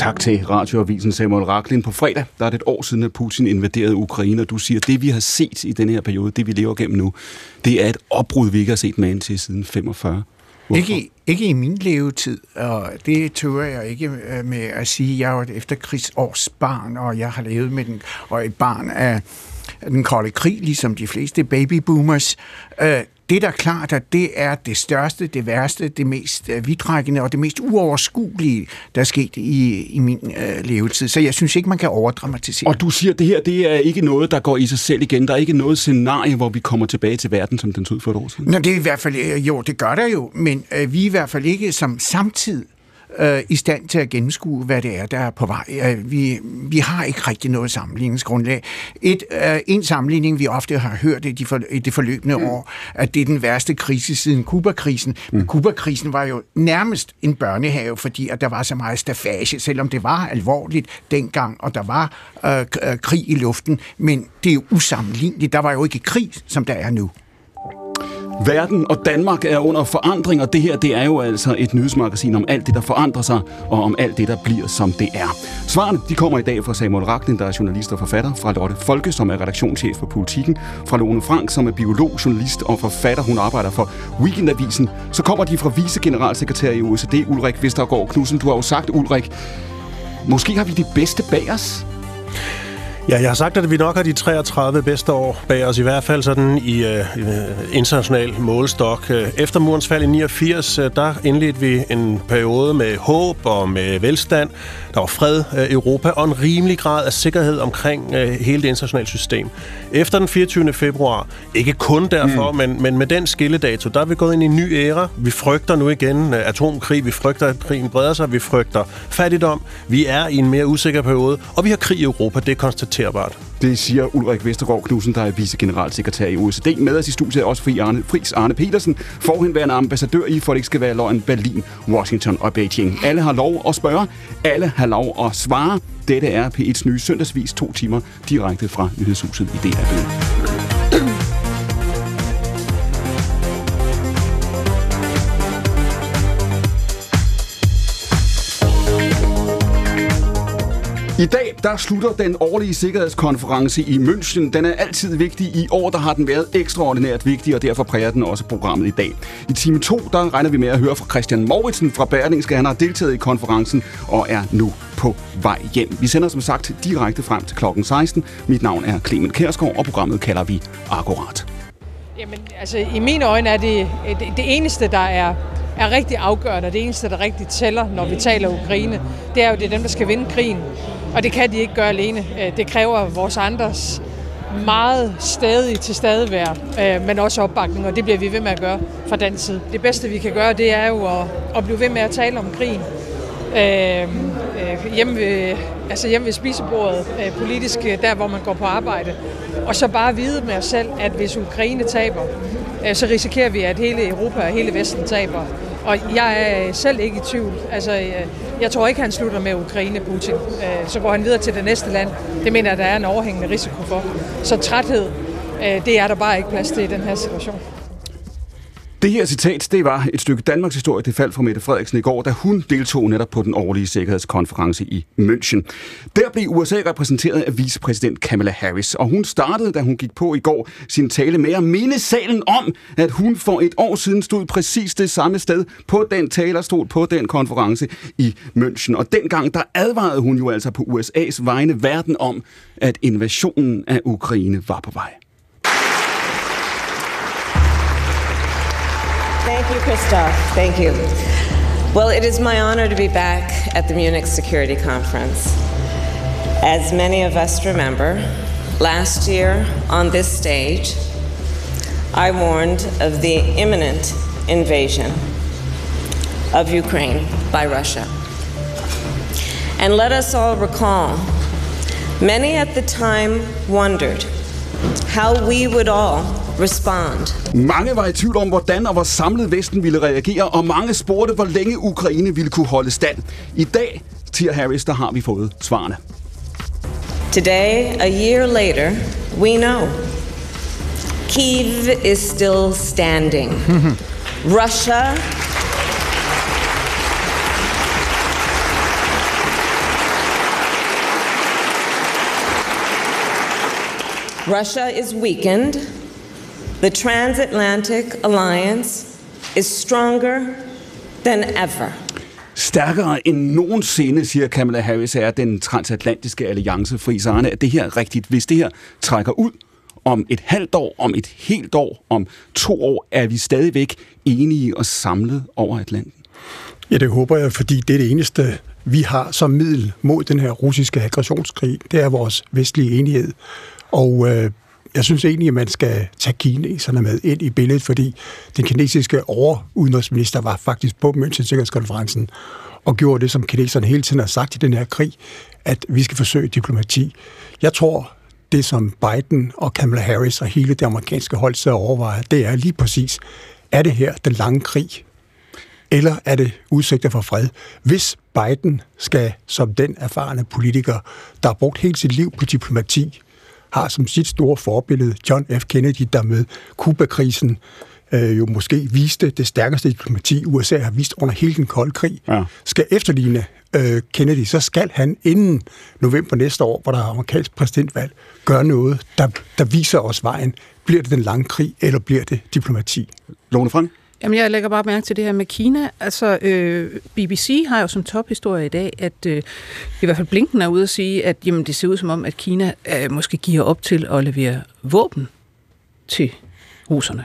Tak til Radioavisen Samuel Rachlin. På fredag, der er det et år siden, at Putin invaderede Ukraine, og du siger, at det vi har set i denne her periode, det vi lever gennem nu, det er et opbrud, vi ikke har set magen til siden 45. Ikke i min levetid, og det tør jeg ikke med at sige. Jeg er et efterkrigsårs barn, og jeg har levet med den, og et barn af den kolde krig, ligesom de fleste babyboomers. Det, der er klart, at det er det største, det værste, det mest vidtrækkende og det mest uoverskuelige, der er sket i min levetid. Så jeg synes ikke, man kan overdramatisere. Og du siger, at det her det er ikke noget, der går i sig selv igen. Der er ikke noget scenarie, hvor vi kommer tilbage til verden, som den så ud for et år siden. Nå, det er i hvert fald, jo, det gør der jo, men vi er i hvert fald ikke som samtid i stand til at gennemskue, hvad det er, der er på vej. Vi har ikke rigtig noget sammenligningsgrundlag. En sammenligning, vi ofte har hørt i det forløbende år, at det er den værste krise siden Kuba-krisen. Men Kuba-krisen var jo nærmest en børnehave, fordi at der var så meget stafage, selvom det var alvorligt dengang, og der var krig i luften. Men det er jo usammenligneligt. Der var jo ikke krig, som der er nu. Verden og Danmark er under forandring, og det her, det er jo altså et nyhedsmagasin om alt det, der forandrer sig, og om alt det, der bliver, som det er. Svarene, de kommer i dag fra Samuel Rachlin, der er journalist og forfatter, fra Lotte Folke, som er redaktionschef for Politikken, fra Lone Frank, som er biolog, journalist og forfatter. Hun arbejder for Weekendavisen. Så kommer de fra vicegeneralsekretær i OECD, Ulrik Vestergaard Knudsen. Du har jo sagt, Ulrik, måske har vi de bedste bag os. Ja, jeg har sagt, at vi nok har de 33 bedste år bag os, i hvert fald sådan i international målestok. Efter murens fald i 89, der indledte vi en periode med håb og med velstand. Der var fred i Europa og en rimelig grad af sikkerhed omkring hele det internationale system. Efter den 24. februar, ikke kun derfor, men med den skilledato, der er vi gået ind i en ny æra. Vi frygter nu igen atomkrig, vi frygter, at krigen breder sig, vi frygter fattigdom. Vi er i en mere usikker periode, og vi har krig i Europa, det er konstaterbart. Det siger Ulrik Vestergaard Knudsen, der er vicegeneralsekretær i OECD. Med os i studiet er også Friis Arne Petersen, forhenværende ambassadør i, for det ikke skal være løgn, Berlin, Washington og Beijing. Alle har lov at spørge, alle har lov at svare. Dette er P1's nye søndagsvis 2 timer direkte fra nyhedshuset i DR Byen. I dag, der slutter den årlige sikkerhedskonference i München. Den er altid vigtig. I år, der har den været ekstraordinært vigtig, og derfor præger den også programmet i dag. I time 2, der regner vi med at høre fra Christian Mouritsen fra Berlingske. Han har deltaget i konferencen og er nu på vej hjem. Vi sender som sagt direkte frem til klokken 16. Mit navn er Clement Kjærsgaard, og programmet kalder vi Akkurat. Jamen, altså i mine øjne er det eneste, der er rigtig afgørende, og det eneste, der rigtig tæller, når vi taler Ukraine, det er jo, det er dem, der skal vinde krigen. Og det kan de ikke gøre alene. Det kræver vores andres meget stadige tilstedevær, men også opbakning, og det bliver vi ved med at gøre fra den side. Det bedste, vi kan gøre, det er jo at blive ved med at tale om krigen. Hjemme ved spisebordet, politisk, der hvor man går på arbejde. Og så bare vide med os selv, at hvis Ukraine taber, så risikerer vi, at hele Europa og hele Vesten taber. Og jeg er selv ikke i tvivl. Altså, jeg tror ikke, han slutter med Ukraine, Putin. Så går han videre til det næste land. Det mener jeg, der er en overhængende risiko for. Så træthed, det er der bare ikke plads til i den her situation. Det her citat, det var et stykke Danmarks historie, det faldt fra Mette Frederiksen i går, da hun deltog netop på den årlige sikkerhedskonference i München. Der blev USA repræsenteret af vicepræsident Kamala Harris, og hun startede, da hun gik på i går, sin tale med at minde salen om, at hun for et år siden stod præcis det samme sted på den talerstol på den konference i München. Og dengang, der advarede hun jo altså på USA's vegne verden om, at invasionen af Ukraine var på vej. Thank you, Christoph. Thank you. Well, it is my honor to be back at the Munich Security Conference. As many of us remember, last year on this stage, I warned of the imminent invasion of Ukraine by Russia. And let us all recall, many at the time wondered how we would all respond. Mange var i tvivl om, hvordan og hvor samlet Vesten ville reagere, og mange spurgte, hvor længe Ukraine ville kunne holde stand. I dag, siger Harris, der har vi fået svarene. Today, a year later, we know. Kyiv is still standing. Russia is weakened. The transatlantic alliance is stronger than ever. Stærkere end nogensinde, siger Kamala Harris, er den transatlantiske alliance. Fris Arne, er det her rigtigt? Hvis det her trækker ud om et halvt år, om et helt år, om 2 år, er vi stadigvæk enige og samlet over Atlanten? Ja, det håber jeg, fordi det er det eneste, vi har som middel mod den her russiske aggressionskrig. Det er vores vestlige enighed. Og jeg synes egentlig, at man skal tage kineserne med ind i billedet, fordi den kinesiske overudenrigsminister var faktisk på München-sikkerhedskonferencen og gjorde det, som kineserne hele tiden har sagt i den her krig, at vi skal forsøge diplomati. Jeg tror, det som Biden og Kamala Harris og hele det amerikanske hold så overvejer, det er lige præcis, er det her den lange krig, eller er det udsigter for fred? Hvis Biden skal, som den erfarne politiker, der har brugt hele sit liv på diplomati, har som sit store forbillede John F. Kennedy, der med Cuba-krisen jo måske viste det stærkeste diplomati, USA har vist under hele den kolde krig, skal efterligne Kennedy, så skal han inden november næste år, hvor der er amerikansk præsidentvalg, gøre noget, der viser os vejen. Bliver det den lange krig, eller bliver det diplomati? Lone Frank? Jamen, jeg lægger bare mærke til det her med Kina. Altså, BBC har jo som tophistorie i dag, at i hvert fald Blinken er ude at sige, at jamen, det ser ud som om, at Kina måske giver op til at levere våben til russerne.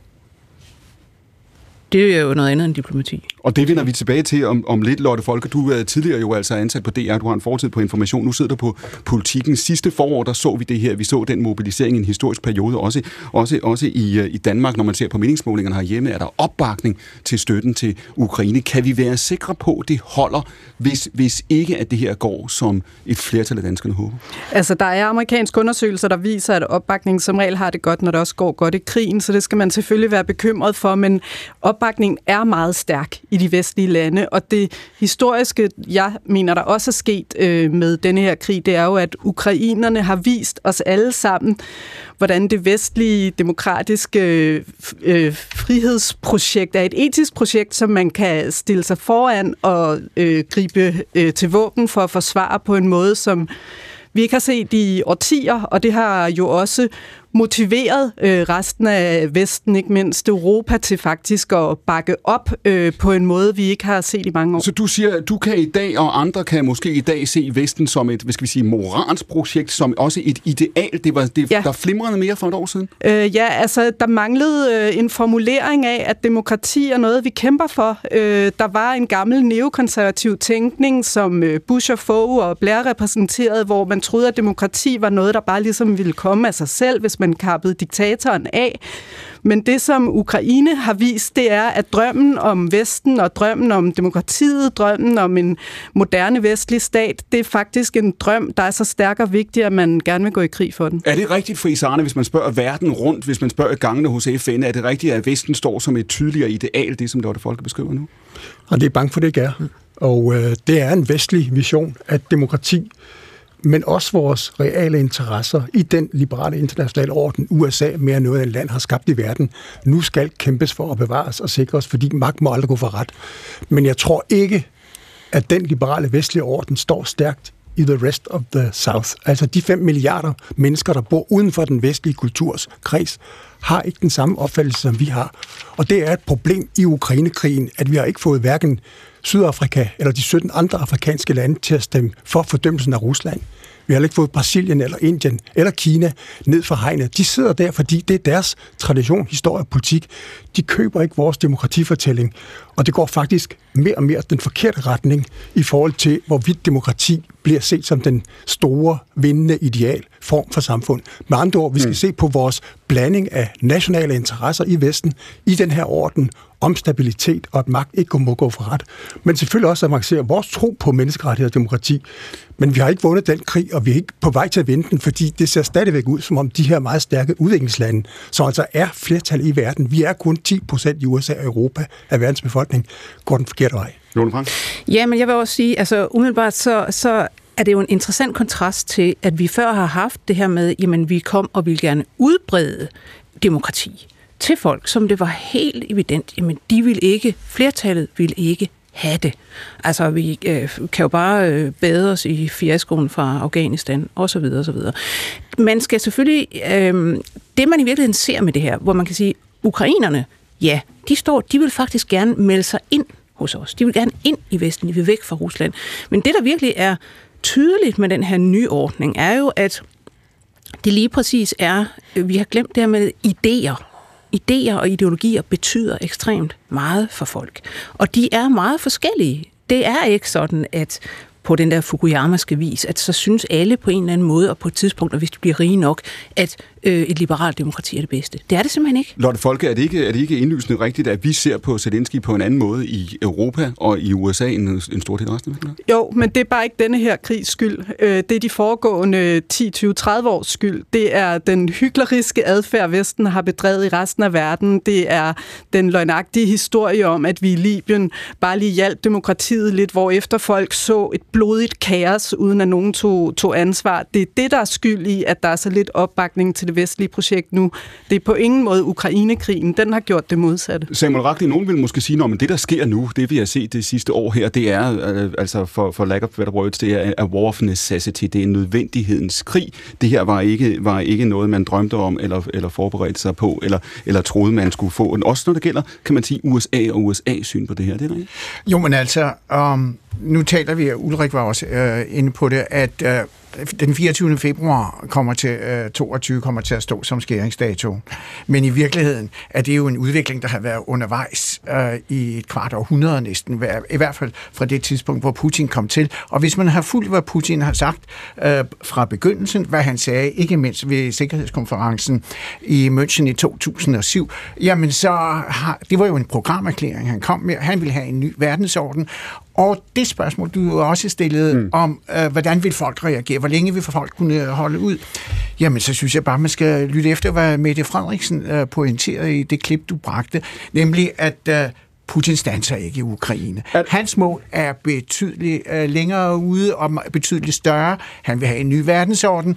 Det er jo noget andet end diplomati. Og det vender vi tilbage til om lidt, Lotte Folker. Du er tidligere jo altså ansat på DR, du har en fortid på Information. Nu sidder du på Politikken. Sidste forår, der så vi det her. Vi så den mobilisering i en historisk periode, også i Danmark. Når man ser på meningsmålingerne herhjemme, er der opbakning til støtten til Ukraine. Kan vi være sikre på, at det holder, hvis ikke at det her går, som et flertal af danskerne håber? Altså, der er amerikanske undersøgelser, der viser, at opbakningen som regel har det godt, når det også går godt i krigen, så det skal man selvfølgelig være bekymret for, men opbakningen er meget stærk i de vestlige lande, og det historiske, jeg mener, der også er sket med denne her krig, det er jo, at ukrainerne har vist os alle sammen, hvordan det vestlige demokratiske frihedsprojekt er et etisk projekt, som man kan stille sig foran og gribe til våben for at forsvare på en måde, som vi ikke har set i årtier, og det har jo også motiveret resten af Vesten, ikke mindst Europa, til faktisk at bakke op på en måde, vi ikke har set i mange år. Så du siger, at du kan i dag, og andre kan måske i dag se Vesten som et, hvad skal vi sige, moralsk projekt, som også et ideal. Der flimrede mere for et år siden? Ja, altså der manglede en formulering af, at demokrati er noget, vi kæmper for. Der var en gammel neokonservativ tænkning, som Bush og Foe og Blair repræsenterede, hvor man troede, at demokrati var noget, der bare ligesom ville komme af sig selv, hvis man kappede diktatoren af. Men det, som Ukraine har vist, det er, at drømmen om Vesten og drømmen om demokratiet, drømmen om en moderne vestlig stat, det er faktisk en drøm, der er så stærk og vigtig, at man gerne vil gå i krig for den. Er det rigtigt, Fris Arne, hvis man spørger verden rundt, hvis man spørger gangene hos FN, er det rigtigt, at Vesten står som et tydeligere ideal, det som Lotte Folker beskriver nu? Og det er bange for, det ikke er. Og det er en vestlig vision, at demokrati, men også vores reale interesser i den liberale internationale orden, USA mere end noget af land har skabt i verden, nu skal kæmpes for at bevares og sikres, fordi magt må aldrig gå for ret. Men jeg tror ikke, at den liberale vestlige orden står stærkt i the rest of the South. Altså de 5 milliarder mennesker, der bor uden for den vestlige kulturs kreds, har ikke den samme opfattelse, som vi har. Og det er et problem i Ukrainekrigen, at vi har ikke fået hverken Sydafrika eller de 17 andre afrikanske lande til at stemme for fordømmelsen af Rusland. Vi har ikke fået Brasilien eller Indien eller Kina ned for hegnet. De sidder der, fordi det er deres tradition, historie og politik. De køber ikke vores demokratifortælling, og det går faktisk mere og mere den forkerte retning i forhold til, hvorvidt demokrati bliver set som den store, vindende ideal form for samfund. Med andre ord, vi skal se på vores blanding af nationale interesser i Vesten, i den her orden, om stabilitet og at magt ikke må gå for ret. Men selvfølgelig også at markere vores tro på menneskerettigheder og demokrati. Men vi har ikke vundet den krig, og vi er ikke på vej til at vinde den, fordi det ser stadigvæk ud, som om de her meget stærke udviklingslande, som altså er flertal i verden, vi er kun 10% i USA og Europa af verdens befolkning, går den forkerte vej. Ja, men jeg vil også sige, altså umiddelbart så er det jo en interessant kontrast til, at vi før har haft det her med, jamen vi kom og ville gerne udbrede demokrati til folk, som det var helt evident, jamen flertallet ville ikke have det. Altså, vi kan jo bare bade os i fiaskoen fra Afghanistan, osv. osv. Man skal selvfølgelig... det, man i virkeligheden ser med det her, hvor man kan sige, ukrainerne, ja, de vil faktisk gerne melde sig ind hos os. De vil gerne ind i Vesten, de vil væk fra Rusland. Men det, der virkelig er tydeligt med den her nye ordning, er jo, at det lige præcis er, vi har glemt det her med idéer. Idéer og ideologier betyder ekstremt meget for folk. Og de er meget forskellige. Det er ikke sådan, at på den der Fukuyamaske vis, at så synes alle på en eller anden måde, og på et tidspunkt, og hvis de bliver rige nok, at et liberalt demokrati er det bedste. Det er det simpelthen ikke. Lotte Folke, er det ikke indlysende rigtigt, at vi ser på Zelensky på en anden måde i Europa og i USA end en stor del af resten? Jo, men det er bare ikke denne her krigs skyld. Det er de foregående 10, 20, 30 års skyld. Det er den hykleriske adfærd, Vesten har bedrevet i resten af verden. Det er den løgnagtige historie om, at vi i Libyen bare lige hjalp demokratiet lidt, hvor efter folk så et blodigt kaos, uden at nogen tog ansvar. Det er det, der er skyld i, at der er så lidt opbakning til det vestlige projekt nu. Det er på ingen måde Ukrainekrigen. Den har gjort det modsatte. Samuel Rachlin, nogen vil måske sige, at det, der sker nu, det vi har set det sidste år her, det er, altså for lack of better words, det er a war of necessity. Det er en nødvendighedens krig. Det her var ikke noget, man drømte om, eller forberedte sig på, eller troede, man skulle få. Også når det gælder, kan man sige, USA og USA's syn på det her. Det er rigtigt? Jo, men altså, nu taler vi, Ulrik var også inde på det, at den 24. februar kommer til at stå som skæringsdato. Men i virkeligheden er det jo en udvikling, der har været undervejs i et kvart århundrede næsten, i hvert fald fra det tidspunkt, hvor Putin kom til. Og hvis man har fulgt, hvad Putin har sagt fra begyndelsen, hvad han sagde, ikke mindst ved Sikkerhedskonferencen i München i 2007, jamen det var jo en programerklæring, han kom med. Han ville have en ny verdensorden. Og det spørgsmål, du jo også stillede om, hvordan vil folk reagere, hvor længe vil folk kunne holde ud, jamen så synes jeg bare, man skal lytte efter, hvad Mette Frederiksen pointerede i det klip, du bragte, nemlig at Putin standser ikke i Ukraine. Hans mål er betydeligt længere ude og betydeligt større. Han vil have en ny verdensorden.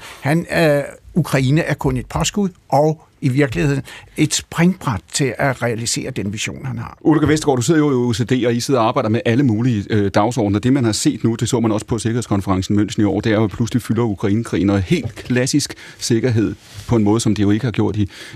Ukraine er kun et påskud, og i virkeligheden et springbræt til at realisere den vision, han har. Ulrik Vestergaard, du sidder jo i OECD, og I sidder og arbejder med alle mulige dagsordner. Det, man har set nu, det så man også på Sikkerhedskonferencen i München i år, det er jo, at pludselig fylder Ukraine-krigen og helt klassisk sikkerhed på en måde, som de jo ikke har gjort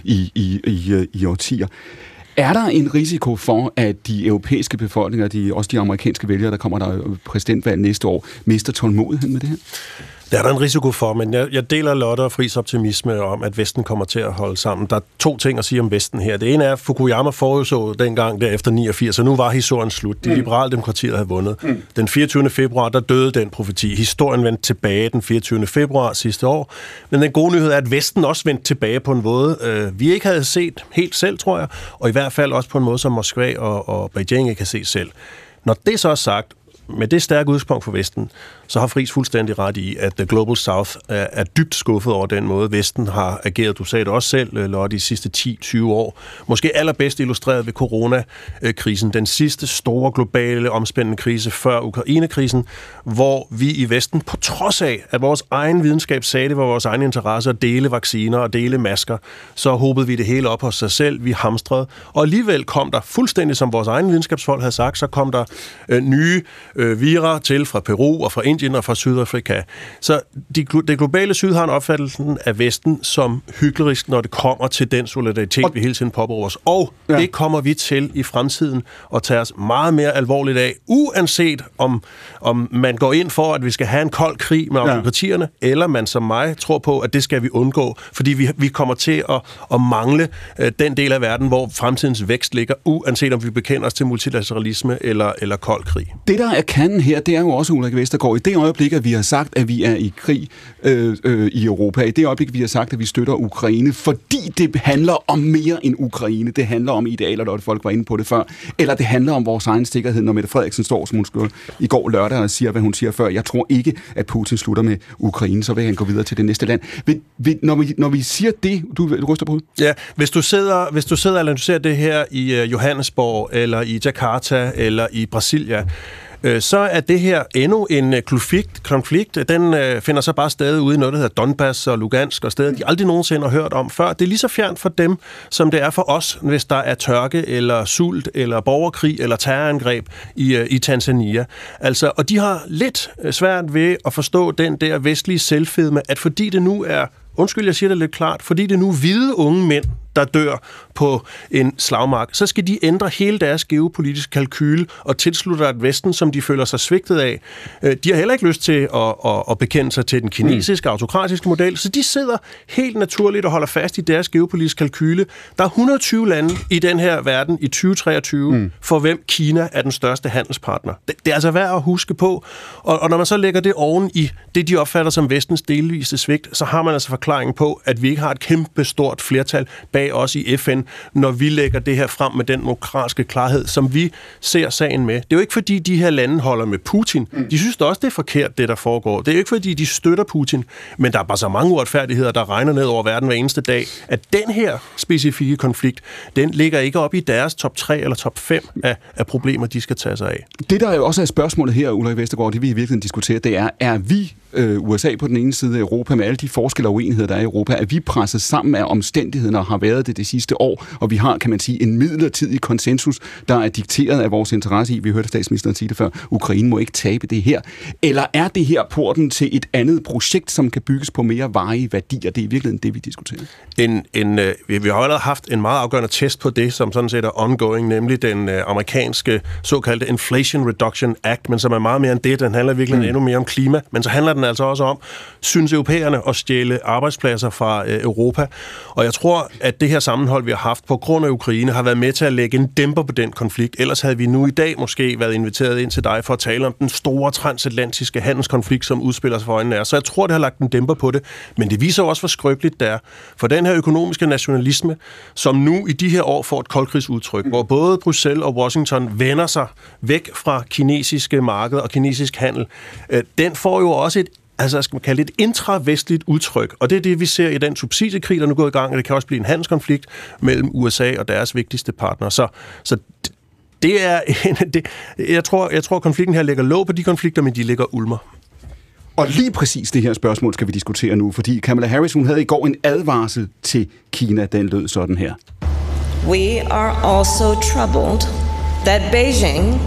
i årtier. Er der en risiko for, at de europæiske befolkninger, også de amerikanske vælgere, der kommer der præsidentvalg næste år, mister tålmodigheden med det her? Det er der en risiko for, men jeg deler Lotte og Friis optimisme om, at Vesten kommer til at holde sammen. Der er 2 ting at sige om Vesten her. Det ene er, at Fukuyama forudså dengang der efter 89, og nu var historien slut. De liberale demokratier havde vundet. Den 24. februar, der døde den profeti. Historien vendte tilbage den 24. februar sidste år. Men den gode nyhed er, at Vesten også vendte tilbage på en måde, vi ikke havde set helt selv, tror jeg, og i hvert fald også på en måde, som Moskva og Beijing ikke kan se selv. Når det så er sagt, med det stærke udgangspunkt for Vesten, så har Friis fuldstændig ret i, at The Global South er dybt skuffet over den måde, Vesten har ageret. Du sagde det også selv, Lotte, de sidste 10-20 år. Måske allerbedst illustreret ved coronakrisen. Den sidste store globale omspændende krise før Ukraine-krisen, hvor vi i Vesten, på trods af, at vores egen videnskab sagde, det var vores egen interesse at dele vacciner og dele masker, så håbede vi det hele op hos sig selv. Vi hamstrede. Og alligevel kom der, fuldstændig som vores egen videnskabsfolk havde sagt, så kom der nye vira til fra Peru og fra Indien og fra Sydafrika. Så det globale syd har en opfattelse af Vesten som hyklerisk, når det kommer til den solidaritet, vi hele tiden påberåber os. Og det kommer vi til i fremtiden at tage os meget mere alvorligt af, uanset om man går ind for, at vi skal have en kold krig med autokratierne, eller man som mig tror på, at det skal vi undgå, fordi vi kommer til at mangle den del af verden, hvor fremtidens vækst ligger, uanset om vi bekender os til multilateralisme eller kold krig. Det, der er kernen her, det er jo også, Ulrik Vestergaard, i det øjeblik, at vi har sagt, at vi er i krig i Europa, i det øjeblik, vi har sagt, at vi støtter Ukraine, fordi det handler om mere end Ukraine, det handler om idealer, der folk var inde på det før, eller det handler om vores egen sikkerhed, når Mette Frederiksen står, som hun skulle i går lørdag, og siger, hvad hun siger før. Jeg tror ikke, at Putin slutter med Ukraine, så vil han gå videre til det næste land. Når vi siger det, du ryster på? Ja, hvis du sidder og analyserer det her i Johannesborg, eller i Jakarta, eller i Brasilia, så er det her endnu en konflikt. Den finder så bare stadig ude i noget, der hedder Donbass og Lugansk, og steder, de aldrig nogensinde har hørt om før. Det er lige så fjernt for dem, som det er for os, hvis der er tørke, eller sult, eller borgerkrig, eller terrorangreb i Tanzania. Altså, og de har lidt svært ved at forstå den der vestlige selvfedme, at fordi det nu er, undskyld, jeg siger det lidt klart, fordi det nu er hvide unge mænd, der dør på en slagmark, så skal de ændre hele deres geopolitiske kalkyle og tilslutte et Vesten, som de føler sig svigtet af. De har heller ikke lyst til at bekende sig til den kinesiske autokratiske model, så de sidder helt naturligt og holder fast i deres geopolitiske kalkyle. Der er 120 lande i den her verden i 2023, for hvem Kina er den største handelspartner. Det er altså værd at huske på, og når man så lægger det oven i det, de opfatter som Vestens delvise svigt, så har man altså forklaringen på, at vi ikke har et kæmpe stort flertal bag os i FN, når vi lægger det her frem med den demokratiske klarhed, som vi ser sagen med. Det er jo ikke, fordi de her lande holder med Putin. De synes også, det er forkert, det der foregår. Det er jo ikke, fordi de støtter Putin, men der er bare så mange uretfærdigheder, der regner ned over verden hver eneste dag, at den her specifikke konflikt, den ligger ikke op i deres top 3 eller top 5 af problemer, de skal tage sig af. Det, der jo også er spørgsmålet her, Ulrik Vestergaard, det vi i virkeligheden diskuterer, det er vi USA på den ene side af Europa, med alle de forskelle og uenigheder, der er i Europa, er vi presset sammen af omstændighederne og har været det sidste år, og vi har, kan man sige, en midlertidig konsensus, der er dikteret af vores interesse i, vi hørte statsministeren sige det før, Ukraine må ikke tabe det her. Eller er det her porten til et andet projekt, som kan bygges på mere varige værdier? Det er i virkeligheden det, vi diskuterer. Vi har allerede haft en meget afgørende test på det, som sådan set er ongoing, nemlig den amerikanske såkaldte Inflation Reduction Act, men som er meget mere end det. Den handler virkelig endnu mere om klima, men så handler den altså også om, synes europæerne at stjæle arbejdspladser fra Europa. Og jeg tror, at det her sammenhold, vi har haft på grund af Ukraine, har været med til at lægge en dæmper på den konflikt. Ellers havde vi nu i dag måske været inviteret ind til dig for at tale om den store transatlantiske handelskonflikt, som udspiller sig for øjnene af. Så jeg tror, det har lagt en dæmper på det. Men det viser også, hvor skrøbeligt det er. For den her økonomiske nationalisme, som nu i de her år får et koldkrigsudtryk, hvor både Bruxelles og Washington vender sig væk fra kinesiske markeder og kinesisk handel, den får jo også et skal man kalde det et intravestligt udtryk. Og det er det, vi ser i den subsidiekrig, der nu går i gang, og det kan også blive en handelskonflikt mellem USA og deres vigtigste partner. Så det er jeg tror, konflikten her ligger låg på de konflikter, men de ligger ulmer. Og lige præcis det her spørgsmål skal vi diskutere nu, fordi Kamala Harris, hun havde i går en advarsel til Kina, den lød sådan her. We are also troubled that Beijing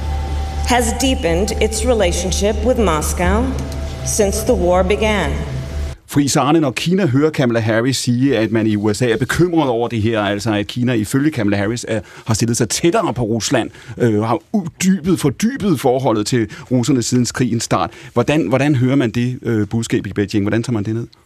has deepened its relationship with Moscow since the war began. Friis Arne, når Kina hører Kamala Harris sige, at man i USA er bekymret over det her, altså at Kina ifølge Kamala Harris har stillet sig tættere på Rusland, har fordybet forholdet til russerne siden krigens start. Hvordan hører man det budskab i Beijing? Hvordan tager man det ned?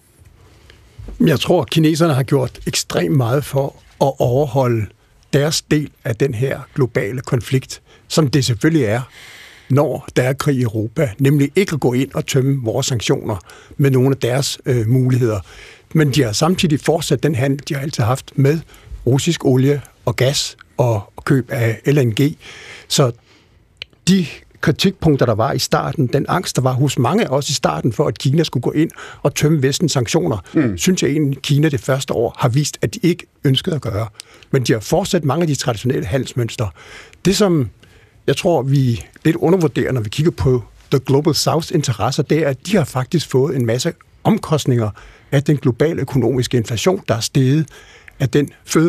Jeg tror, at kineserne har gjort ekstremt meget for at overholde deres del af den her globale konflikt, som det selvfølgelig er, når der er krig i Europa, nemlig ikke at gå ind og tømme vores sanktioner med nogle af deres muligheder. Men de har samtidig fortsat den handel, de har altid haft med russisk olie og gas og køb af LNG. Så de kritikpunkter, der var i starten, den angst, der var hos mange af os i starten for, at Kina skulle gå ind og tømme vestens sanktioner, synes jeg egentlig, Kina det første år har vist, at de ikke ønskede at gøre. Men de har fortsat mange af de traditionelle handelsmønstre. Det, som jeg tror, vi lidt undervurderer, når vi kigger på The Global South's interesser, det er, at de har faktisk fået en masse omkostninger af den globale økonomiske inflation, der er steget, af den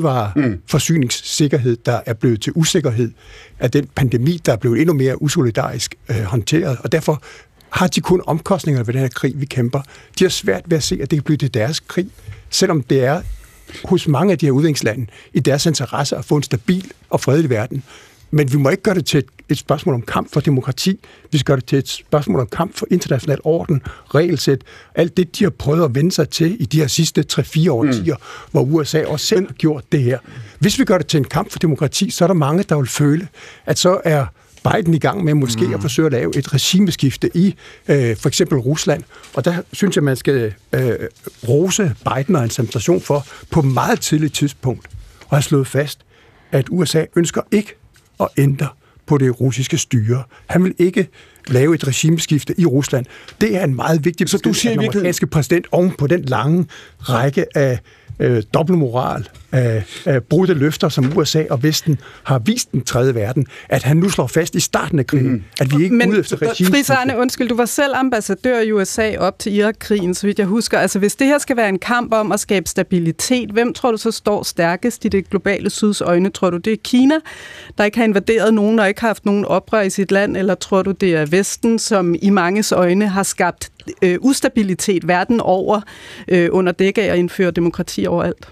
fødevareforsyningssikkerhed, der er blevet til usikkerhed, af den pandemi, der er blevet endnu mere usolidarisk håndteret, og derfor har de kun omkostninger ved den her krig, vi kæmper. De har svært ved at se, at det kan blive til deres krig, selvom det er hos mange af de her udviklingslande i deres interesse at få en stabil og fredelig verden. Men vi må ikke gøre det til et spørgsmål om kamp for demokrati. Vi skal gøre det til et spørgsmål om kamp for international orden, regelsæt, alt det, de har prøvet at vende sig til i de her sidste 3-4 årtier, hvor USA også selv har gjort det her. Hvis vi gør det til en kamp for demokrati, så er der mange, der vil føle, at så er Biden i gang med måske at forsøge at lave et regimeskifte i for eksempel Rusland. Og der synes jeg, man skal rose Biden og hans administration for på meget tidligt tidspunkt at have slået fast, at USA ønsker ikke at ændre på det russiske styre. Han vil ikke lave et regimeskifte i Rusland. Det er en meget vigtig beslutning af den amerikanske præsident oven på den lange række af dobbeltmoral, brudte løfter, som USA og Vesten har vist den tredje verden, at han nu slår fast i starten af krigen, at vi ikke er ude efter regime. Friis Arne, undskyld, du var selv ambassadør i USA op til Irak-krigen, så vidt jeg husker. Altså, hvis det her skal være en kamp om at skabe stabilitet, hvem tror du så står stærkest i det globale syds øjne? Tror du, det er Kina, der ikke har invaderet nogen og ikke har haft nogen oprør i sit land, eller tror du, det er Vesten, som i manges øjne har skabt ustabilitet verden over under dække af at indføre demokrati overalt?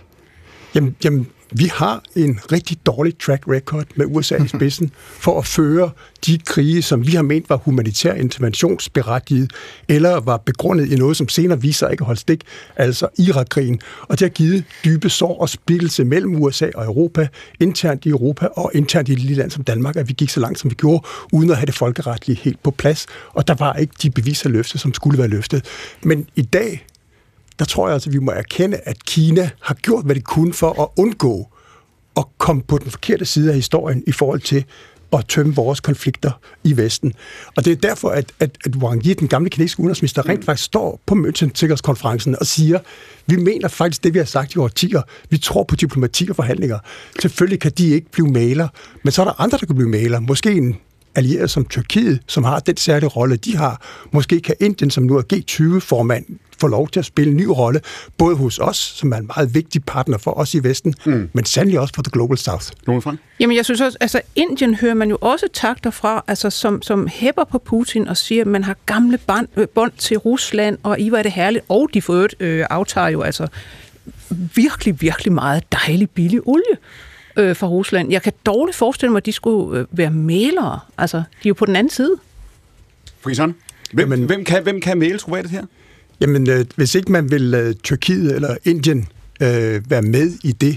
Jamen, vi har en rigtig dårlig track record med USA i spidsen for at føre de krige, som vi har ment var humanitær interventionsberettiget, eller var begrundet i noget, som senere viser ikke at holde stik, altså Irak-krigen. Og det har givet dybe sår og splittelse mellem USA og Europa, internt i Europa og internt i et lille land som Danmark, at vi gik så langt, som vi gjorde, uden at have det folkeretlige helt på plads. Og der var ikke de beviser løftet, som skulle være løftet. Men i dag, der tror jeg altså, at vi må erkende, at Kina har gjort, hvad de kunne for at undgå at komme på den forkerte side af historien i forhold til at tømme vores konflikter i Vesten. Og det er derfor, at Wang Yi, den gamle kinesiske udenrigsminister, rent faktisk står på München Sikkerhedskonferencen og siger, vi mener faktisk det, vi har sagt i årtier. Vi tror på diplomati og forhandlinger. Selvfølgelig kan de ikke blive mægler, men så er der andre, der kan blive mægler. Måske en allieret som Tyrkiet, som har den særlige rolle, de har. Måske kan Indien, som nu er G20-formand, få lov til at spille en ny rolle, både hos os, som er en meget vigtig partner for os i Vesten, men sandelig også for The Global South. Jamen, jeg synes også, altså Indien hører man jo også takter fra, altså som hæpper på Putin og siger, at man har gamle bånd til Rusland, og I var det herligt, og de for øvrigt aftager jo altså virkelig, virkelig meget dejlig billig olie fra Rusland. Jeg kan dårligt forestille mig, at de skulle være mælere. Altså, de er jo på den anden side. Friisson, hvem kan mæle troværdigt her? Jamen, hvis ikke man vil lade Tyrkiet eller Indien være med i det,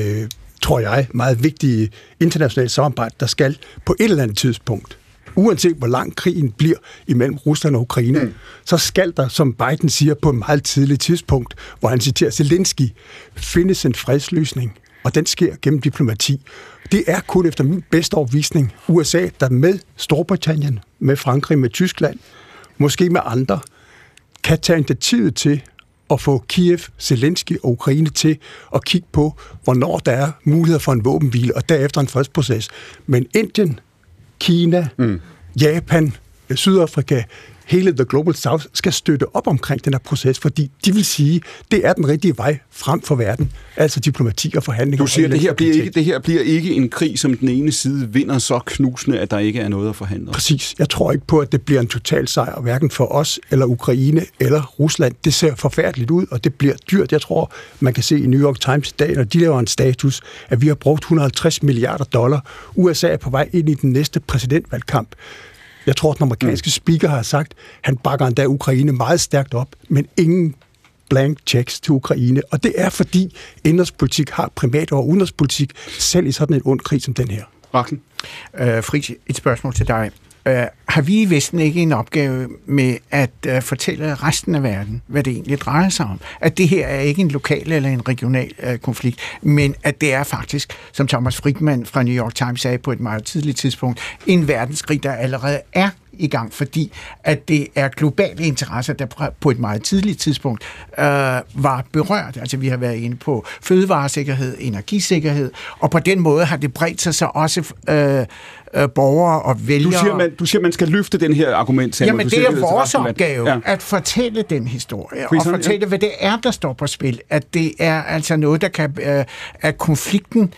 tror jeg, meget vigtige internationale samarbejde, der skal på et eller andet tidspunkt, uanset hvor lang krigen bliver imellem Rusland og Ukraine, så skal der, som Biden siger på et meget tidligt tidspunkt, hvor han citerer Zelensky, findes en fredsløsning, og den sker gennem diplomati. Det er kun efter min bedste overbevisning USA, der med Storbritannien, med Frankrig, med Tyskland, måske med andre, kan tage initiativet til at få Kiev, Zelensky og Ukraine til at kigge på, hvornår der er muligheder for en våbenhvile, og derefter en fredsproces. Men Indien, Kina, Japan, Sydafrika, hele The Global South skal støtte op omkring den her proces, fordi de vil sige, det er den rigtige vej frem for verden, altså diplomati og forhandlinger. Du siger, at det her bliver ikke en krig, som den ene side vinder så knusende, at der ikke er noget at forhandle. Præcis. Jeg tror ikke på, at det bliver en total sejr, hverken for os, eller Ukraine, eller Rusland. Det ser forfærdeligt ud, og det bliver dyrt. Jeg tror, man kan se i New York Times i dag, når de laver en status, at vi har brugt $150 milliarder. USA er på vej ind i den næste præsidentvalgkamp. Jeg tror, at den amerikanske speaker har sagt, han bakker endda Ukraine meget stærkt op, men ingen blank checks til Ukraine. Og det er, fordi indrigspolitik har primat over udenrigspolitik, selv i sådan en ond krig som den her. Rachel? Friis, et spørgsmål til dig. Har vi i Vesten ikke en opgave med at fortælle resten af verden, hvad det egentlig drejer sig om? At det her er ikke en lokal eller en regional konflikt, men at det er faktisk, som Thomas Friedman fra New York Times sagde på et meget tidligt tidspunkt, en verdenskrig, der allerede er i gang, fordi at det er globale interesser, der på et meget tidligt tidspunkt var berørt. Altså vi har været inde på fødevaresikkerhed, energisikkerhed, og på den måde har det bredt sig så også borgere og vælgere. Du siger, man skal løfte den her argument. Jamen det er vores opgave at fortælle den historie, og fortælle, hvad det er, der står på spil. At det er altså noget, der kan... at konflikten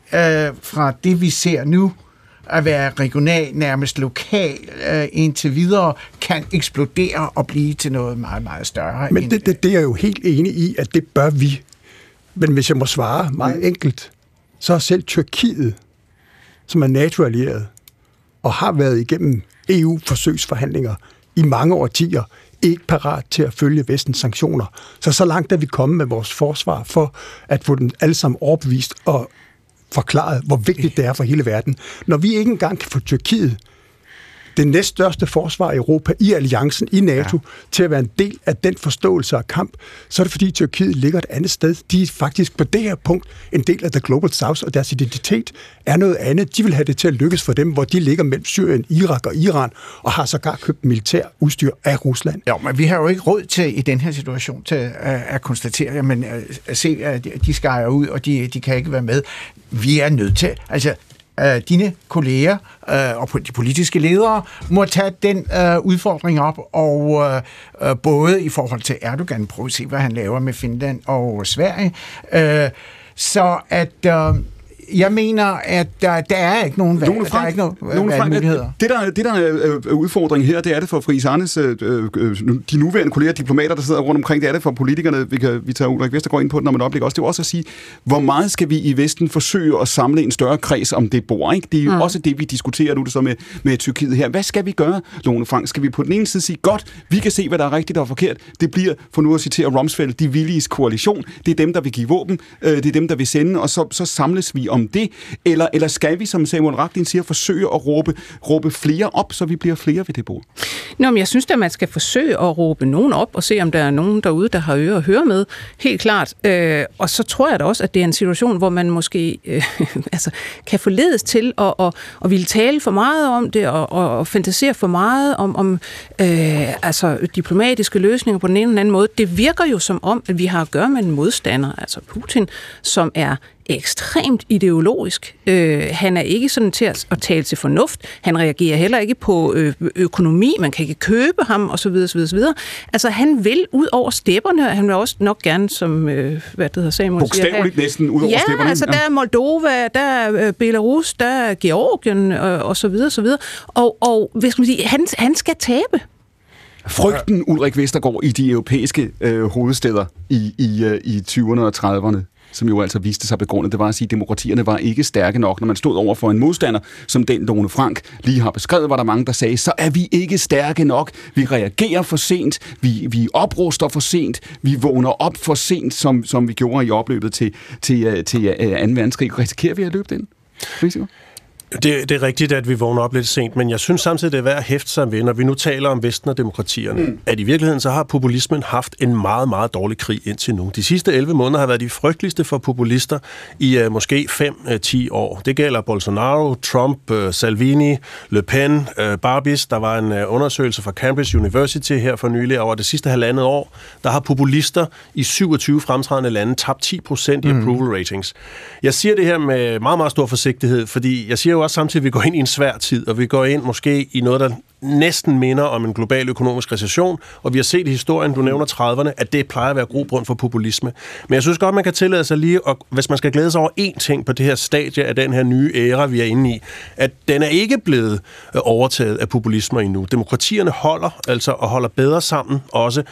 fra det, vi ser nu, at være regional, nærmest lokal, indtil videre, kan eksplodere og blive til noget meget, meget større. Men det er jeg jo helt enig i, at det bør vi. Men hvis jeg må svare meget enkelt, så er selv Tyrkiet, som er NATO-allieret, og har været igennem EU-forsøgsforhandlinger i mange årtier, ikke parat til at følge Vestens sanktioner. Så langt er vi kommet med vores forsvar for at få dem alle sammen overbevist og forklaret, hvor vigtigt det er for hele verden. Når vi ikke engang kan få Tyrkiet det næststørste forsvar i Europa, i alliancen, i NATO, til at være en del af den forståelse og kamp, så er det fordi Tyrkiet ligger et andet sted. De er faktisk på det her punkt en del af The Global South, og deres identitet er noget andet. De vil have det til at lykkes for dem, hvor de ligger mellem Syrien, Irak og Iran, og har sågar købt militær udstyr af Rusland. Ja, men vi har jo ikke råd til i den her situation til at konstatere, men at se, at de skærer ud, og de kan ikke være med. Vi er nødt til, altså dine kolleger og de politiske ledere må tage den udfordring op, og både i forhold til Erdogan, prøv at se, hvad han laver med Finland og Sverige, så at jeg mener, at der er ikke nogen valg. Der er ikke nogen valgmuligheder. Det, der er udfordringen her, det er det for Friis Arnes, de nuværende kolleger, diplomater, der sidder rundt omkring, det er det for politikerne. Vi tager Ulrik Vestergaard ind på den om et øjeblik også. Det er også at sige, hvor meget skal vi i Vesten forsøge at samle en større kreds om det bord, ikke? Det er jo også det, vi diskuterer nu, det så med Tyrkiet her. Hvad skal vi gøre, Lone Frank? Skal vi på den ene side sige, godt, vi kan se, hvad der er rigtigt og forkert. Det bliver, for nu at citere Rumsfeld, de villiges koalition. Det er dem, der vil give våben. Det er dem, der vil sende, og så samles vi om det, eller skal vi, som Samuel Rachlin siger, forsøge at råbe flere op, så vi bliver flere ved det bord? Nå, men jeg synes at man skal forsøge at råbe nogen op, og se, om der er nogen derude, der har øre at høre med. Helt klart. Og så tror jeg da også, at det er en situation, hvor man måske kan forledes til at ville tale for meget om det, og fantasere for meget om diplomatiske løsninger på den ene eller anden måde. Det virker jo som om, at vi har at gøre med en modstander, altså Putin, som er ekstremt ideologisk. Han er ikke sådan til at tale til fornuft. Han reagerer heller ikke på økonomi. Man kan ikke købe ham, osv. osv. Altså, han vil ud over stepperne, og han vil også nok gerne, som Samuel siger. Bogstaveligt næsten ud over stepperne. Altså, der er Moldova, der er Belarus, der er Georgien, og så videre, så videre. Og hvad skal man sige, han skal tabe. Frygten, Ulrik Vestergaard, i de europæiske hovedstæder i 20'erne og 30'erne, som jo altså viste sig begrundet, det var at sige, at demokratierne var ikke stærke nok. Når man stod over for en modstander, som den Lone Frank lige har beskrevet, var der mange, der sagde, så er vi ikke stærke nok. Vi reagerer for sent, vi opruster for sent, vi vågner op for sent, som vi gjorde i opløbet til 2. verdenskrig. Risikerer vi at løbe den? Det er rigtigt, at vi vågner op lidt sent, men jeg synes samtidig, det er værd at hæfte sig ved, når vi nu taler om Vesten og demokratierne, at i virkeligheden så har populismen haft en meget, meget dårlig krig indtil nu. De sidste 11 måneder har været de frygteligste for populister i måske 5-10 år. Det gælder Bolsonaro, Trump, Salvini, Le Pen, Barbis. Der var en undersøgelse fra Cambridge University her for nylig over det sidste 1,5 år. Der har populister i 27 fremtrædende lande tabt 10% i approval ratings. Jeg siger det her med meget, meget stor forsigtighed, fordi jeg siger jo også samtidig, at vi går ind i en svær tid, og vi går ind måske i noget, der næsten minder om en global økonomisk recession, og vi har set i historien, du nævner 30'erne, at det plejer at være grobund for populisme. Men jeg synes godt, man kan tillade sig lige, og hvis man skal glæde sig over én ting på det her stadie af den her nye æra, vi er inde i, at den er ikke blevet overtaget af populismer endnu. Demokratierne holder bedre sammen også,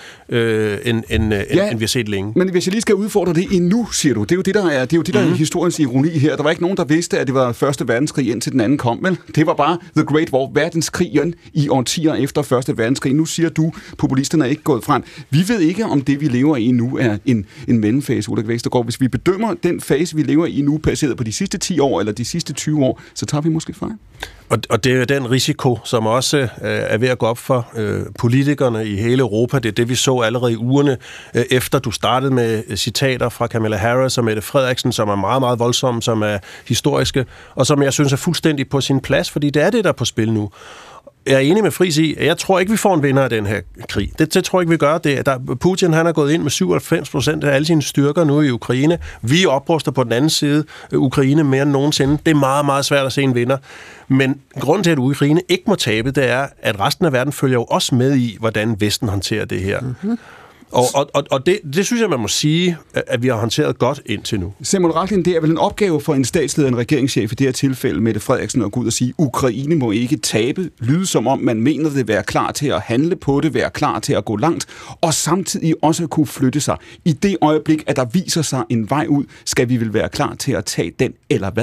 end vi har set længe. Men hvis jeg lige skal udfordre det endnu, siger du, det er jo det, der er historiens ironi her. Der var ikke nogen, der vidste, at det var 1. verdenskrig indtil den anden kom, vel? Det var bare The Great War, verdenskrigen i årtier efter 1. verdenskrig. Nu siger du, populisterne er ikke gået frem. Vi ved ikke, om det, vi lever i nu, er en mellemfase, Ulrik Vestergaard. Hvis vi bedømmer den fase, vi lever i nu, baseret på de sidste 10 år eller de sidste 20 år, så tager vi måske fejl. Og det er den risiko, som også er ved at gå op for politikerne i hele Europa. Det er det, vi så allerede i ugerne efter du startede med citater fra Kamala Harris og Mette Frederiksen, som er meget, meget voldsomme, som er historiske, og som jeg synes er fuldstændig på sin plads, fordi det er det, der er på spil nu. Jeg er enig med Friis i, at jeg tror ikke, vi får en vinder af den her krig. Det tror jeg ikke, vi gør. Putin han er gået ind med 97% af alle sine styrker nu i Ukraine. Vi opruster på den anden side Ukraine mere end nogensinde. Det er meget, meget svært at se en vinder. Men grunden til, at Ukraine ikke må tabe, det er, at resten af verden følger jo også med i, hvordan Vesten håndterer det her. Mm-hmm. Og det synes jeg, man må sige, at vi har håndteret godt indtil nu. Samuel Rachlin, det er vel en opgave for en statsleder, en regeringschef i det her tilfælde, Mette Frederiksen, at gå ud og sige, Ukraine må ikke tabe, lyde som om man mener det, være klar til at handle på det, være klar til at gå langt, og samtidig også kunne flytte sig. I det øjeblik, at der viser sig en vej ud, skal vi vel være klar til at tage den, eller hvad?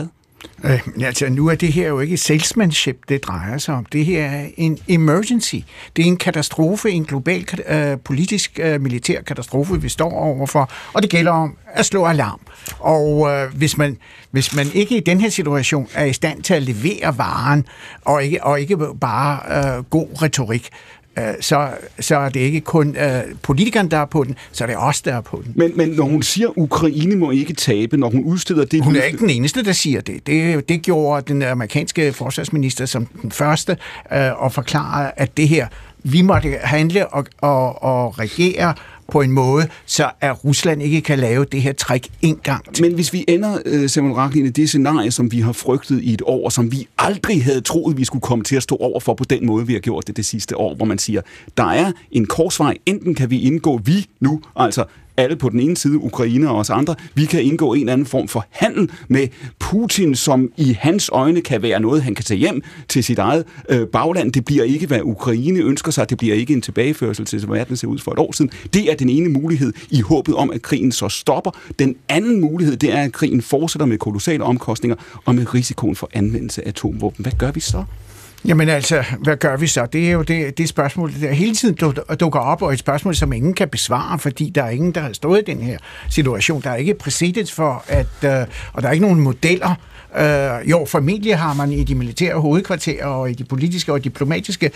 Altså, nu er det her jo ikke salesmanship, det drejer sig om. Det her er en emergency. Det er en katastrofe, en global politisk militær katastrofe, vi står overfor, og det gælder om at slå alarm. Og hvis man ikke i den her situation er i stand til at levere varen, og ikke bare god retorik, så er det ikke kun politikerne, der er på den, så er det os, der er på den. Men når hun siger, Ukraine må ikke tabe, når hun udsteder det... Hun er ikke den eneste, der siger det. Det gjorde den amerikanske forsvarsminister som den første og forklare, at det her, vi måtte handle og regere på en måde, så at Rusland ikke kan lave det her trick en gang til. Men hvis vi ender, Samuel Rachlin, i det scenarie, som vi har frygtet i et år, som vi aldrig havde troet, vi skulle komme til at stå over for på den måde, vi har gjort det sidste år, hvor man siger, der er en korsvej, enten kan vi indgå, altså alle på den ene side, Ukraine og os andre, vi kan indgå en eller anden form for handel med Putin, som i hans øjne kan være noget, han kan tage hjem til sit eget bagland. Det bliver ikke, hvad Ukraine ønsker sig. Det bliver ikke en tilbageførsel til, hvad den ser ud for et år siden. Det er den ene mulighed i håbet om, at krigen så stopper. Den anden mulighed, det er, at krigen fortsætter med kolossale omkostninger og med risikoen for anvendelse af atomvåben. Hvad gør vi så? Jamen altså, hvad gør vi så? Det er jo det spørgsmål, der hele tiden dukker op, og et spørgsmål, som ingen kan besvare, fordi der er ingen, der har stået i den her situation. Der er ikke præcedens for, og der er ikke nogen modeller. Jo, formentlig har man i de militære hovedkvarterer og i de politiske og diplomatiske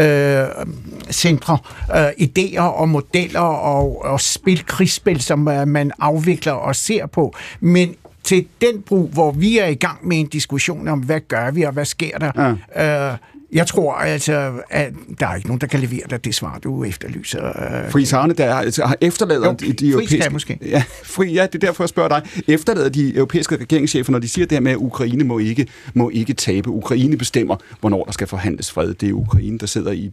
centre idéer og modeller og krigsspil, som man afvikler og ser på. Men til den brug, hvor vi er i gang med en diskussion om, hvad gør vi, og hvad sker der? Ja. Jeg tror altså, at der er ikke nogen, der kan levere dig det svar, du efterlyser. Friis Arne, der har efterlader de europæiske... måske. Ja, det er derfor, jeg spørger dig. Efterlader de europæiske regeringschefer, når de siger det her med, at Ukraine må ikke tabe. Ukraine bestemmer, hvornår der skal forhandles fred. Det er Ukraine, der sidder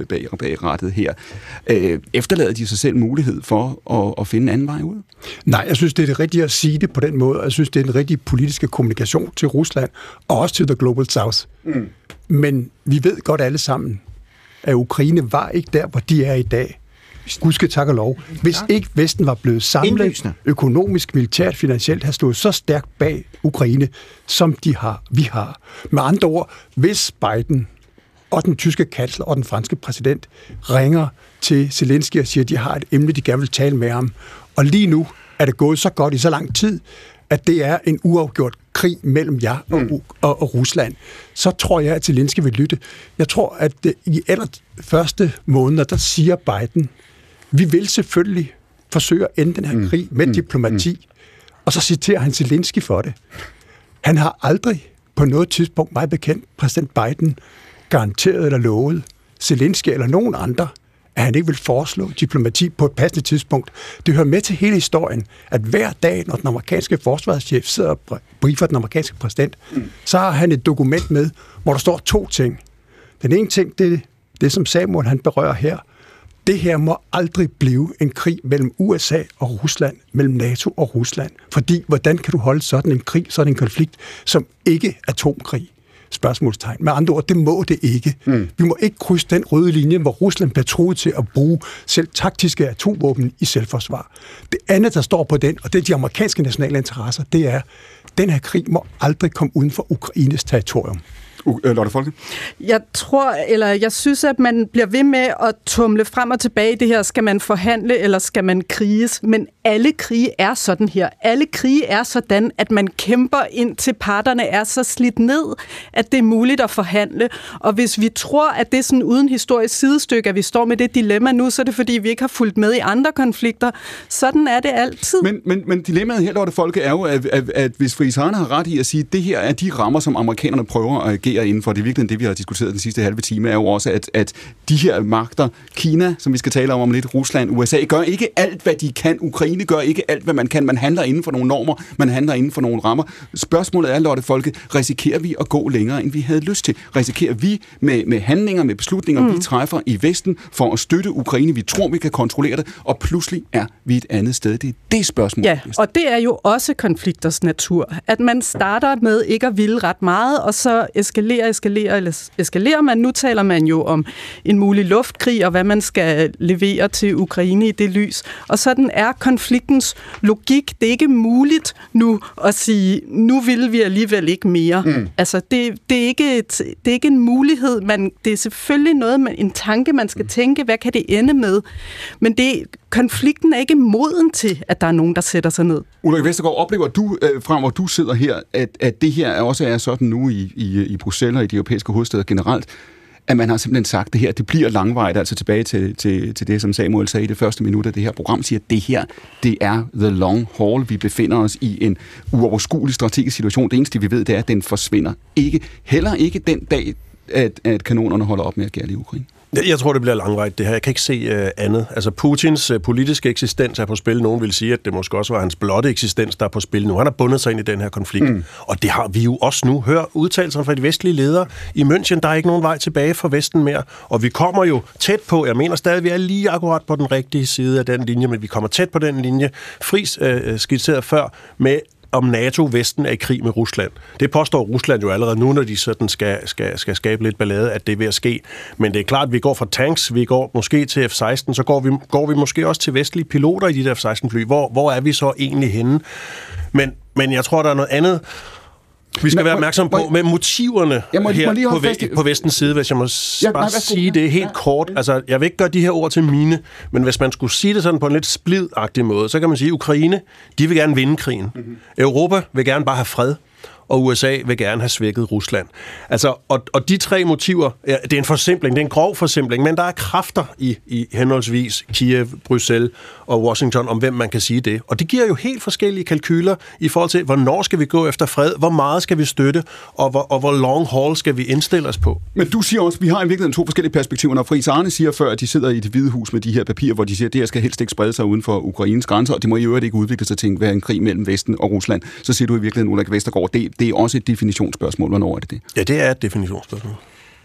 bag rattet her. Efterlader de sig selv mulighed for at finde en anden vej ud? Nej, jeg synes, det er det rigtige at sige det på den måde. Jeg synes, det er den rigtige politiske kommunikation til Rusland, og også til The Global South. Mm. Men vi ved godt alle sammen, at Ukraine var ikke der, hvor de er i dag. Gud skal tak og lov. Hvis ikke Vesten var blevet samlet økonomisk, militært, finansielt, har stået så stærkt bag Ukraine, som vi har. Med andre ord, hvis Biden og den tyske kansler og den franske præsident ringer til Zelensky og siger, at de har et emne, de gerne vil tale med ham, og lige nu er det gået så godt i så lang tid, at det er en uafgjort krig mellem jer og Rusland, så tror jeg, at Zelensky vil lytte. Jeg tror, at i allerførste måneder, der siger Biden, vi vil selvfølgelig forsøge at ende den her krig med diplomati, og så citerer han Zelensky for det. Han har aldrig på noget tidspunkt, meget bekendt, præsident Biden, garanteret eller lovet Zelensky eller nogen andre, at han ikke vil foreslå diplomati på et passende tidspunkt. Det hører med til hele historien, at hver dag, når den amerikanske forsvarschef sidder og briefer den amerikanske præsident, så har han et dokument med, hvor der står 2 ting. Den ene ting, det som Samuel han berører her. Det her må aldrig blive en krig mellem USA og Rusland, mellem NATO og Rusland. Fordi, hvordan kan du holde sådan en krig, sådan en konflikt, som ikke atomkrig? Spørgsmålstegn. Med andre ord, det må det ikke. Vi må ikke krydse den røde linje, hvor Rusland bliver truet til at bruge selv taktiske atomvåben i selvforsvar. Det andet, der står på den, og det er de amerikanske nationale interesser, det er, at den her krig må aldrig komme uden for Ukraines territorium. Lotte Folke? Jeg synes, at man bliver ved med at tumle frem og tilbage i det her. Skal man forhandle, eller skal man kriges? Men alle krige er sådan her. Alle krige er sådan, at man kæmper indtil parterne er så slidt ned, at det er muligt at forhandle. Og hvis vi tror, at det er sådan uden historisk sidestykke, at vi står med det dilemma nu, så er det fordi, vi ikke har fulgt med i andre konflikter. Sådan er det altid. Men dilemmaet her, Lotte Folke, er jo, at hvis Friis Arne har ret i at sige, at det her er de rammer, som amerikanerne prøver at agere inden for. Det er virkelig det, vi har diskuteret den sidste halve time, er jo også, at de her magter, Kina, som vi skal tale om lidt, Rusland, USA, gør ikke alt, hvad de kan. Ukraine gør ikke alt, hvad man kan. Man handler inden for nogle normer, man handler inden for nogle rammer. Spørgsmålet er, Lotte Folke, risikerer vi at gå længere, end vi havde lyst til? Risikerer vi med handlinger, med beslutninger, vi træffer i Vesten for at støtte Ukraine? Vi tror, vi kan kontrollere det, og pludselig er vi et andet sted. Det er det spørgsmål. Ja, og det er jo også konflikters natur, at man starter med ikke at ville ret meget, og så eskalerer eskalerer man. Nu taler man jo om en mulig luftkrig, og hvad man skal levere til Ukraine i det lys. Og sådan er konfliktens logik. Det er ikke muligt nu at sige, nu vil vi alligevel ikke mere. Altså, det er ikke en mulighed. Det er selvfølgelig en tanke, man skal tænke, hvad kan det ende med? Men konflikten er ikke moden til, at der er nogen, der sætter sig ned. Ulrik Vestergaard, oplever du, fra hvor du sidder her, at det her også er sådan nu i Bruxelles og i de europæiske hovedstæder generelt, at man har simpelthen sagt, at det her, det bliver langvejt, altså tilbage til det, som Samuel sagde i det første minut af det her program, siger, at det her, det er the long haul. Vi befinder os i en uoverskuelig strategisk situation. Det eneste, vi ved, det er, at den forsvinder ikke. Heller ikke den dag, at kanonerne holder op med at gærde i Ukraine. Jeg tror, det bliver langvejt, det her. Jeg kan ikke se andet. Altså, Putins politiske eksistens er på spil. Nogen vil sige, at det måske også var hans blotte eksistens, der er på spil nu. Han har bundet sig ind i den her konflikt. Og det har vi jo også nu. Hør udtalelser fra de vestlige ledere i München. Der er ikke nogen vej tilbage for Vesten mere. Og vi kommer jo tæt på, jeg mener stadig, vi er lige akkurat på den rigtige side af den linje, men vi kommer tæt på den linje. Friis skitseret før med om NATO-Vesten er i krig med Rusland. Det påstår Rusland jo allerede nu, når de sådan skal skabe lidt ballade, at det er ved at ske. Men det er klart, at vi går fra tanks, vi går måske til F-16, så går vi måske også til vestlige piloter i de der F-16-fly. Hvor er vi så egentlig henne? Men jeg tror, der er noget andet, vi skal være opmærksom på med motiverne på vestens side, hvis jeg må bare sige det helt kort. Altså, jeg vil ikke gøre de her ord til mine, men hvis man skulle sige det sådan på en lidt splidagtig måde, så kan man sige, at Ukraine, de vil gerne vinde krigen. Europa vil gerne bare have fred, og USA vil gerne have svækket Rusland. Altså, og de tre motiver, ja, det er en forsimpling, det er en grov forsimpling, men der er kræfter i henholdsvis Kiev, Bruxelles og Washington, om hvem man kan sige det. Og det giver jo helt forskellige kalkyler i forhold til, hvornår skal vi gå efter fred, hvor meget skal vi støtte, og hvor long haul skal vi indstille os på. Men du siger også, at vi har i virkeligheden to forskellige perspektiver. Når Friis Arne siger før, at de sidder i Det Hvide Hus med de her papirer, hvor de siger, at det her skal helst ikke sprede sig uden for Ukraines grænser, og det må i øvrigt ikke udvikle sig til at være en krig mellem Vesten og Rusland. Så siger du i virkeligheden, Ulrik Vestergaard, det er også et definitionsspørgsmål. Hvornår er det? Ja, det er et definitionsspørgsmål.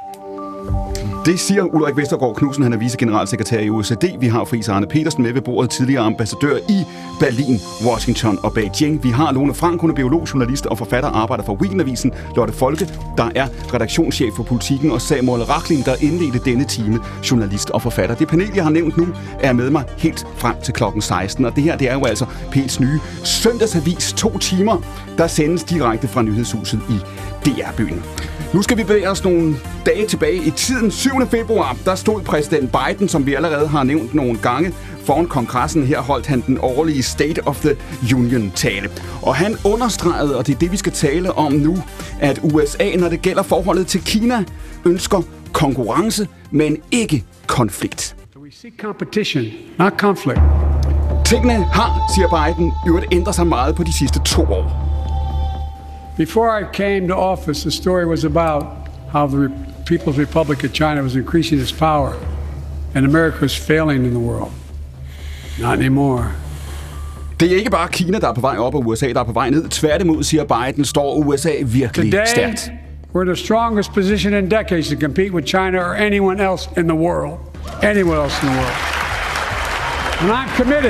Det siger Ulrik Vestergaard Knudsen, han er vicegeneralsekretær i OECD. Vi har Friis Arne Petersen med ved bordet, tidligere ambassadør i Berlin, Washington og Beijing. Vi har Lone Frank, hun er biolog, journalist og forfatter, arbejder for Weekendavisen. Lotte Folke, der er redaktionschef for Politikken, og Samuel Rachlin, der indledte denne time, journalist og forfatter. Det panel, jeg har nævnt nu, er med mig helt frem til klokken 16, og det her, det er jo altså P's nye søndagsavis 2 timer, der sendes direkte fra nyhedshuset i DR-byen. Nu skal vi bevæge os nogle dage tilbage i tiden. 7. februar, der stod præsident Biden, som vi allerede har nævnt nogle gange, foran kongressen. Her holdt han den årlige State of the Union-tale. Og han understregede, og det er det, vi skal tale om nu, at USA, når det gælder forholdet til Kina, ønsker konkurrence, men ikke konflikt. We seek competition, not conflict. Tingene har, siger Biden, i øvrigt ændret sig meget på de sidste 2 år. Before I came to office, the story was about how the People's Republic of China was increasing its power and America was failing in the world. Not anymore. Det er ikke bare Kina, der er på vej op, og USA, der er på vej ned. Tværtimod, siger Biden, står USA virkelig stærkt. We're in the strongest position in decades to compete with China or anyone else in the world. Anywhere else in the world. And I'm committed.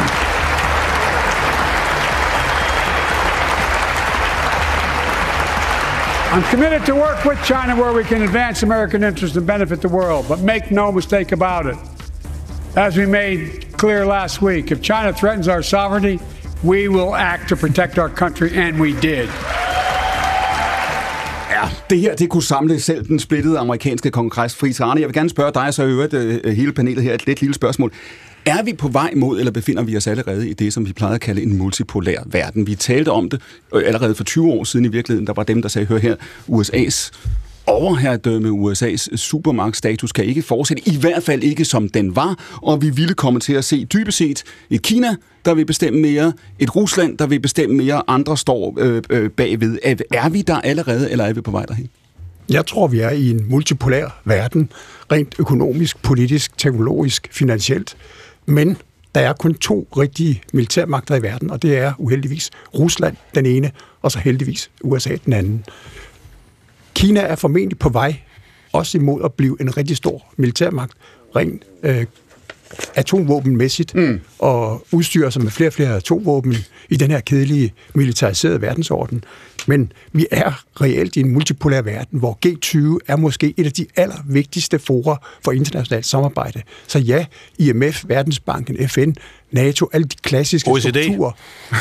I'm committed to work with China where we can advance American interests and benefit the world. But make no mistake about it. As we made clear last week, if China threatens our sovereignty, we will act to protect our country, and we did. Ja, det her, det kunne samle selv den splittede amerikanske kongres. Friis Arne, jeg vil gerne spørge dig, så i øvrigt hele panelet her, et lidt lille spørgsmål. Er vi på vej mod, eller befinder vi os allerede i det, som vi plejede at kalde en multipolær verden? Vi talte om det allerede for 20 år siden i virkeligheden. Der var dem, der sagde, hør her, USA's overherredømme, USA's supermagtstatus kan ikke fortsætte, i hvert fald ikke som den var, og vi ville komme til at se dybest set et Kina, der vil bestemme mere, et Rusland, der vil bestemme mere, andre står bagved. Er vi der allerede, eller er vi på vej derhen? Jeg tror, vi er i en multipolær verden, rent økonomisk, politisk, teknologisk, finansielt, men der er kun 2 rigtige militærmagter i verden, og det er uheldigvis Rusland, den ene, og så heldigvis USA, den anden. Kina er formentlig på vej også imod at blive en rigtig stor militærmagt, rent atomvåbenmæssigt og udstyrer sig med flere og flere atomvåben i den her kedelige militariserede verdensorden. Men vi er reelt i en multipolær verden, hvor G20 er måske et af de allervigtigste fora for internationalt samarbejde. Så ja, IMF, Verdensbanken, FN, NATO, alle de klassiske strukturer.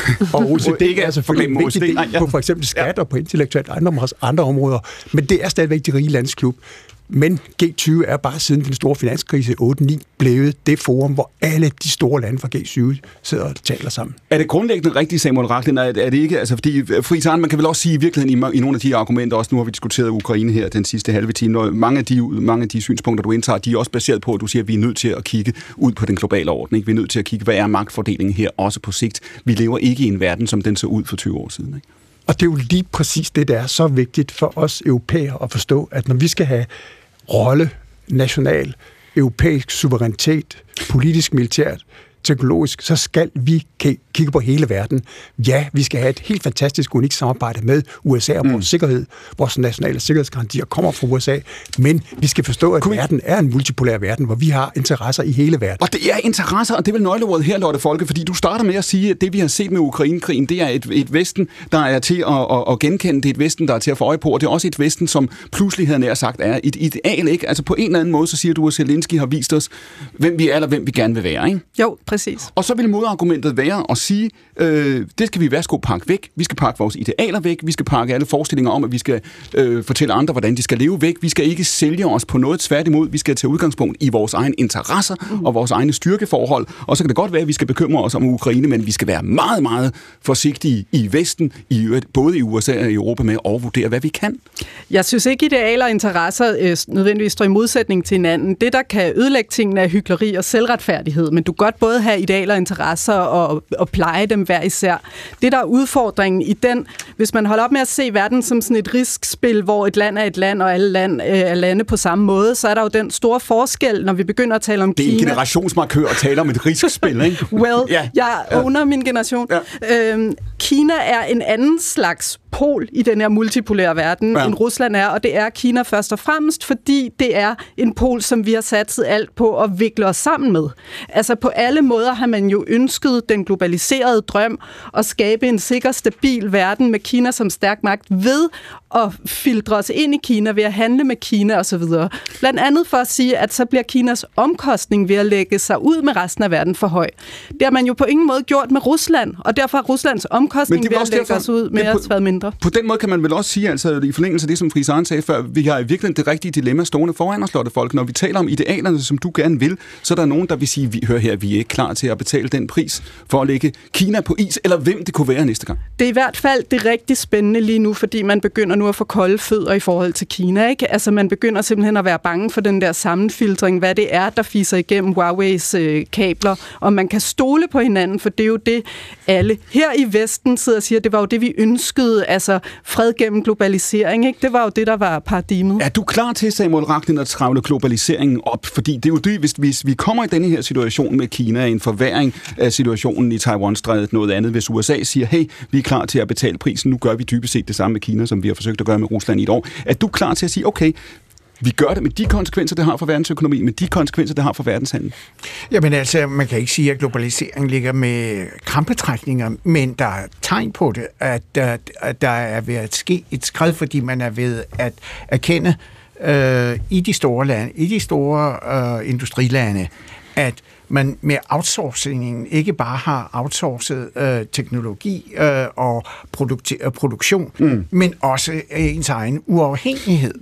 Og OECD er selvfølgelig en vigtig del på for eksempel skat og på intellektuelt andre områder. Men det er stadigvæk de rige landsklub. Men G20 er bare siden den store finanskrise 8-9 blevet det forum, hvor alle de store lande fra G20 sidder og taler sammen. Er det grundlæggende rigtigt, Samuel Rachlin? Er det ikke? Altså, fordi Friis Arn, man kan vel også sige i virkeligheden i nogle af de argumenter, også nu har vi diskuteret Ukraine her den sidste halve time, og mange af de synspunkter, du indtager, de er også baseret på, at du siger, at vi er nødt til at kigge ud på den globale orden. Ikke? Vi er nødt til at kigge, hvad er magtfordelingen her, også på sigt. Vi lever ikke i en verden, som den så ud for 20 år siden. Ikke? Og det er jo lige præcis det, der er så vigtigt for os europæere at forstå, at når vi skal have rolle, national, europæisk suverænitet, politisk, militært, teknologisk, så skal vi kigge på hele verden. Ja, vi skal have et helt fantastisk, unikt samarbejde med USA om vores sikkerhed. Vores nationale sikkerhedsgarantier kommer fra USA, men vi skal forstå, at verden er en multipolær verden, hvor vi har interesser i hele verden. Og det er interesser, og det er vel nøgleordet her, Lotte Folke, fordi du starter med at sige, at det, vi har set med Ukraine-krigen, det er et Vesten, der er til at genkende, det er et Vesten, der er til at få øje på, og det er også et Vesten, som pludselig havde nær sagt er et ideal, ikke? Altså på en eller anden måde, så siger du, at Zelensky har vist os, hvem vi er, eller hvem vi gerne vil være, ikke? Jo, præcis. Og så vil modargumentet være at sige, det skal vi værsgo pakke væk. Vi skal pakke vores idealer væk. Vi skal pakke alle forestillinger om, at vi skal fortælle andre, hvordan de skal leve væk. Vi skal ikke sælge os på noget, tværtimod. Vi skal tage udgangspunkt i vores egne interesser og vores egne styrkeforhold. Og så kan det godt være, at vi skal bekymre os om Ukraine, men vi skal være meget, meget forsigtige i Vesten, både i USA og i Europa, med at overvurdere, hvad vi kan. Jeg synes ikke, idealer og interesser nødvendigvis står i modsætning til hinanden. Det, der kan ødelægge tingene, er hykleri og selvretfærdighed, men du kan godt både have idealer og interesser og pleje dem hver især. Det, der er udfordringen i den, hvis man holder op med at se verden som sådan et riskspil, hvor et land er et land, og alle er lande på samme måde, så er der jo den store forskel, når vi begynder at tale om Kina. Det er en generationsmarkør at tale om et riskspil, ikke? Jeg owner min generation. Ja. Kina er en anden slags pol i den her multipolære verden, end Rusland er, og det er Kina først og fremmest, fordi det er en pol, som vi har satset alt på at vikle os sammen med. Altså på alle måder har man jo ønsket den globaliserede drøm at skabe en sikker, stabil verden med Kina som stærk magt ved at filtre os ind i Kina, ved at handle med Kina osv. Blandt andet for at sige, at så bliver Kinas omkostning ved at lægge sig ud med resten af verden for høj. Det har man jo på ingen måde gjort med Rusland, og derfor er Ruslands omkostning ved at lægge os ud med at været mindre. På den måde kan man vel også sige, altså i forlængelse af det, som Friis Arn sagde før, vi har i virkeligheden det rigtige dilemma stående foran os, Lotte Folke. Når vi taler om idealerne, som du gerne vil, så er der nogen, der vil sige, hør her, vi er ikke klar til at betale den pris for at lægge Kina på is, eller hvem det kunne være næste gang. Det er i hvert fald det rigtig spændende lige nu, fordi man begynder nu at få kolde fødder i forhold til Kina, ikke? Altså man begynder simpelthen at være bange for den der sammenfiltring, hvad det er, der fiser igennem Huawei's kabler, og man kan stole på hinanden, for det er jo det, alle her i Vesten sidder og siger, det var jo det, vi ønskede, altså fred gennem globalisering, ikke? Det var jo det, der var paradigmet. Er du klar til, Samuel Rachlin, at travle globaliseringen op? Fordi det er jo det, hvis vi kommer i denne her situation med Kina, en forværring af situationen i Taiwan-strædet, noget andet, hvis USA siger, hey, vi er klar til at betale prisen, nu gør vi dybest set det samme med Kina, som vi har forsøgt at gøre med Rusland i et år. Er du klar til at sige, okay, vi gør det med de konsekvenser, det har for verdensøkonomi, med de konsekvenser, det har for verdenshandel? Jamen altså, man kan ikke sige, at globaliseringen ligger med krampetrækninger, men der er tegn på det, at der er ved at ske et skred, fordi man er ved at erkende i de store lande, i de store industrilande, at man med outsourcingen ikke bare har outsourcet teknologi og produktion, men også ens egen uafhængighed.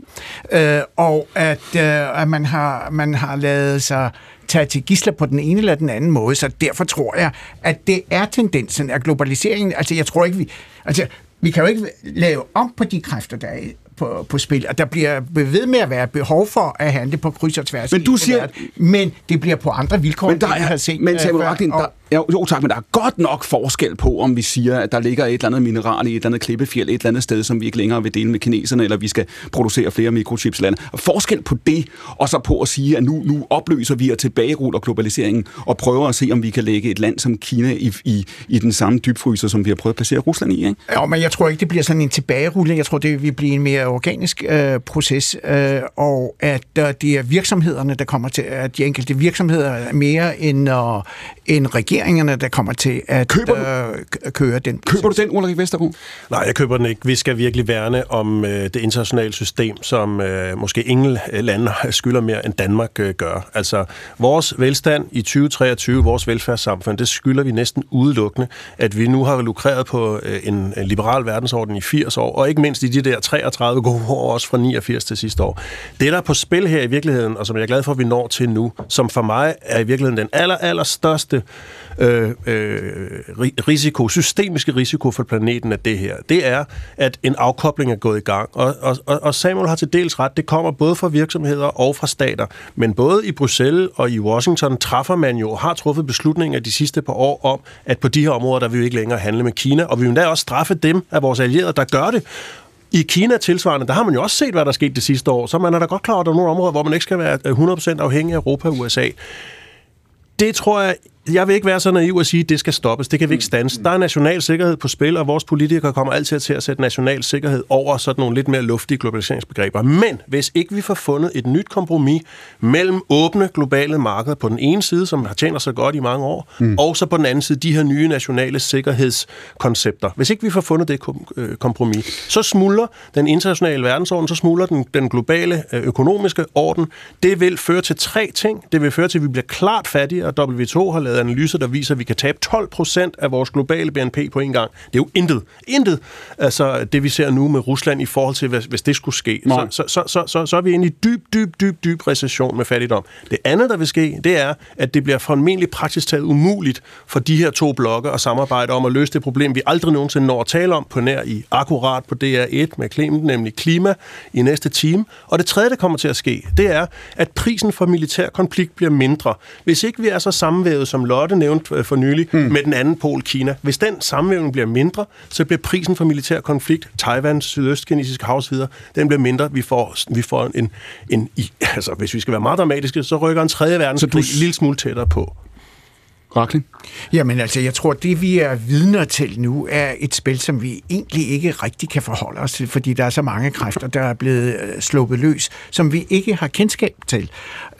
Og at man har lavet sig tage til gidsler på den ene eller den anden måde, så derfor tror jeg, at det er tendensen af globaliseringen. Altså jeg tror ikke, vi kan jo ikke lave om på de kræfter, der er på spil, og der bliver ved med at være behov for at handle på kryds og tværs. Men du siger, men det bliver på andre vilkår, men der er, har set. Men Samuel Rachlin, Jo tak, men der er godt nok forskel på, om vi siger, at der ligger et eller andet mineral i et eller andet klippefjeld, et eller andet sted, som vi ikke længere vil dele med kineserne, eller vi skal producere flere mikrochips i landet. Forskel på det, og så på at sige, at nu opløser vi og tilbageruller globaliseringen, og prøver at se, om vi kan lægge et land som Kina i den samme dybfryser, som vi har prøvet at placere Rusland i, ikke? Ja, men jeg tror ikke, det bliver sådan en tilbagerulling. Jeg tror, det vil blive en mere organisk proces, og at det er virksomhederne, der kommer til, at de enkelte virksomheder er mere end regeringerne, der kommer til at køre den proces. Køber du den, Ulrik Vestergaard? Nej, jeg køber den ikke. Vi skal virkelig værne om det internationale system, som måske ingen lande skylder mere, end Danmark gør. Altså, vores velstand i 2023, vores velfærdssamfund, det skylder vi næsten udelukkende, at vi nu har lukreret på en liberal verdensorden i 80 år, og ikke mindst i de der 33 gode år, også fra 89 til sidste år. Det, der er på spil her i virkeligheden, og som jeg er glad for, at vi når til nu, som for mig er i virkeligheden den allerstørste systemiske risiko for planeten af det her, det er, at en afkobling er gået i gang. Og Samuel har til dels ret, det kommer både fra virksomheder og fra stater, men både i Bruxelles og i Washington træffer man jo og har truffet beslutninger de sidste par år om, at på de her områder, der vil vi ikke længere handle med Kina, og vi vil endda også straffe dem af vores allierede, der gør det. I Kina tilsvarende, der har man jo også set, hvad der skete det sidste år, så man er da godt klar, at der er nogle områder, hvor man ikke skal være 100% afhængig af Europa og USA. Det tror jeg vil ikke være så naiv at sige, at det skal stoppes. Det kan vi ikke standse. Der er national sikkerhed på spil, og vores politikere kommer altid til at sætte national sikkerhed over sådan nogle lidt mere luftige globaliseringsbegreber. Men hvis ikke vi får fundet et nyt kompromis mellem åbne globale markeder på den ene side, som har tjent os så godt i mange år, og så på den anden side de her nye nationale sikkerhedskoncepter. Hvis ikke vi får fundet det kompromis, så smuldrer den internationale verdensorden, så smuldrer den globale økonomiske orden. Det vil føre til 3 ting. Det vil føre til, at vi bliver klart fattige, og W2 har lavet analyser, der viser, at vi kan tabe 12% af vores globale BNP på en gang. Det er jo intet. Altså det, vi ser nu med Rusland i forhold til, hvis det skulle ske. Så er vi inde i dyb recession med fattigdom. Det andet, der vil ske, det er, at det bliver formentlig praktisk taget umuligt for de her 2 blokke at samarbejde om at løse det problem, vi aldrig nogensinde når at tale om på nær i akkurat på DR1 med Clement, nemlig klima i næste time. Og det tredje, der kommer til at ske, det er, at prisen for militær konflikt bliver mindre. Hvis ikke vi er så sammenvævet, som Lotte nævnte for nylig, med den anden pol, Kina. Hvis den sammenvævning bliver mindre, så bliver prisen for militær konflikt, Taiwan, sydøstkinesiske hav osv., den bliver mindre. Vi får altså hvis vi skal være meget dramatiske, så rykker en 3. verdenskrig en lille smule tættere på. Rakling? Jamen altså, jeg tror, det vi er vidner til nu, er et spil, som vi egentlig ikke rigtig kan forholde os til, fordi der er så mange kræfter, der er blevet sluppet løs, som vi ikke har kendskab til.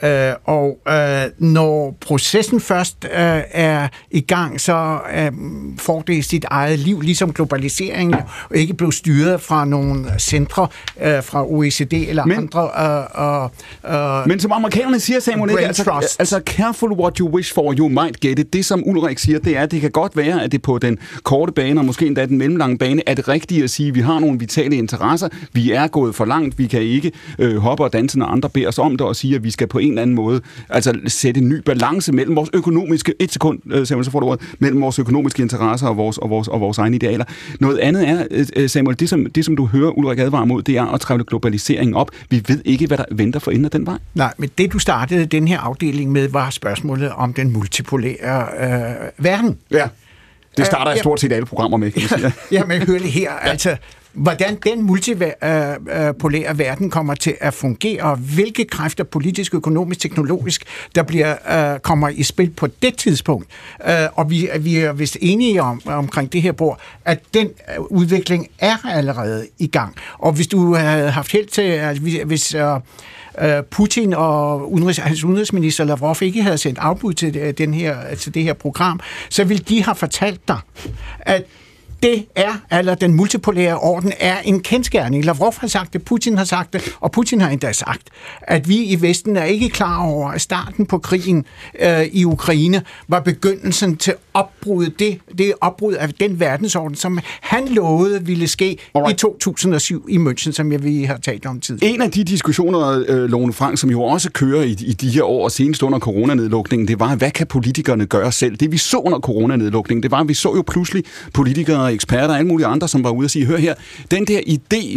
Når processen først er i gang, så får det sit eget liv, ligesom globaliseringen, og ikke blev styret fra nogle centre fra OECD eller andre. Men som amerikanerne siger, Samuel, altså careful what you wish for, you might get it. Det, som Ulrik siger, det er, at det kan godt være, at det på den korte bane, og måske endda den mellemlange bane, er det rigtigt at sige, at vi har nogle vitale interesser, vi er gået for langt, vi kan ikke hoppe og danse, når andre beder os om det, og sige, at vi skal på en eller anden måde altså sætte en ny balance mellem vores økonomiske, Samuel, så får du ordet, mellem vores økonomiske interesser og vores egne idealer. Noget andet er, Samuel, det som du hører Ulrik advare mod, det er at trævle globaliseringen op. Vi ved ikke, hvad der venter for enden af den vej. Nej, men det du startede den her afdeling med, var spørgsmålet om den multipolære verden. Ja, det starter stort set alle programmer med, kan man sige. Jamen, hør det her, altså, hvordan den multipolære verden kommer til at fungere, og hvilke kræfter, politisk, økonomisk, teknologisk, der kommer i spil på det tidspunkt. Og vi er vist enige omkring det her bord, at den udvikling er allerede i gang. Og hvis du havde haft held til, hvis Putin og hans udenrigsminister Lavrov ikke havde sendt afbud til det her program, så ville de have fortalt dig, at den multipolære orden er en kendsgerning. Lavrov har sagt det, Putin har sagt det, og Putin har endda sagt, at vi i Vesten er ikke klar over, at starten på krigen i Ukraine var begyndelsen til det opbrud af den verdensorden, som han lovede ville ske i 2007 i München, som vi har talt om tidligere. En af de diskussioner, Lone Frank, som jo også kører i de her år, senest under coronanedlukningen, det var, hvad kan politikerne gøre selv? Det vi så under coronanedlukningen, det var, at vi så jo pludselig politikere og eksperter og alle mulige andre, som var ude og sige, hør her, den der idé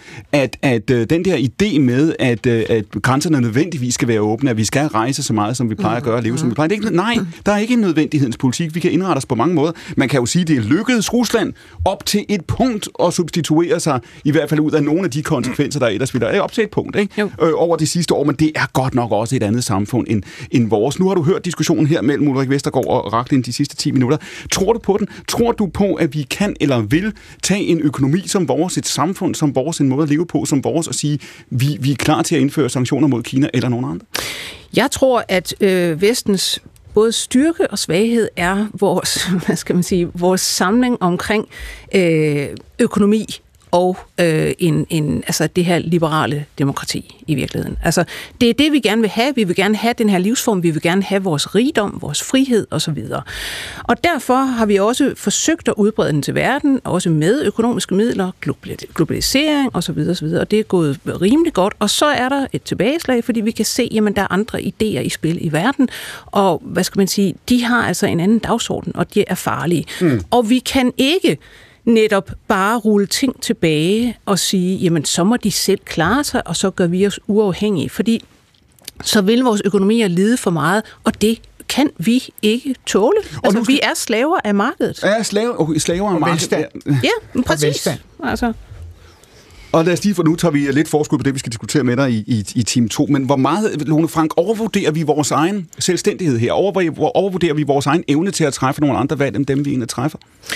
med, at grænserne nødvendigvis skal være åbne, at vi skal rejse så meget, som vi plejer at gøre, og leve som vi plejer. Nej, der er ikke en nødvendighedens politik. Vi kan indrette os på mange måder. Man kan jo sige, at det er lykkedes Rusland op til et punkt at substituere sig, i hvert fald ud af nogle af de konsekvenser, der ellers vil der. Op til et punkt, ikke? Over de sidste år, men det er godt nok også et andet samfund end vores. Nu har du hørt diskussionen her mellem Ulrik Vestergaard og Rachlin de sidste 10 minutter. Tror du på den? Tror du på, at vi kan eller vil tage en økonomi som vores, et samfund som vores, en måde at leve på som vores, og sige, vi er klar til at indføre sanktioner mod Kina eller nogen andre? Jeg tror, at Vestens både styrke og svaghed er vores, vores samling omkring økonomi og altså det her liberale demokrati i virkeligheden. Altså, det er det, vi gerne vil have. Vi vil gerne have den her livsform. Vi vil gerne have vores rigdom, vores frihed osv. Og derfor har vi også forsøgt at udbrede den til verden, også med økonomiske midler, globalisering osv. Og det er gået rimelig godt. Og så er der et tilbageslag, fordi vi kan se, jamen der er andre idéer i spil i verden. Og de har altså en anden dagsorden, og de er farlige. Og vi kan ikke netop bare rulle ting tilbage og sige, jamen så må de selv klare sig, og så gør vi os uafhængige, fordi så vil vores økonomier lide for meget, og det kan vi ikke tåle. Altså, vi er slaver af markedet. Ja, slaver af markedet. Ja, præcis. Altså. Og lad os lige, for nu tager vi lidt forskud på det, vi skal diskutere med dig i time 2, men hvor meget, Lone Frank, overvurderer vi vores egen selvstændighed her? Overvurderer vi vores egen evne til at træffe nogle andre valg, end dem vi egentlig træffer?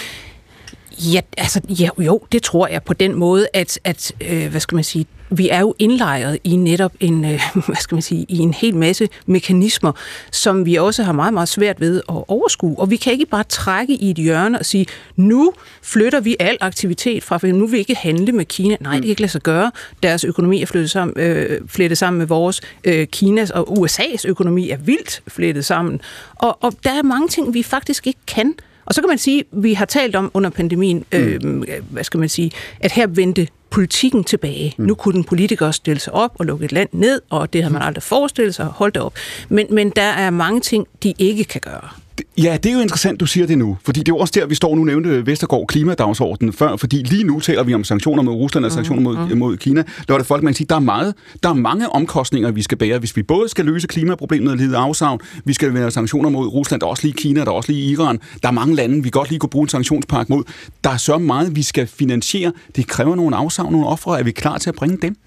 Jo, det tror jeg på den måde, at vi er jo indlejret i netop en, i en hel masse mekanismer, som vi også har meget, meget svært ved at overskue. Og vi kan ikke bare trække i et hjørne og sige, nu flytter vi al aktivitet fra, for nu vil vi ikke handle med Kina. Nej, det kan ikke lade sig gøre. Deres økonomi er flettet sammen med vores. Kinas og USA's økonomi er vildt flettet sammen. Og der er mange ting, vi faktisk ikke kan. Og så kan man sige, vi har talt om under pandemien, at her vendte politikken tilbage. Nu kunne den politikere stille sig op og lukke et land ned, og det havde man aldrig forestillet sig, holdt det op. Men der er mange ting, de ikke kan gøre. Ja, det er jo interessant, du siger det nu, fordi det er også der, vi står nu, nævnte Vestergaard klimadagsordenen før, fordi lige nu taler vi om sanktioner mod Rusland og sanktioner mod Kina. Der var det folk, man siger, der er mange omkostninger, vi skal bære, hvis vi både skal løse klimaproblemet og lide afsavn, vi skal være sanktioner mod Rusland, der er også lige Kina, der er også lige Iran, der er mange lande, vi godt lige kunne bruge en sanktionspakke mod. Der er så meget, vi skal finansiere. Det kræver nogle afsavn, nogle ofre. Er vi klar til at bringe dem?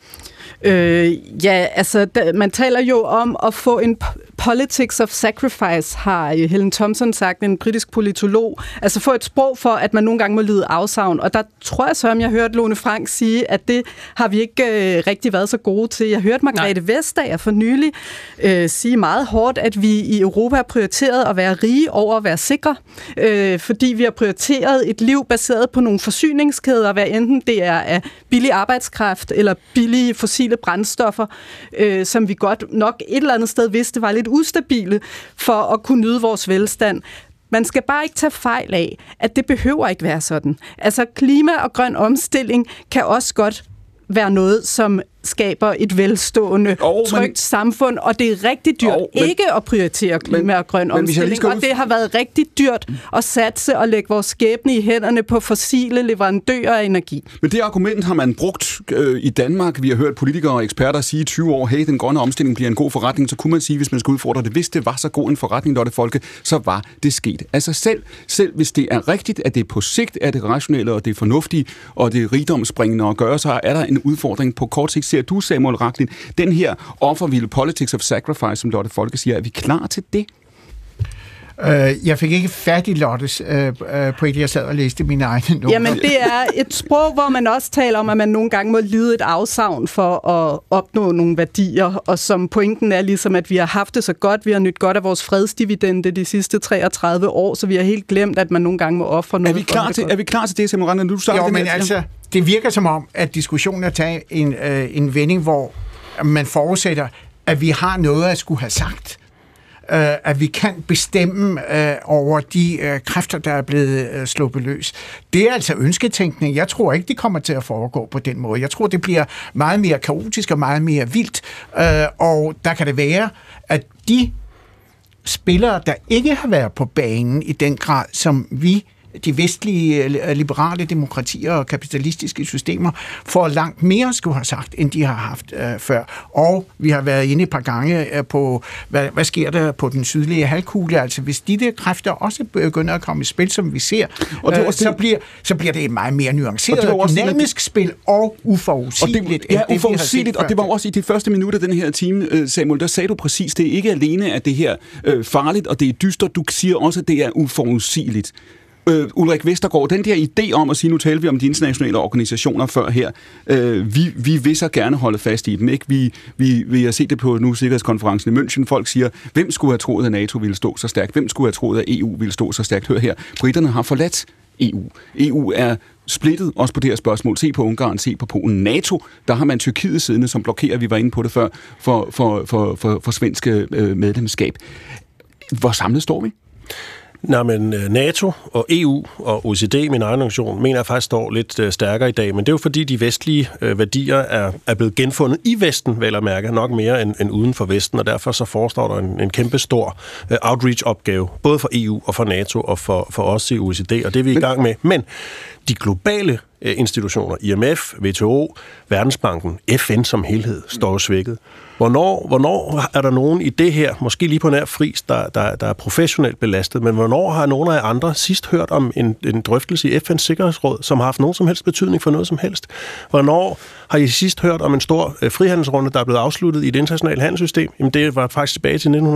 Man taler jo om at få en politics of sacrifice, har Helen Thompson sagt, en britisk politolog. Altså få et sprog for, at man nogle gange må lide afsavn. Og der tror jeg så, om jeg hørte Lone Frank sige, at det har vi ikke rigtig været så gode til. Jeg hørte Margrethe Vestager for nylig sige meget hårdt, at vi i Europa har prioriteret at være rige over at være sikre. Fordi vi har prioriteret et liv baseret på nogle forsyningskæder, hvad enten det er af billig arbejdskraft eller billige fossile brændstoffer, som vi godt nok et eller andet sted vidste var lidt ustabile for at kunne nyde vores velstand. Man skal bare ikke tage fejl af, at det behøver ikke være sådan. Altså klima og grøn omstilling kan også godt være noget, som skaber et velstående, trygt samfund, og det er rigtig dyrt ikke at prioritere klima og grøn omstilling, og det har været rigtig dyrt at satse og lægge vores skæbne i hænderne på fossile leverandører af energi. Men det argument har man brugt i Danmark. Vi har hørt politikere og eksperter sige i 20 år, hey, den grønne omstilling bliver en god forretning, så kunne man sige, hvis man skulle udfordre det, hvis det var så god en forretning, Lotte Folke, så var det sket. Altså selv hvis det er rigtigt, at det på sigt er det rationelle, og det fornuftige, og det rigdomsbringende at gøre, så er der en udfordring på kort sigt. Ser du, Samuel Rachlin, den her offervilde politics of sacrifice, som Lotte Folke siger, er vi klar til det? Jeg fik ikke fat i Lottes pointe, jeg sad og læste mine egne noter. Jamen, det er et sprog, hvor man også taler om, at man nogle gange må lide et afsavn for at opnå nogle værdier, og som pointen er ligesom, at vi har haft det så godt, vi har nydt godt af vores fredsdividende de sidste 33 år, så vi har helt glemt, at man nogle gange må ofre noget. Er vi klar til det, Samuel Rachlin? Jo, men altså, det virker som om, at diskussionen er taget en vending, hvor man forudsætter, at vi har noget at skulle have sagt. At vi kan bestemme over de kræfter, der er blevet sluppet løs. Det er altså ønsketænkning. Jeg tror ikke, det kommer til at foregå på den måde. Jeg tror, det bliver meget mere kaotisk og meget mere vildt. Og der kan det være, at de spillere, der ikke har været på banen i den grad, som vi de vestlige liberale demokratier og kapitalistiske systemer får langt mere skulle have sagt, end de har haft før. Og vi har været inde et par gange på, hvad sker der på den sydlige halvkugle? Altså hvis de der kræfter også begynder at komme i spil, som vi ser, og så bliver det et meget mere nuanceret, dynamisk spil og uforudsigeligt. Uforudsigeligt, og det var også i de første minutter af den her time, Samuel, der sagde du præcis, det er ikke alene, at det her farligt, og det er dystert, du siger også, at det er uforudsigeligt. Ulrik Vestergaard, den der idé om at sige, nu taler vi om de internationale organisationer før her, vi vil så gerne holde fast i dem, ikke? Vi har set det på nu Sikkerhedskonferencen i München. Folk siger, hvem skulle have troet, at NATO ville stå så stærkt? Hvem skulle have troet, at EU ville stå så stærkt? Hør her, briterne har forladt EU. EU er splittet også på det her spørgsmål. Se på Ungarn, se på Polen. NATO, der har man Tyrkiet siddende, som blokerer, vi var inde på det før, for svenske medlemskab. Hvor samlet står vi? Nej, men NATO og EU og OECD, min egen organisation, mener jeg faktisk står lidt stærkere i dag, men det er jo fordi de vestlige værdier er blevet genfundet i Vesten, vel at mærke, nok mere end uden for Vesten, og derfor så forestår der en kæmpe stor outreach-opgave, både for EU og for NATO og for os i OECD, og det er vi i gang med. Men de globale institutioner, IMF, WTO, Verdensbanken, FN som helhed, står jo svækket. Hvornår er der nogen i det her, måske lige på nær Friis, der er professionelt belastet, men hvornår har nogen af andre sidst hørt om en drøftelse i FN's Sikkerhedsråd, som har haft nogen som helst betydning for noget som helst? Hvornår har I sidst hørt om en stor frihandelsrunde, der er blevet afsluttet i et internationalt handelssystem? Jamen det var faktisk tilbage til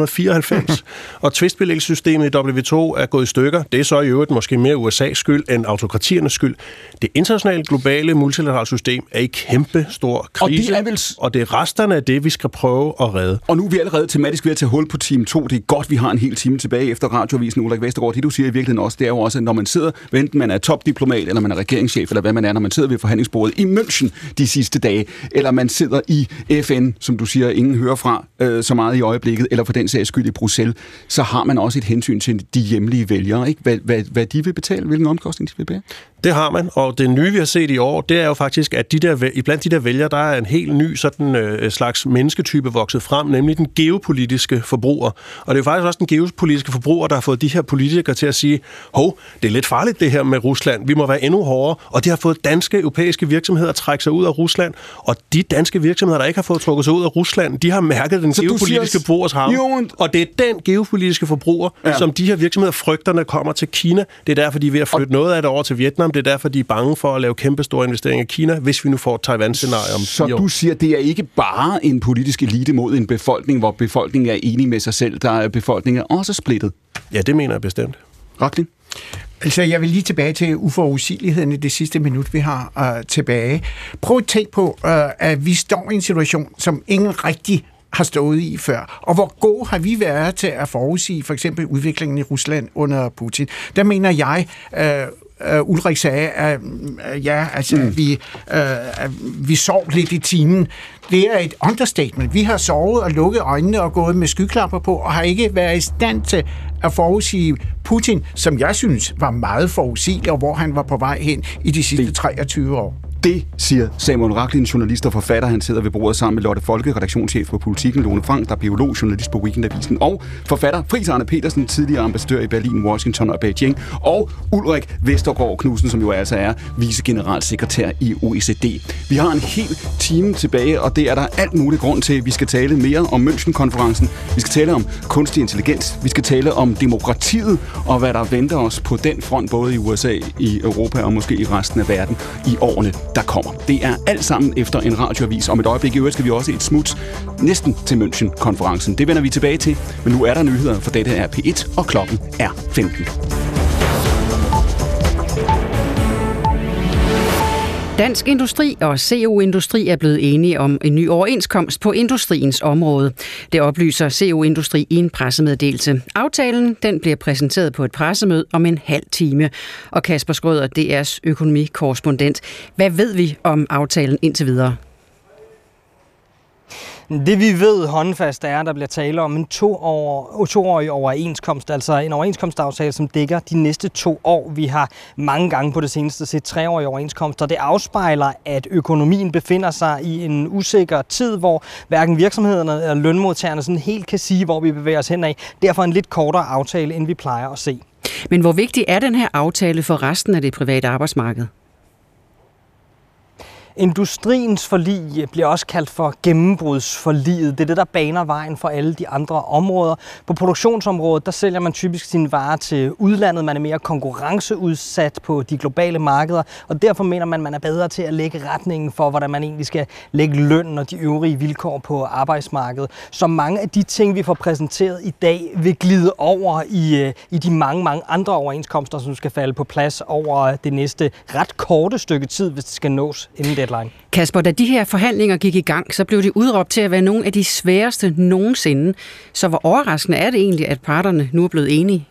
1994. Og tvistbelægssystemet i WTO er gået i stykker. Det er så i øvrigt måske mere USA's skyld end autokratiernes skyld. Det internationale, globale, multilaterale system er i kæmpe stor krise, og det er resterne af det, vi skal prøve at redde. Og nu er vi allerede tematisk ved at tage hul på time 2. Det er godt, vi har en hel time tilbage efter radioavisen. Ulrik Vestergaard, det du siger i virkeligheden også, det er jo også, at når man sidder, enten man er topdiplomat, eller man er regeringschef, eller hvad man er, når man sidder ved forhandlingsbordet i München de sidste dage, eller man sidder i FN, som du siger, ingen hører fra så meget i øjeblikket, eller for den sags skyld i Bruxelles, så har man også et hensyn til de hjemlige vælgere, ikke? Hvad de vil betale, hvilken omkostning de vil bære. Det har man, og det nye, vi har set i år, det er jo faktisk, at blandt de der vælgere, der er en helt ny sådan slags mennesketype vokset frem, nemlig den geopolitiske forbruger. Og det er jo faktisk også den geopolitiske forbruger, der har fået de her politikere til at sige, det er lidt farligt det her med Rusland, vi må være endnu hårdere, og det har fået danske, europæiske virksomheder at trække sig ud af Rusland, og de danske virksomheder, der ikke har fået trukket sig ud af Rusland, de har mærket den geopolitiske forbrugers harme. Og det er den geopolitiske forbruger, som de her virksomheder frygter, når kommer til Kina. Det er derfor, de er ved at flytte noget af det over til Vietnam. Det er derfor, de er bange for at lave kæmpe store investeringer i Kina, hvis vi nu får et Taiwan-scenarie om 10 år. Så du siger, det er ikke bare en politisk elite mod en befolkning, hvor befolkningen er enig med sig selv, der er befolkningen også splittet? Ja, det mener jeg bestemt. Rachlin? Altså, jeg vil lige tilbage til uforudsigeligheden i det sidste minut, vi har tilbage. Prøv at tænke på, at vi står i en situation, som ingen rigtig har stået i før. Og hvor god har vi været til at forudsige for eksempel udviklingen i Rusland under Putin? Der mener jeg, Ulrik sagde, at vi sov lidt i timen. Det er et understatement. Vi har sovet og lukket øjnene og gået med skyklapper på, og har ikke været i stand til at forudsige Putin, som jeg synes var meget forudsigelig, og hvor han var på vej hen i de sidste 23 år. Det siger Samuel Rachlin, journalist og forfatter. Han sidder ved bordet sammen med Lotte Folke, redaktionschef på Politiken, Lone Frank, der er biolog, journalist på Weekendavisen, og forfatter Friis Arne Petersen, tidligere ambassadør i Berlin, Washington og Beijing, og Ulrik Vestergaard Knudsen, som jo altså er vicegeneralsekretær i OECD. Vi har en hel time tilbage, og det er der alt muligt grund til. Vi skal tale mere om München-konferencen, vi skal tale om kunstig intelligens, vi skal tale om demokratiet, og hvad der venter os på den front, både i USA, i Europa og måske i resten af verden i årene, der kommer. Det er alt sammen efter en radioavis. Om et øjeblik i øvrigt skal vi også et smut næsten til München-konferencen. Det vender vi tilbage til, men nu er der nyheder, for dette er P1, og klokken er 15. Dansk Industri og CO Industri er blevet enige om en ny overenskomst på industriens område. Det oplyser CO Industri i en pressemeddelelse. Aftalen den bliver præsenteret på et pressemøde om en halv time. Og Kasper Schrøder, DR's økonomikorrespondent. Hvad ved vi om aftalen indtil videre? Det vi ved håndfast er, at der bliver tale om en toårig overenskomst, altså en overenskomstaftale, som dækker de næste 2 år. Vi har mange gange på det seneste set 3-årige overenskomster. Det afspejler, at økonomien befinder sig i en usikker tid, hvor hverken virksomhederne eller lønmodtagerne sådan helt kan sige, hvor vi bevæger os hen af. Derfor en lidt kortere aftale, end vi plejer at se. Men hvor vigtig er den her aftale for resten af det private arbejdsmarked? Industriens forlig bliver også kaldt for gennembrudsforliget. Det er det, der baner vejen for alle de andre områder. På produktionsområdet, der sælger man typisk sine varer til udlandet. Man er mere konkurrenceudsat på de globale markeder, og derfor mener man er bedre til at lægge retningen for, hvordan man egentlig skal lægge løn og de øvrige vilkår på arbejdsmarkedet. Så mange af de ting, vi får præsenteret i dag, vil glide over i de mange andre overenskomster, som skal falde på plads over det næste ret korte stykke tid, hvis det skal nås inden deadline. Kasper, da de her forhandlinger gik i gang, så blev det udråbt til at være nogle af de sværeste nogensinde. Så hvor overraskende er det egentlig, at parterne nu er blevet enige?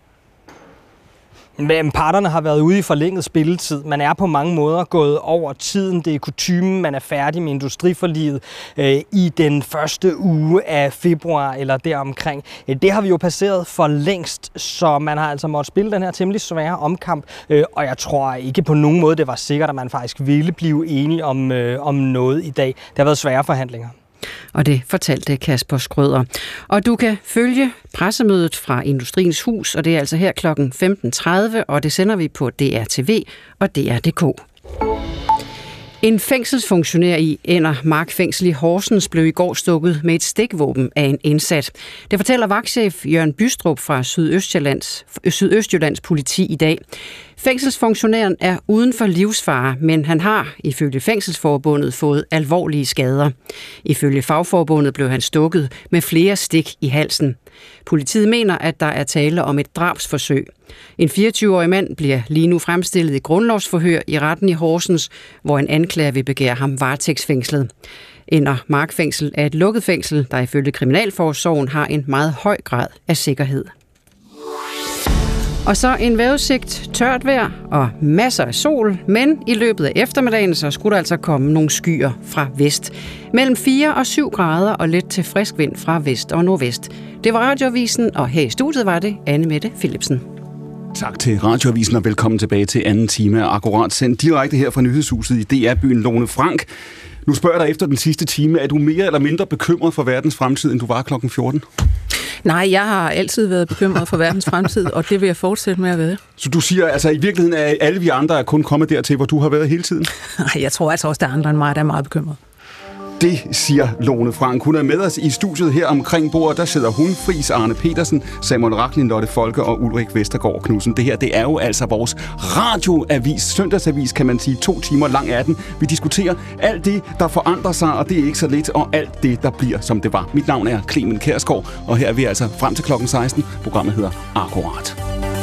Men parterne har været ude i forlænget spilletid. Man er på mange måder gået over tiden. Det er kutymen, man er færdig med industriforliget i den første uge af februar eller deromkring. Det har vi jo passeret for længst, så man har altså måttet spille den her temmelig svære omkamp. Og jeg tror ikke på nogen måde, det var sikkert, at man faktisk ville blive enige om noget i dag. Det har været svære forhandlinger. Og det fortalte Kasper Skrøder. Og du kan følge pressemødet fra Industriens Hus, og det er altså her kl. 15.30, og det sender vi på DRTV og DR.dk. En fængselsfunktionær i Enner Mark Fængsel i Horsens blev i går stukket med et stikvåben af en indsat. Det fortæller vagtchef Jørgen Bystrup fra Sydøstjyllands politi i dag. Fængselsfunktionæren er uden for livsfare, men han har, ifølge Fængselsforbundet, fået alvorlige skader. Ifølge fagforbundet blev han stukket med flere stik i halsen. Politiet mener, at der er tale om et drabsforsøg. En 24-årig mand bliver lige nu fremstillet i grundlovsforhør i retten i Horsens, hvor en anklager vil begære ham varetægtsfængslet. Enner Mark Fængsel er et lukket fængsel, der ifølge Kriminalforsorgen har en meget høj grad af sikkerhed. Og så en vejrudsigt, tørt vejr og masser af sol, men i løbet af eftermiddagen så skulle der altså komme nogle skyer fra vest. Mellem 4 og 7 grader og let til frisk vind fra vest og nordvest. Det var Radioavisen, og her i studiet var det Anne Mette Philipsen. Tak til Radioavisen, og velkommen tilbage til anden time af Akkurat, sendt direkte her fra Nyhedshuset i DR-byen Lone Frank. Nu spørger jeg dig efter den sidste time, er du mere eller mindre bekymret for verdens fremtid, end du var klokken 14? Nej, jeg har altid været bekymret for verdens fremtid, og det vil jeg fortsætte med at være. Så du siger, altså i virkeligheden er alle vi andre er kun kommet dertil, hvor du har været hele tiden? Nej, jeg tror altså også, der er andre end mig, der er meget bekymret. Det siger Lone Frank. Hun er med os i studiet her omkring bordet. Der sidder hun, Friis Arne Petersen, Samuel Rachlin, Lotte Folke og Ulrik Vestergaard Knudsen. Det her, det er jo altså vores radioavis, søndagsavis, kan man sige. 2 timer lang er den. Vi diskuterer alt det, der forandrer sig, og det er ikke så lidt, og alt det, der bliver, som det var. Mit navn er Clemen Kjærsgaard, og her er vi altså frem til klokken 16. Programmet hedder Akkurat.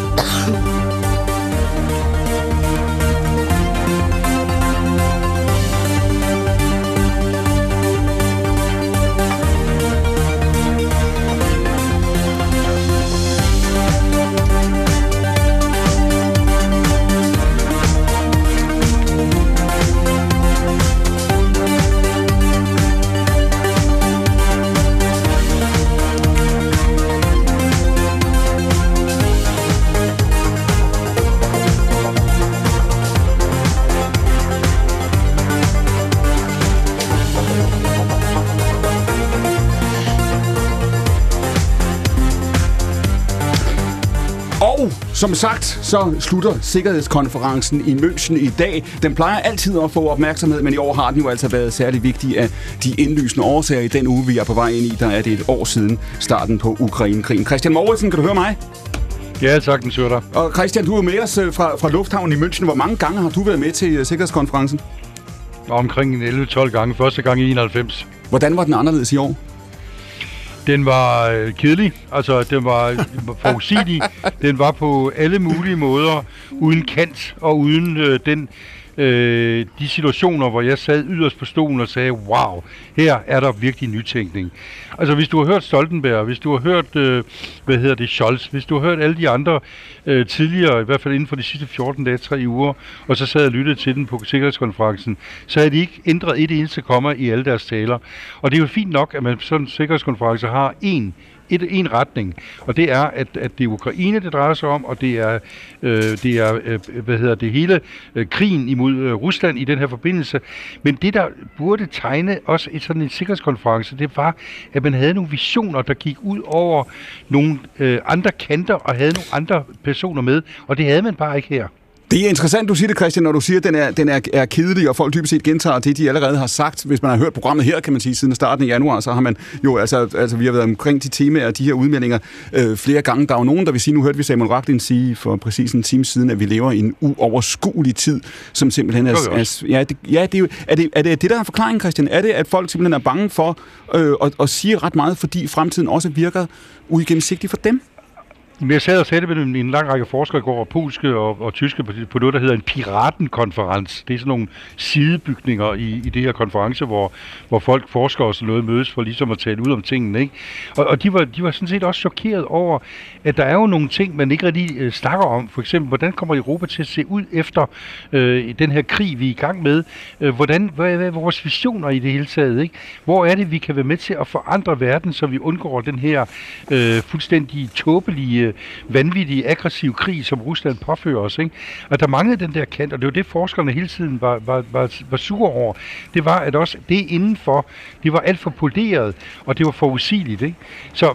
Som sagt, så slutter Sikkerhedskonferencen i München i dag. Den plejer altid at få opmærksomhed, men i år har den jo altså været særlig vigtig af de indlysende årsager. I den uge, vi er på vej ind i, der er det et år siden starten på Ukraine-krigen. Christian Mouritsen, kan du høre mig? Ja, sagtens hører dig. Og Christian, du er med os fra lufthavnen i München. Hvor mange gange har du været med til Sikkerhedskonferencen? Omkring 11-12 gange. Første gang i 91. Hvordan var den anderledes i år? Den var kedelig, altså den var forudsigelig, den var på alle mulige måder uden kant og uden de situationer, hvor jeg sad yderst på stolen og sagde, wow, her er der virkelig nytænkning. Altså hvis du har hørt Stoltenberg, hvis du har hørt, Scholz, hvis du har hørt alle de andre tidligere, i hvert fald inden for de sidste 14 dage, 3 uger, og så sad jeg og lyttede til den på Sikkerhedskonferencen, så havde de ikke ændret et eneste komma i alle deres taler. Og det er jo fint nok, at man sådan en sikkerhedskonference har en en retning, og det er, at det er Ukraine, det drejer sig om, og det er hele krigen imod Rusland i den her forbindelse. Men det, der burde tegne også sådan en sikkerhedskonference, det var, at man havde nogle visioner, der gik ud over nogle andre kanter og havde nogle andre personer med, og det havde man bare ikke her. Det er interessant, du siger det, Christian, når du siger, at den er kedelig, og folk typisk set gentager det, de allerede har sagt. Hvis man har hørt programmet her, kan man sige, siden starten af januar, så har man jo, altså vi har været omkring de temaer og de her udmeldinger flere gange. Der er jo nogen, der vil sige, nu hørte vi Samuel Rachlin sige for præcis en time siden, at vi lever i en uoverskuelig tid, som simpelthen er det, der er forklaringen, Christian? Er det, at folk simpelthen er bange for at sige ret meget, fordi fremtiden også virker uigennemsigtig for dem? Men jeg sad og sagde det med en lang række forskere i går, polske og tyske, på noget, der hedder en piratenkonference. Det er sådan nogle sidebygninger i det her konference, hvor folk, forskere og sådan noget, mødes for ligesom at tale ud om tingene, ikke? Og de var sådan set også chokeret over, at der er jo nogle ting, man ikke rigtig snakker om. For eksempel, hvordan kommer Europa til at se ud efter den her krig, vi er i gang med? Hvad er vores visioner i det hele taget, ikke? Hvor er det, vi kan være med til at forandre verden, så vi undgår den her fuldstændig tåbelige, vanvittige, aggressiv krig, som Rusland påfører os, ikke? Og der manglede den der kant, og det var det, forskerne hele tiden var sure over. Det var, at også det indenfor, det var alt for poleret, og det var for usigeligt, ikke? Så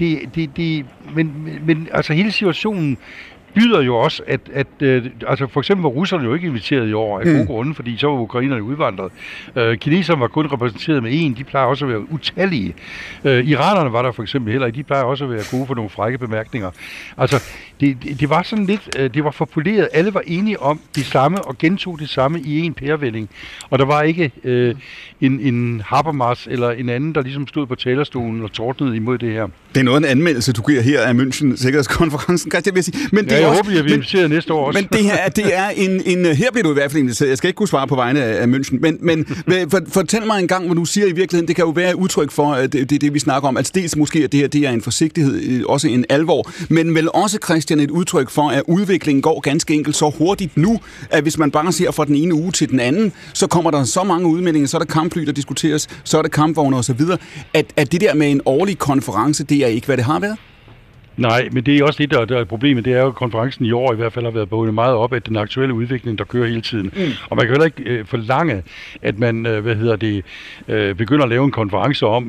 men altså hele situationen byder jo også, at altså for eksempel var russerne jo ikke inviteret i år af gode grunde, fordi så var ukrainerne udvandret. Kineserne var kun repræsenteret med en, de plejer også at være utallige. Iranerne var der for eksempel heller ikke, de plejer også at være gode for nogle frække bemærkninger. Altså, det var sådan lidt, det var for poleret, alle var enige om det samme, og gentog det samme i en pærevælling. Og der var ikke en Habermas eller en anden, der ligesom stod på talerstolen og tordnede imod det her. Det er noget af en anmeldelse, du giver her af München Sikkerhedskonferencen, Christian, vil sige. Men jeg håber, jeg bliver inviteret næste år også. Men det er en her bliver du i hvert fald inviteret. Jeg skal ikke kunne svare på vegne af München, men fortæl mig en gang, hvor du siger i virkeligheden, det kan jo være et udtryk for, at det vi snakker om. Altså dels måske, at det her det er en forsigtighed, også en alvor, men vel også, Christian, et udtryk for, at udviklingen går ganske enkelt så hurtigt nu, at hvis man bare ser fra den ene uge til den anden, så kommer der så mange udmeldinger, så er der kampfly, der diskuteres, så er der kampvogne osv., at det der med en årlig konference, det er ikke, hvad det har været? Nej, men det er også det, der er problemet. Det er jo, at konferencen i år i hvert fald har været bundet meget op af den aktuelle udvikling, der kører hele tiden. Og man kan heller ikke forlange, at man begynder at lave en konference om,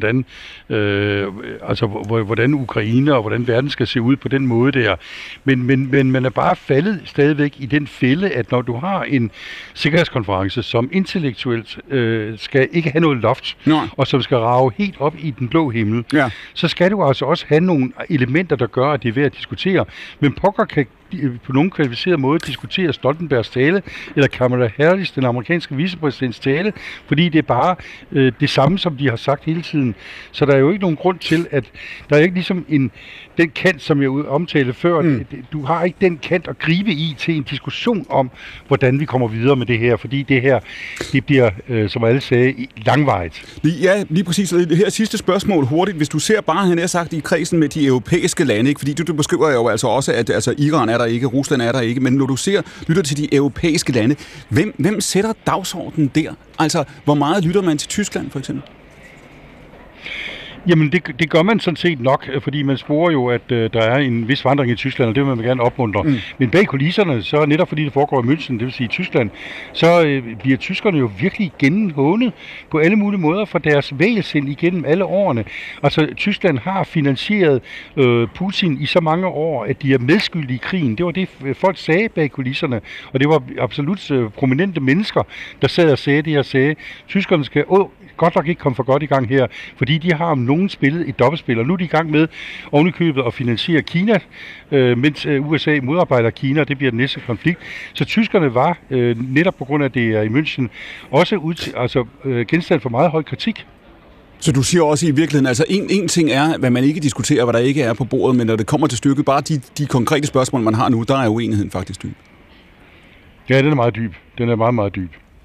hvordan Ukraine og hvordan verden skal se ud på den måde der. Men man er bare faldet stadigvæk i den fælde, at når du har en sikkerhedskonference, som intellektuelt skal ikke have noget loft, og som skal rage helt op i den blå himmel, så skal du altså også have nogle elementer, der gør, at det er værd at diskutere. Men pokker kan på nogen kvalificeret måde diskutere Stoltenbergs tale, eller Kamala Harris, den amerikanske vicepræsidents tale, fordi det er bare det samme, som de har sagt hele tiden. Så der er jo ikke nogen grund til, at der er ikke ligesom den kant, som jeg omtalte før, du har ikke den kant at gribe i til en diskussion om, hvordan vi kommer videre med det her, fordi det her, det bliver, som alle sagde, langvejt. Ja, lige præcis. Her sidste spørgsmål hurtigt. Hvis du ser bare, han har sagt, i kredsen med de europæiske lande, ikke? Fordi du beskriver jo altså også, at altså, Iran er der ikke, Rusland er der ikke, men når du lytter til de europæiske lande, hvem sætter dagsordenen der? Altså, hvor meget lytter man til Tyskland, for eksempel? Jamen, det gør man sådan set nok, fordi man sporer jo, at der er en vis vandring i Tyskland, og det vil man gerne opmuntre. Men bag kulisserne, så netop fordi det foregår i München, det vil sige i Tyskland, så bliver tyskerne jo virkelig genhånet på alle mulige måder for deres vægelsind igennem alle årene. Altså, Tyskland har finansieret Putin i så mange år, at de er medskyldige i krigen. Det var det, folk sagde bag kulisserne, og det var absolut prominente mennesker, der sad og sagde det og sagde, tyskerne skal godt nok ikke komme for godt i gang her, fordi de har om nogen spillet et dobbeltspil, og nu er de i gang med ovenikøbet at finansiere Kina, mens USA modarbejder Kina, det bliver den næste konflikt. Så tyskerne var, netop på grund af det er i München, også genstand for meget høj kritik. Så du siger også i virkeligheden, altså en ting er, hvad man ikke diskuterer, hvad der ikke er på bordet, men når det kommer til stykket, bare de konkrete spørgsmål, man har nu, der er uenigheden faktisk dyb. Ja, den er meget dyb. Den er meget, meget dyb.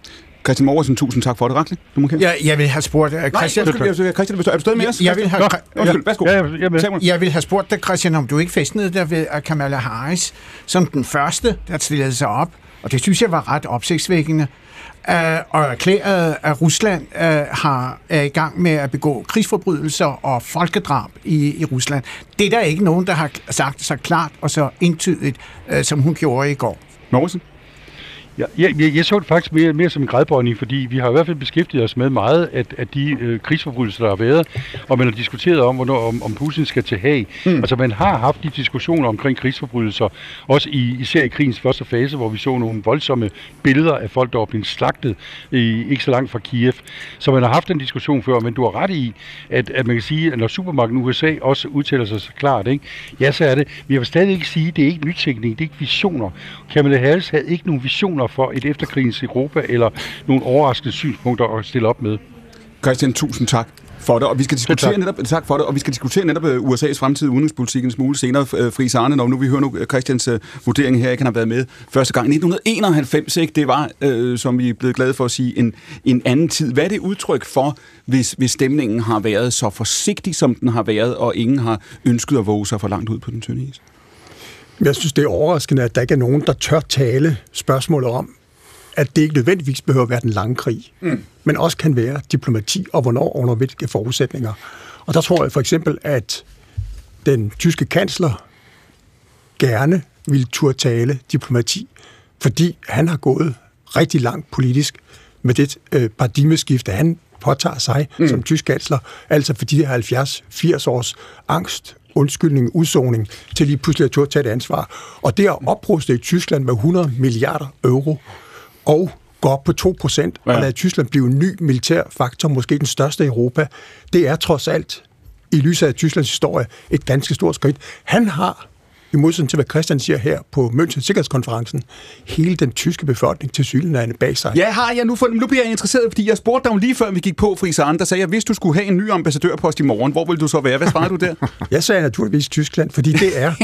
Christian Mouritzen, tusind tak for det. Rachlin, du må kende. Jeg vil have spurgt Christian... Christian, er du stadig med os? Jeg vil have... Værsgo. Jeg vil have spurgt dig, Christian, om du ikke fæstnede dig ved Kamala Harris som den første, der stillede sig op, og det synes jeg var ret opsigtsvækkende, og erklærede, at Rusland er i gang med at begå krigsforbrydelser og folkedrab i Rusland. Det er der ikke nogen, der har sagt så klart og så entydigt, som hun gjorde i går. Mouritzen? Jeg så det faktisk mere som en gradbøjning, fordi vi har i hvert fald beskæftiget os med meget af de krigsforbrydelser, der har været, og man har diskuteret om Putin skal til Haag. Altså man har haft de diskussioner omkring krigsforbrydelser, også især i krigens første fase, hvor vi så nogle voldsomme billeder af folk, der var blevet slagtet ikke så langt fra Kiev. Så man har haft en diskussion før, men du har ret i, at man kan sige, at når supermagten USA også udtaler sig så klart, ikke? Ja, så er det. Vi vil stadig ikke sige, at det er ikke nytænkning, det er ikke visioner. Kamala Harris havde ikke nogen visioner for et efterkrigens Europa, eller nogle overraskende synspunkter at stille op med. Christian, tusind tak for det, og vi skal diskutere netop USA's fremtidige udenrigspolitik en smule senere, Friis Arne, når vi hører Christians vurdering her, ikke? Han har været med første gang i 1991, ikke? Det var, som vi er blevet glade for at sige, en anden tid. Hvad er det udtryk for, hvis stemningen har været så forsigtig, som den har været, og ingen har ønsket at våge sig for langt ud på den tynde is? Jeg synes, det er overraskende, at der ikke er nogen, der tør tale spørgsmålet om, at det ikke nødvendigvis behøver at være den lange krig, men også kan være diplomati, og hvornår under hvilke forudsætninger. Og der tror jeg for eksempel, at den tyske kansler gerne vil turde tale diplomati, fordi han har gået rigtig langt politisk med det paradigmeskifte, han påtager sig som tysk kansler, altså fordi det er 70-80 års angst, undskyldning, udsoning, til lige pludselig at turde tage et ansvar. Og det at opruste i Tyskland med 100 milliarder euro, og gå op på 2%, og lade Tyskland blive en ny militær faktor, måske den største i Europa, det er trods alt, i lyset af Tysklands historie, et ganske stort skridt. Han har, i modsætning til hvad Christian siger her på München Sikkerhedskonferencen, hele den tyske befolkning til sydenlande bag sig. Ja, har jeg nu bliver jeg interesseret, fordi jeg spurgte dig lige før vi gik på, Friis Arne, der sagde jeg, hvis du skulle have en ny ambassadørpost i morgen, hvor ville du så være? Hvad svarede du der? Jeg sagde naturligvis Tyskland, fordi det er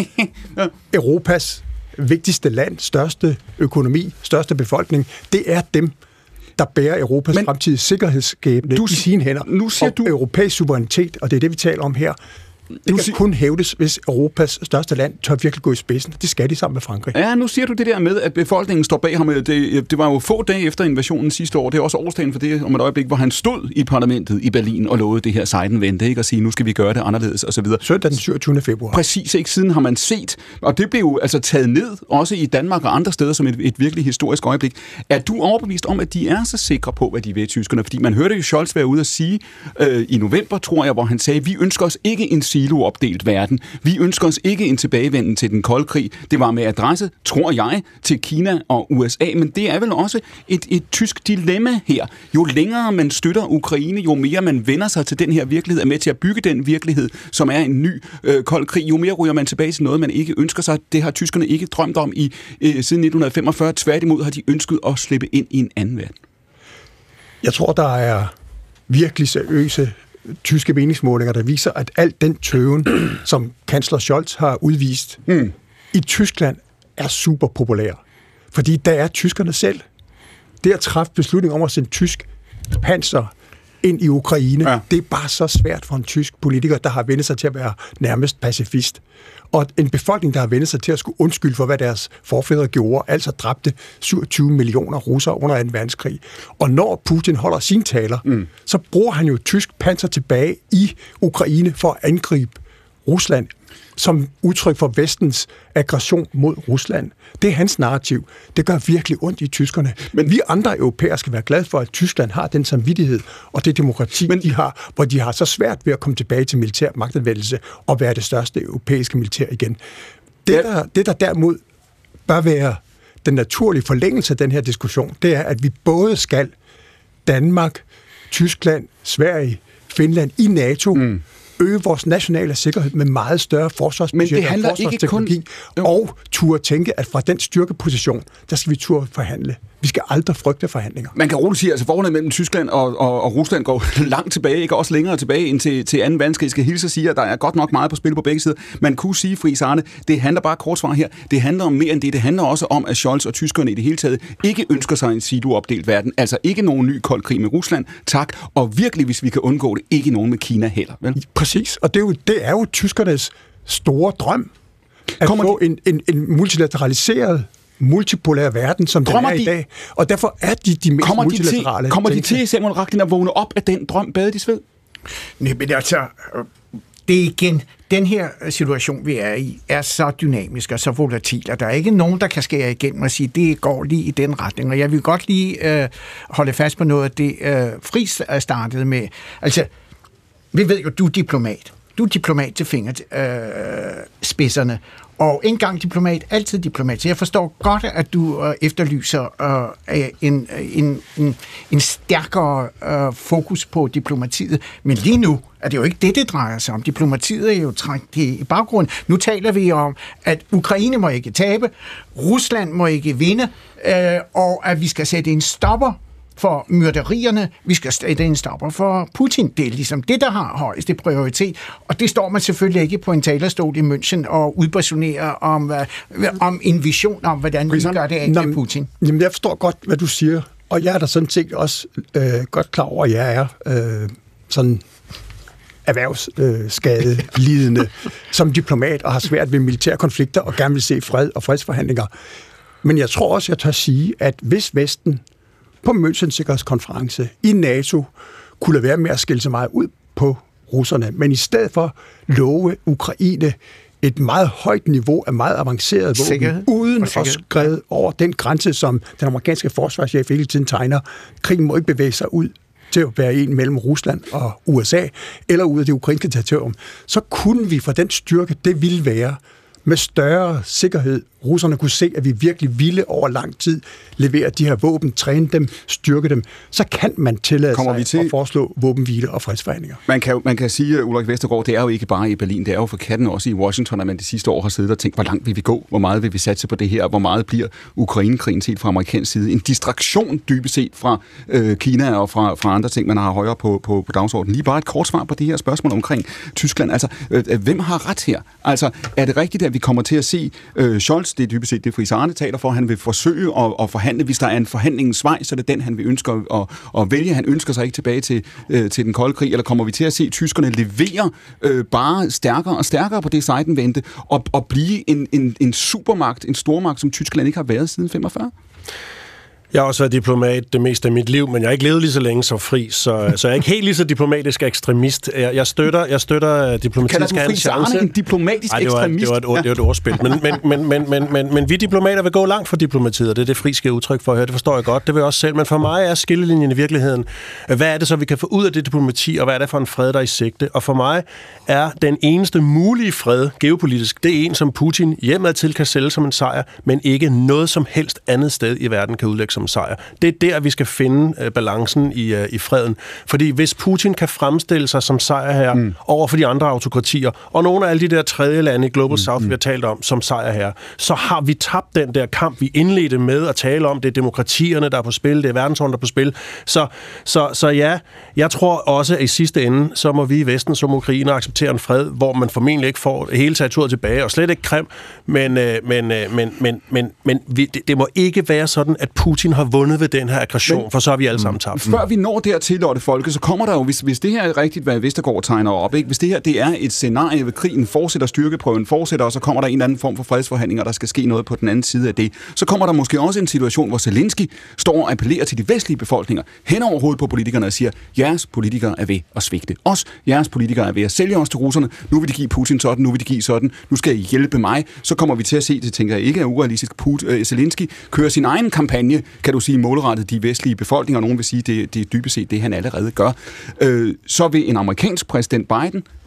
Europas vigtigste land, største økonomi, største befolkning. Det er dem, der bærer Europas fremtidige sikkerhedsskæbne i sine hænder. Nu siger du europæisk suverænitet, og det er det, vi taler om her. Det kan kun hævdes, hvis Europas største land tør virkelig gå i spidsen. Det skal de sammen med Frankrig. Ja, nu siger du det der med, at befolkningen står bag ham. Det var jo få dage efter invasionen sidste år. Det er også årsdagen for det om et øjeblik, hvor han stod i parlamentet i Berlin og lovede det her Seidenwende, ikke? Og sige, nu skal vi gøre det anderledes osv. Søndag den 27. februar. Præcis, ikke? Siden har man set, og det blev jo altså taget ned, også i Danmark og andre steder, som et virkelig historisk øjeblik. Er du overbevist om, at de er så sikre på, hvad de vil, tyskerne? Fordi man hørte jo Scholz være ude at sige i november, tror jeg, hvor han sagde, vi ønsker os ikke en siloopdelt verden. Vi ønsker os ikke en tilbagevenden til den kolde krig. Det var med adresse, tror jeg, til Kina og USA, men det er vel også et tysk dilemma her. Jo længere man støtter Ukraine, jo mere man vender sig til den her virkelighed, er med til at bygge den virkelighed, som er en ny kold krig, jo mere ryger man tilbage til noget, man ikke ønsker sig. Det har tyskerne ikke drømt om siden 1945. Tværtimod har de ønsket at slippe ind i en anden verden. Jeg tror, der er virkelig seriøse tyske meningsmålinger, der viser, at alt den tøven, som kansler Scholz har udvist i Tyskland, er super populær. Fordi der er tyskerne selv. Det at træffe beslutning om at sende tysk panser ind i Ukraine, det er bare så svært for en tysk politiker, der har vendt sig til at være nærmest pacifist. Og en befolkning, der har vendt sig til at skulle undskylde for, hvad deres forfædre gjorde, altså dræbte 27 millioner russere under 2. verdenskrig. Og når Putin holder sine taler, så bruger han jo tysk panser tilbage i Ukraine for at angribe Rusland som udtryk for vestens aggression mod Rusland. Det er hans narrativ. Det gør virkelig ondt i tyskerne. Men vi andre europæere skal være glade for, at Tyskland har den samvittighed og det demokrati, de har, hvor de har så svært ved at komme tilbage til militær magtanvendelse og være det største europæiske militær igen. Det, der derimod bør være den naturlige forlængelse af den her diskussion, det er, at vi både skal Danmark, Tyskland, Sverige, Finland i NATO øge vores nationale sikkerhed med meget større forsvarsbudget og forsvarsteknologi, og turde tænke, at fra den styrkeposition, der skal vi turde forhandle. Vi skal aldrig frygte forhandlinger. Man kan roligt sige, at altså, forholdet mellem Tyskland og Rusland går langt tilbage, ikke også længere tilbage end til 2. verdenskrig. Jeg skal hilse at sige, at der er godt nok meget på spil på begge sider. Man kunne sige, Friis Arne, det handler bare kort svar her. Det handler om mere end det. Det handler også om, at Scholz og tyskerne i det hele taget ikke ønsker sig en siloopdelt verden. Altså ikke nogen ny kold krig med Rusland, tak. Og virkelig, hvis vi kan undgå det, ikke nogen med Kina heller. Vel? Præcis, og det er jo tyskernes store drøm. At få en multilateraliseret multipolær verden, som den er i dag. Og derfor er de mest multilaterale. Kommer de til, Samuel Rachlin, at vågne op af den drøm, badet i sved? Nej, men altså, det er igen, den her situation, vi er i, er så dynamisk og så volatil, og der er ikke nogen, der kan skære igennem og sige, det går lige i den retning. Og jeg vil godt lige holde fast på noget af det, Friis startede med. Altså, vi ved jo, du er diplomat. Du er diplomat til fingerspidserne. Og en gang diplomat, altid diplomat. Så jeg forstår godt, at du efterlyser en stærkere fokus på diplomatiet. Men lige nu er det jo ikke det drejer sig om. Diplomatiet er jo trængt i baggrunden. Nu taler vi om, at Ukraine må ikke tabe, Rusland må ikke vinde, og at vi skal sætte en stopper for myrderierne, vi skal sætte en stopper for Putin. Det er ligesom det, der har højeste prioritet, og det står man selvfølgelig ikke på en talerstol i München og udbasunerer om en vision om, hvordan vi gør det af med Putin. Jamen, jeg forstår godt, hvad du siger, og jeg er da sådan set også godt klar over, at jeg er sådan erhvervsskadelidende som diplomat og har svært ved militære konflikter og gerne vil se fred og fredsforhandlinger. Men jeg tror også, jeg tør sige, at hvis Vesten på Münchens Sikkerhedskonference i NATO kunne lade være med at skille sig meget ud på russerne, men i stedet for love Ukraine et meget højt niveau af meget avanceret våben, uden at skride over den grænse, som den amerikanske forsvarschef hele tiden tegner. Krigen må ikke bevæge sig ud til at være en mellem Rusland og USA, eller ud af det ukrainske territorium. Så kunne vi fra den styrke, det ville være, med større sikkerhed, russerne kunne se, at vi virkelig ville over lang tid levere de her våben, træne dem, styrke dem, så kan man tillade sig at foreslå våbenhvile og fredsforhandlinger. Man kan sige, Ulrik Vestergaard, det er jo ikke bare i Berlin, det er jo for katten også i Washington, at man de sidste år har siddet og tænkt, hvor langt vil vi gå, hvor meget vil vi satse på det her, hvor meget bliver Ukraine-krigen set fra amerikansk side. En distraktion dybest set fra Kina og fra andre ting, man har højere på dagsordenen. Lige bare et kort svar på det her spørgsmål omkring Tyskland. Altså, hvem har ret her? Altså, er det rigtigt, at vi kommer til at se Scholz, det er dybest set det, Friis Arne taler for, han vil forsøge at forhandle, hvis der er en forhandlingens vej, så er det den, han vil ønske at vælge. Han ønsker sig ikke tilbage til den kolde krig, eller kommer vi til at se tyskerne levere bare stærkere og stærkere på det sejdenvendte, og blive en supermagt, en stormagt, som Tyskland ikke har været siden 45? Jeg har også været diplomat det meste af mit liv, men jeg har ikke levet lige så længe som Friis, så jeg er ikke helt lige så diplomatisk ekstremist. Jeg støtter diplomatiet skal have en chance. Kalder du Friis Arne en diplomatisk ekstremist? Det var et ordspil. Men vi diplomater vil gå langt for diplomatiet, og det er det, Friis giver udtryk for her. Det forstår jeg godt, det vil jeg også selv. Men for mig er skillelinjen i virkeligheden, hvad er det så, vi kan få ud af det diplomati, og hvad er det for en fred, der er i sigte? Og for mig er den eneste mulige fred geopolitisk, det er en, som Putin hjemad kan sælge som en sejr, men ikke noget som helst andet sted i verden kan udlægge som sejr. Det er der, vi skal finde balancen i freden. Fordi hvis Putin kan fremstille sig som sejrherre over for de andre autokratier, og nogle af alle de der tredje lande i Global South, vi har talt om, som sejrherre, så har vi tabt den der kamp, vi indledte med at tale om. Det er demokratierne, der er på spil, det er verdensordenen, der er på spil. Så ja, jeg tror også, at i sidste ende, så må vi i Vesten som Ukraine acceptere en fred, hvor man formentlig ikke får hele territoriet tilbage, og slet ikke Krim, men det må ikke være sådan, at Putin har vundet ved den her aggression, for så har vi alle sammen tabt. Før vi når dertil, Lotte Folke, så kommer der jo, hvis det her er rigtigt, hvad Vestergaard tegner op, ikke? Hvis det her det er et scenarie ved krigen, fortsætter styrkeprøven, fortsætter, og så kommer der en eller anden form for fredsforhandlinger, der skal ske noget på den anden side af det, så kommer der måske også en situation, hvor Zelensky står og appellerer til de vestlige befolkninger, hen over hovedet på politikerne og siger, jeres politikere er ved at svigte os, jeres politikere er ved at sælge os til russerne, nu vil de give Putin sådan, nu vil de give sådan, nu skal I hjælpe mig, så kommer vi til at se, det tænker jeg ikke er urealistisk, Zelensky kører sin egen kampagne, kan du sige, målrettet de vestlige befolkninger, og nogen vil sige, det er dybest set det, han allerede gør. Så vil en amerikansk præsident Biden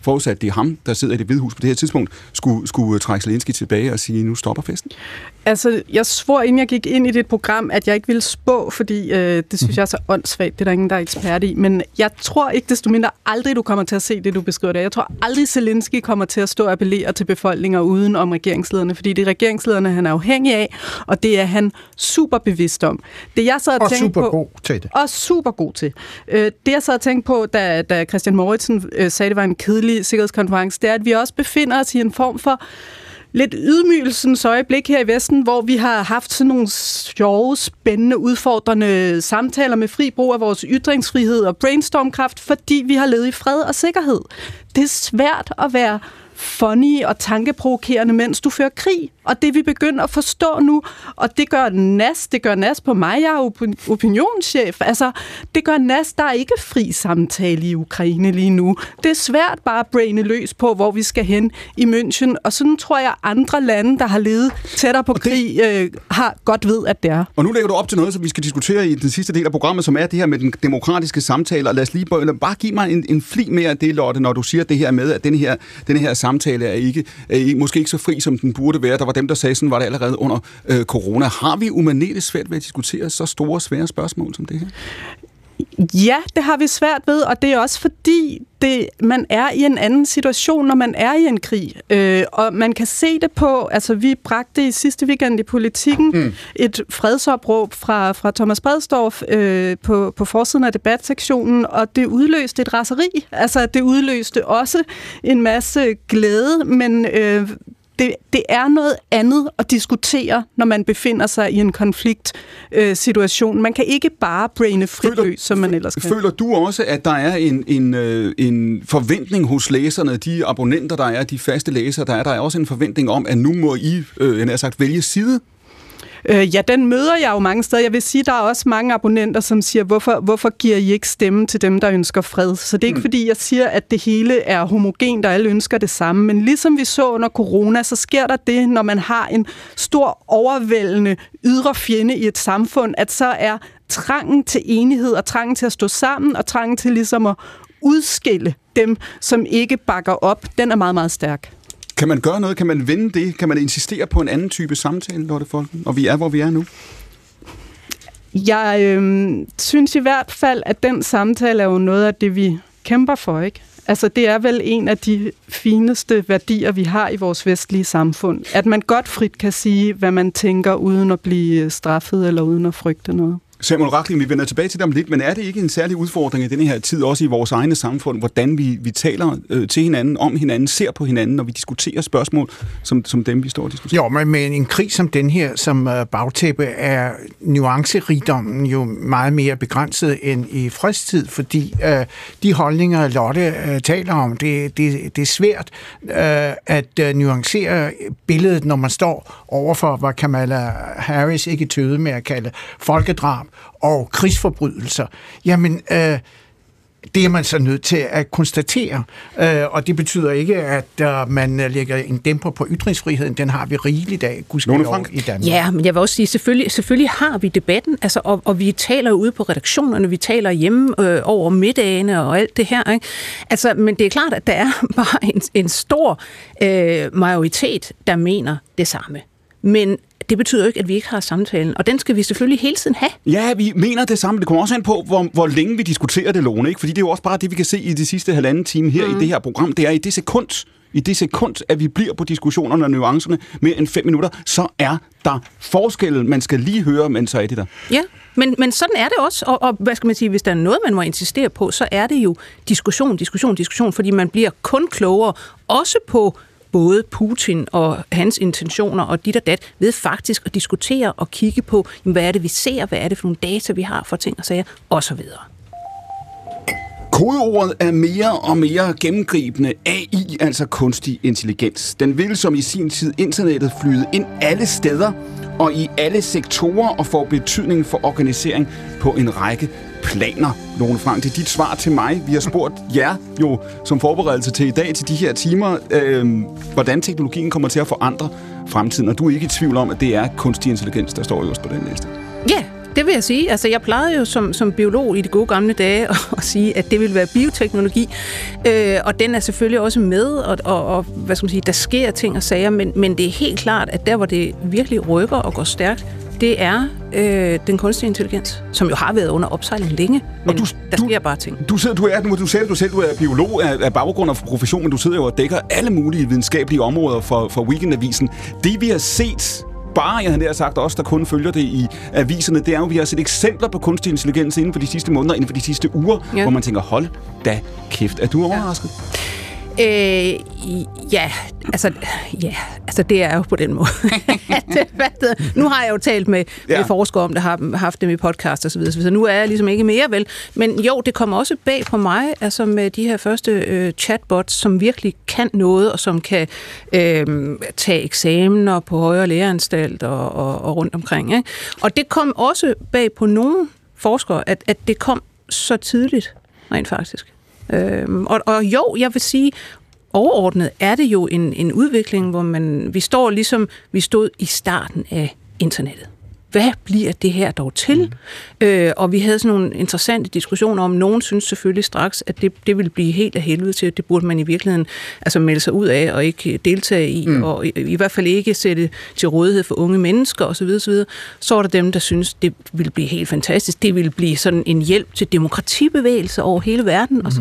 forudsat det er ham, der sidder i Det Hvide Hus på det her tidspunkt, skulle trække Zelensky tilbage og sige, nu stopper festen? Altså, jeg svor, inden jeg gik ind i dit program, at jeg ikke ville spå, fordi det synes jeg er så åndssvagt. Det er der ingen, der er ekspert i. Men jeg tror ikke desto mindre aldrig, du kommer til at se det, du beskriver der. Jeg tror aldrig, Zelensky kommer til at stå og appellere til befolkninger uden om regeringslederne, fordi det er regeringslederne, han er afhængig af, og det er han super bevidst om. Det jeg sad og tænkte på, god til det. Og super god til. Det jeg sad og tænkte på, da Christian Mouritsen sagde, det var en kedelig sikkerhedskonference, det er, at vi også befinder os i en form for lidt ydmygelsens øjeblik her i Vesten, hvor vi har haft sådan nogle sjove, spændende, udfordrende samtaler med fri brug af vores ytringsfrihed og brainstormkraft, fordi vi har levet i fred og sikkerhed. Det er svært at være funny og tankeprovokerende, mens du fører krig. Og det vi begynder at forstå nu, og det gør NAS på mig, jeg er opinionschef. Altså, det gør NAS, der er ikke fri samtale i Ukraine lige nu. Det er svært bare at braine løs på, hvor vi skal hen i München, og sådan tror jeg, andre lande, der har levet tættere på krig, har godt ved, at det er. Og nu lægger du op til noget, som vi skal diskutere i den sidste del af programmet, som er det her med den demokratiske samtale, og lad os lige bare give mig en fli mere af det, Lotte, når du siger det her med, at den her samtale er måske ikke så fri, som den burde være. Der var dem, der sagde, sådan var det allerede under corona. Har vi umaneligt svært ved at diskutere så store, svære spørgsmål som det her? Ja, det har vi svært ved, og det er også fordi, man er i en anden situation, når man er i en krig. Og man kan se det på, altså vi bragte i sidste weekend i Politikken et fredsopråb fra Thomas Bredsdorff på forsiden af debatsektionen, og det udløste et raseri. Altså det udløste også en masse glæde, men det er noget andet at diskutere, når man befinder sig i en konfliktsituation. Man kan ikke bare braine fritløs, som man ellers kan. Føler du også, at der er en forventning hos læserne, de abonnenter, der er, de faste læsere, der er også en forventning om, at nu må I, jeg har sagt, vælge side? Ja, den møder jeg jo mange steder. Jeg vil sige, der er også mange abonnenter, som siger, hvorfor giver I ikke stemme til dem, der ønsker fred? Så det er ikke fordi, jeg siger, at det hele er homogent, og alle ønsker det samme. Men ligesom vi så under corona, så sker der det, når man har en stor, overvældende ydre fjende i et samfund, at så er trangen til enighed, og trangen til at stå sammen, og trangen til ligesom at udskille dem, som ikke bakker op, den er meget, meget stærk. Kan man gøre noget? Kan man vende det? Kan man insistere på en anden type samtale, Lotte Folken? Og vi er, hvor vi er nu? Jeg synes i hvert fald, at den samtale er jo noget af det, vi kæmper for, ikke? Altså, det er vel en af de fineste værdier, vi har i vores vestlige samfund. At man godt frit kan sige, hvad man tænker, uden at blive straffet eller uden at frygte noget. Samuel Rachlin, vi vender tilbage til det om lidt, men er det ikke en særlig udfordring i denne her tid, også i vores egne samfund, hvordan vi taler til hinanden, om hinanden, ser på hinanden, når vi diskuterer spørgsmål, som dem, vi står og diskuterer? Jo, men med en krig som den her, som bagtæppe, er nuancerigdommen jo meget mere begrænset end i fredstid, fordi de holdninger, Lotte taler om, det er svært at nuancere billedet, når man står overfor, hvad Kamala Harris ikke tøvede med at kalde folkedrab og krigsforbrydelser, jamen det er man så nødt til at konstatere. Og det betyder ikke, at man lægger en dæmper på ytringsfriheden. Den har vi rigeligt af, gudskelov, i Danmark. Ja, men jeg vil også sige, selvfølgelig har vi debatten, altså, og vi taler ude på redaktionerne, vi taler hjemme over middagene og alt det her, ikke? Altså, men det er klart, at der er bare en stor majoritet, der mener det samme. Men det betyder jo ikke, at vi ikke har samtalen, og den skal vi selvfølgelig hele tiden have. Ja, vi mener det samme. Det kommer også an på, hvor længe vi diskuterer det, Lone, ikke? Fordi det er jo også bare det, vi kan se i de sidste halvanden time her i det her program. Det er i det sekund, at vi bliver på diskussionerne og nuancerne mere end 5 minutter, så er der forskel. Man skal lige høre, men så er det der. Ja, men sådan er det også, og hvad skal man sige, hvis der er noget, man må insistere på, så er det jo diskussion, fordi man bliver kun klogere, også på både Putin og hans intentioner og dit og dat, ved faktisk at diskutere og kigge på, hvad er det, vi ser, hvad er det for nogle data, vi har for ting og sager, osv. Kodeordet er mere og mere gennemgribende. AI, altså kunstig intelligens. Den vil som i sin tid internettet flyde ind alle steder og i alle sektorer og får betydning for organisering på en række planer. Lone Frank, det er dit svar til mig. Vi har spurgt jer jo som forberedelse til i dag, til de her timer, hvordan teknologien kommer til at forandre fremtiden. Og du er ikke i tvivl om, at det er kunstig intelligens, der står øverst på den liste. Ja, Det vil jeg sige. Altså, jeg plejede jo som biolog i de gode gamle dage at sige, at det ville være bioteknologi, og den er selvfølgelig også med, og hvad skal man sige, der sker ting og sager, men det er helt klart, at der, hvor det virkelig rykker og går stærkt, det er den kunstige intelligens, som jo har været under opsejling længe, men der sker bare ting. Du er biolog af baggrund og profession, men du sidder jo og dækker alle mulige videnskabelige områder for Weekendavisen. Det vi har set, bare jeg havde sagt også, der kun følger det i aviserne, det er jo, vi har set eksempler på kunstig intelligens inden for de sidste måneder, inden for de sidste uger, hvor man tænker, hold da kæft, er du overrasket? Ja, det er jo på den måde. Nu har jeg jo talt med forskere om det, har haft dem i podcast og så videre, så nu er jeg ligesom ikke mere, vel. Men jo, det kommer også bag på mig, altså med de her første chatbots, som virkelig kan noget, og som kan tage eksamener på højere læreanstalt og rundt omkring. Ikke? Og det kom også bag på nogle forskere, at det kom så tidligt, rent faktisk. Og jo, jeg vil sige, overordnet er det jo en udvikling, hvor vi står ligesom vi stod i starten af internettet. Hvad bliver det her dog til? Og vi havde sådan nogle interessante diskussioner om, nogen synes selvfølgelig straks, at det ville blive helt af helvede til, at det burde man i virkeligheden altså melde sig ud af og ikke deltage i, og i hvert fald ikke sætte til rådighed for unge mennesker osv. osv. Så var der dem, der synes, det ville blive helt fantastisk. Det ville blive sådan en hjælp til demokratibevægelser over hele verden osv.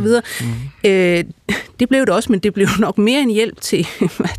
Det blev det også, men det blev nok mere en hjælp til,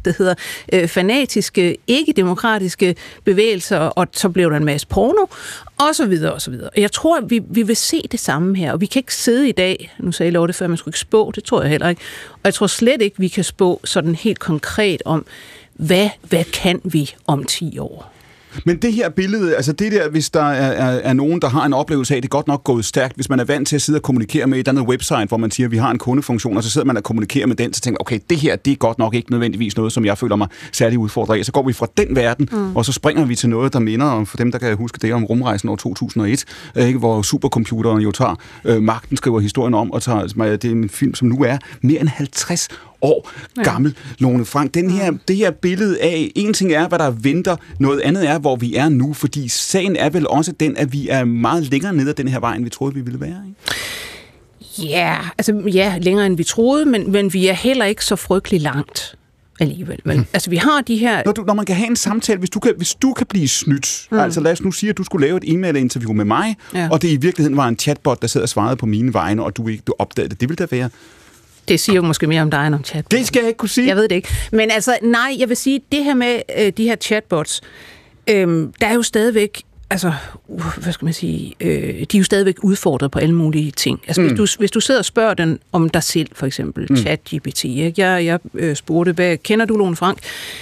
fanatiske, ikke-demokratiske bevægelser, og så blev der en masse porno, og så videre, og så videre. Jeg tror, vi vil se det samme her, og vi kan ikke sidde i dag, nu sagde Lotte før, man skulle ikke spå, det tror jeg heller ikke, og jeg tror slet ikke, vi kan spå sådan helt konkret om, hvad kan vi om 10 år? Men det her billede, altså det der, hvis der er nogen, der har en oplevelse af, det er godt nok gået stærkt, hvis man er vant til at sidde og kommunikere med et andet website, hvor man siger, at vi har en kundefunktion, og så sidder man og kommunikerer med den, så tænker okay, det her, det er godt nok ikke nødvendigvis noget, som jeg føler mig særlig udfordret af. Så går vi fra den verden, og så springer vi til noget, der minder om, for dem, der kan huske det, om rumrejsen år 2001, ikke, hvor supercomputeren jo tager magten, skriver historien om, og tager, det er en film, som nu er mere end 50 år gammel, Lone Frank. Det her billede af, en ting er, hvad der venter, noget andet er, hvor vi er nu, fordi sagen er vel også den, at vi er meget længere ned ad den her vej, end vi troede, vi ville være, ikke? Ja, længere end vi troede, men vi er heller ikke så frygtelig langt alligevel. Altså, vi har de her... Når man kan have en samtale, hvis du kan blive snydt, altså lad os nu sige, at du skulle lave et e-mail-interview med mig, og det i virkeligheden var en chatbot, der sad og svarede på mine vegne, og du opdagede det. Det ville da være... Det siger jo måske mere om dig end om chatbots. Det skal jeg ikke kunne sige. Jeg ved det ikke. Men altså, nej, jeg vil sige, det her med de her chatbots, der er jo stadigvæk, altså, hvad skal man sige, de er jo stadigvæk udfordret på alle mulige ting. Altså, hvis du sidder og spørger den om dig selv, for eksempel, ChatGPT, ikke? Jeg spurgte, hvad kender du, Lone Frank?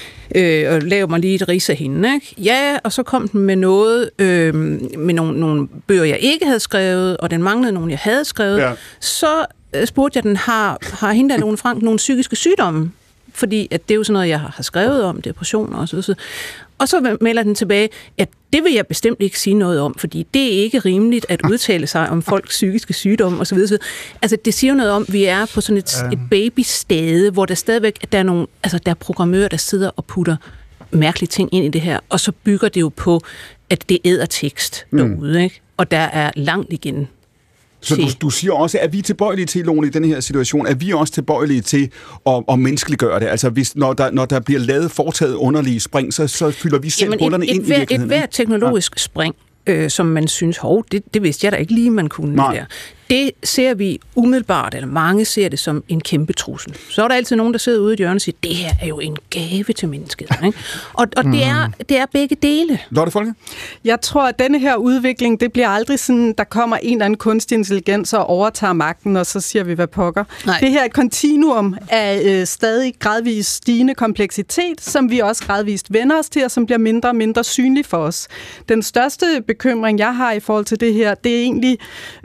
Og lav mig lige et rids af hende, ikke? Ja, og så kom den med noget, med nogle bøger, jeg ikke havde skrevet, og den manglede nogle, jeg havde skrevet. Ja. Så spurgte jeg den, har hende der, Lone Frank, nogle psykiske sygdomme? Fordi at det er jo sådan noget, jeg har skrevet om, depressioner og så videre. Og så melder den tilbage, at det vil jeg bestemt ikke sige noget om, fordi det er ikke rimeligt at udtale sig om folks psykiske sygdomme og så videre. Altså, det siger jo noget om, at vi er på sådan et babystade, hvor der stadigvæk der er nogle, altså der er programmører, der sidder og putter mærkelige ting ind i det her, og så bygger det jo på, at det æder tekst derude, ikke? Og der er langt igen. Så du siger også, at vi er tilbøjelige til, Lone, i den her situation, at vi er også tilbøjelige til at menneskeliggøre det. Altså, hvis, når der bliver foretaget underlige spring, så fylder vi selv hullerne ind i virkeligheden. Et hvert teknologisk spring, som man synes, det vidste jeg da ikke lige, man kunne der. Det ser vi umiddelbart, eller mange ser det som en kæmpe trussel. Så er der altid nogen, der sidder ude i hjørnet og siger, det her er jo en gave til mennesket. Ikke? Og det er begge dele. Lotte Folke? Jeg tror, at denne her udvikling, det bliver aldrig sådan, der kommer en eller anden kunstig intelligens og overtager magten, og så siger vi, hvad pokker. Nej. Det her er et kontinuum af stadig gradvist stigende kompleksitet, som vi også gradvist vender os til, og som bliver mindre og mindre synlig for os. Den største bekymring, jeg har i forhold til det her, det er egentlig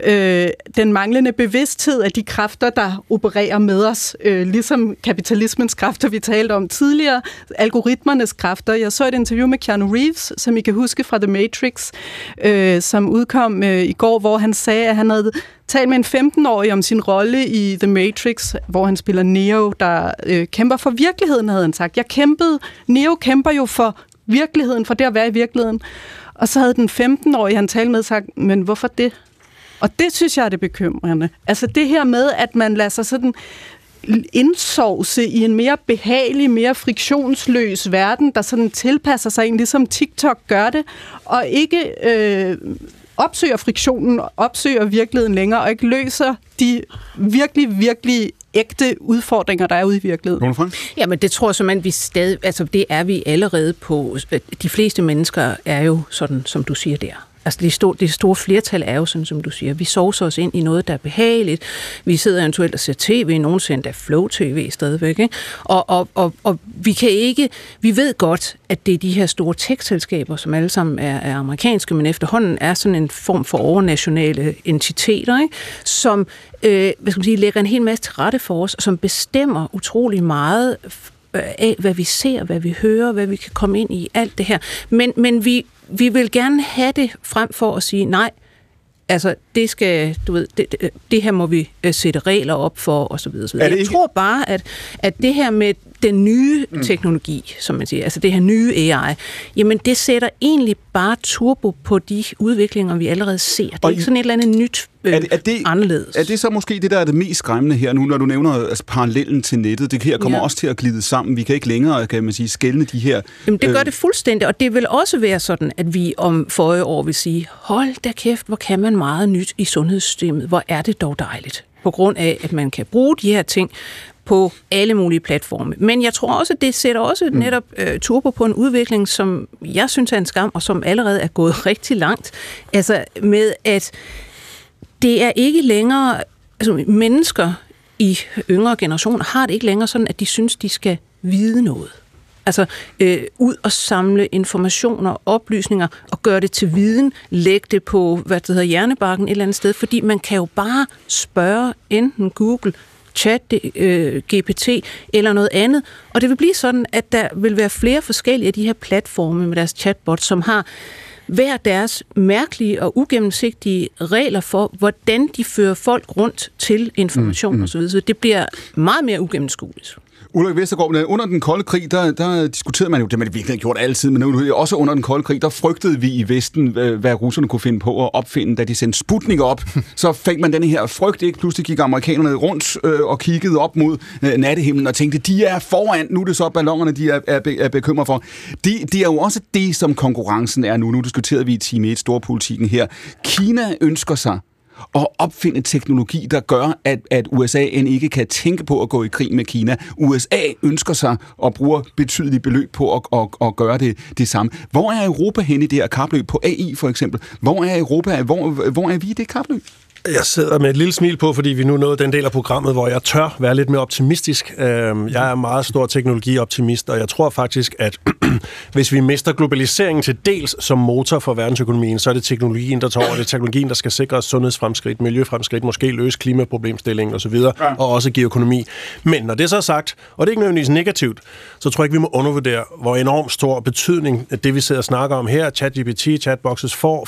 den manglende bevidsthed af de kræfter, der opererer med os, ligesom kapitalismens kræfter, vi talte om tidligere, algoritmernes kræfter. Jeg så et interview med Keanu Reeves, som I kan huske fra The Matrix, som udkom i går, hvor han sagde, at han havde talt med en 15-årig om sin rolle i The Matrix, hvor han spiller Neo, der kæmper for virkeligheden, havde han sagt. Neo kæmper jo for virkeligheden, for det at være i virkeligheden. Og så havde den 15-årige, han talte med, sagt, men hvorfor det? Og det synes jeg er det bekymrende. Altså det her med, at man lader sig sådan indsovse i en mere behagelig, mere friktionsløs verden, der sådan tilpasser sig egentlig, ligesom TikTok gør det, og ikke opsøger friktionen, opsøger virkeligheden længere, og ikke løser de virkelig ægte udfordringer, der er ude i virkeligheden. Jamen, det tror jeg simpelthen, vi stadig, altså det er vi allerede på. De fleste mennesker er jo sådan, som du siger der. Altså det store flertal er jo sådan, som du siger. Vi sovser os ind i noget, der er behageligt. Vi sidder eventuelt og ser tv, nogen ser endda Flow-tv stadigvæk. Ikke? Og vi kan ikke... Vi ved godt, at det er de her store tech-selskaber, som alle sammen er amerikanske, men efterhånden er sådan en form for overnationale entiteter, ikke? Som lægger en hel masse til rette for os, og som bestemmer utrolig meget af, hvad vi ser, hvad vi hører, hvad vi kan komme ind i, alt det her. Men vi vil gerne have det frem for at sige, nej, altså det skal, du ved, det her må vi sætte regler op for, og så videre. Jeg tror bare, at det her med den nye teknologi, som man siger, altså det her nye AI, jamen det sætter egentlig bare turbo på de udviklinger, vi allerede ser. Det er ikke sådan et eller andet nyt anderledes. Er det så måske det, der er det mest skræmmende her nu, når du nævner altså, parallellen til nettet? Det her kommer også til at glide sammen. Vi kan ikke længere, kan man sige, skelne de her... Jamen det gør det fuldstændig, og det vil også være sådan, at vi om forrige år vil sige, hold da kæft, hvor kan man meget nyt i sundhedssystemet. Hvor er det dog dejligt. På grund af, at man kan bruge de her ting på alle mulige platforme. Men jeg tror også, at det sætter også netop turbo på en udvikling, som jeg synes er en skam, og som allerede er gået rigtig langt. Altså med, at det er ikke længere... Altså mennesker i yngre generationer har det ikke længere sådan, at de synes, de skal vide noget. Altså ud og samle informationer, oplysninger og gøre det til viden, lægge det på, hvad det hedder, hjernebarken et eller andet sted, fordi man kan jo bare spørge enten Google, Chat, GPT eller noget andet, og det vil blive sådan, at der vil være flere forskellige af de her platforme med deres chatbot, som har hver deres mærkelige og ugennemsigtige regler for, hvordan de fører folk rundt til information osv. Så det bliver meget mere ugennemskueligt. Ulrik Vestergaard, under den kolde krig, der diskuterede man jo, det man virkelig gjort altid, men også under den kolde krig, der frygtede vi i Vesten, hvad russerne kunne finde på at opfinde, da de sendte Sputnik op. Så fik man den her frygt, ikke? Pludselig gik amerikanerne rundt og kiggede op mod nattehimlen og tænkte, de er foran, nu er det så ballonerne, de er bekymret for. Det er jo også det, som konkurrencen er nu. Nu diskuterede vi i time 1 storpolitikken her. Kina ønsker sig at opfinde teknologi, der gør, at USA end ikke kan tænke på at gå i krig med Kina. USA ønsker sig og bruger betydelige beløb på at gøre det samme. Hvor er Europa henne i det her kapløb? På AI for eksempel. Hvor er Europa? Hvor er vi i det kapløb? Jeg sidder med et lille smil på, fordi vi nu nåede den del af programmet, hvor jeg tør være lidt mere optimistisk. Jeg er meget stor teknologioptimist, og jeg tror faktisk, at hvis vi mister globaliseringen til dels som motor for verdensøkonomien, så er det teknologien, der tager over. Det er teknologien, der skal sikre sundhedsfremskridt, miljøfremskridt, måske løse klimaproblemstillingen osv., og også give økonomi. Men når det så er sagt, og det er ikke nødvendigvis negativt, så tror jeg ikke, vi må undervurdere, hvor enormt stor betydning det, vi sidder og snakker om her, ChatGPT, chatboxes, får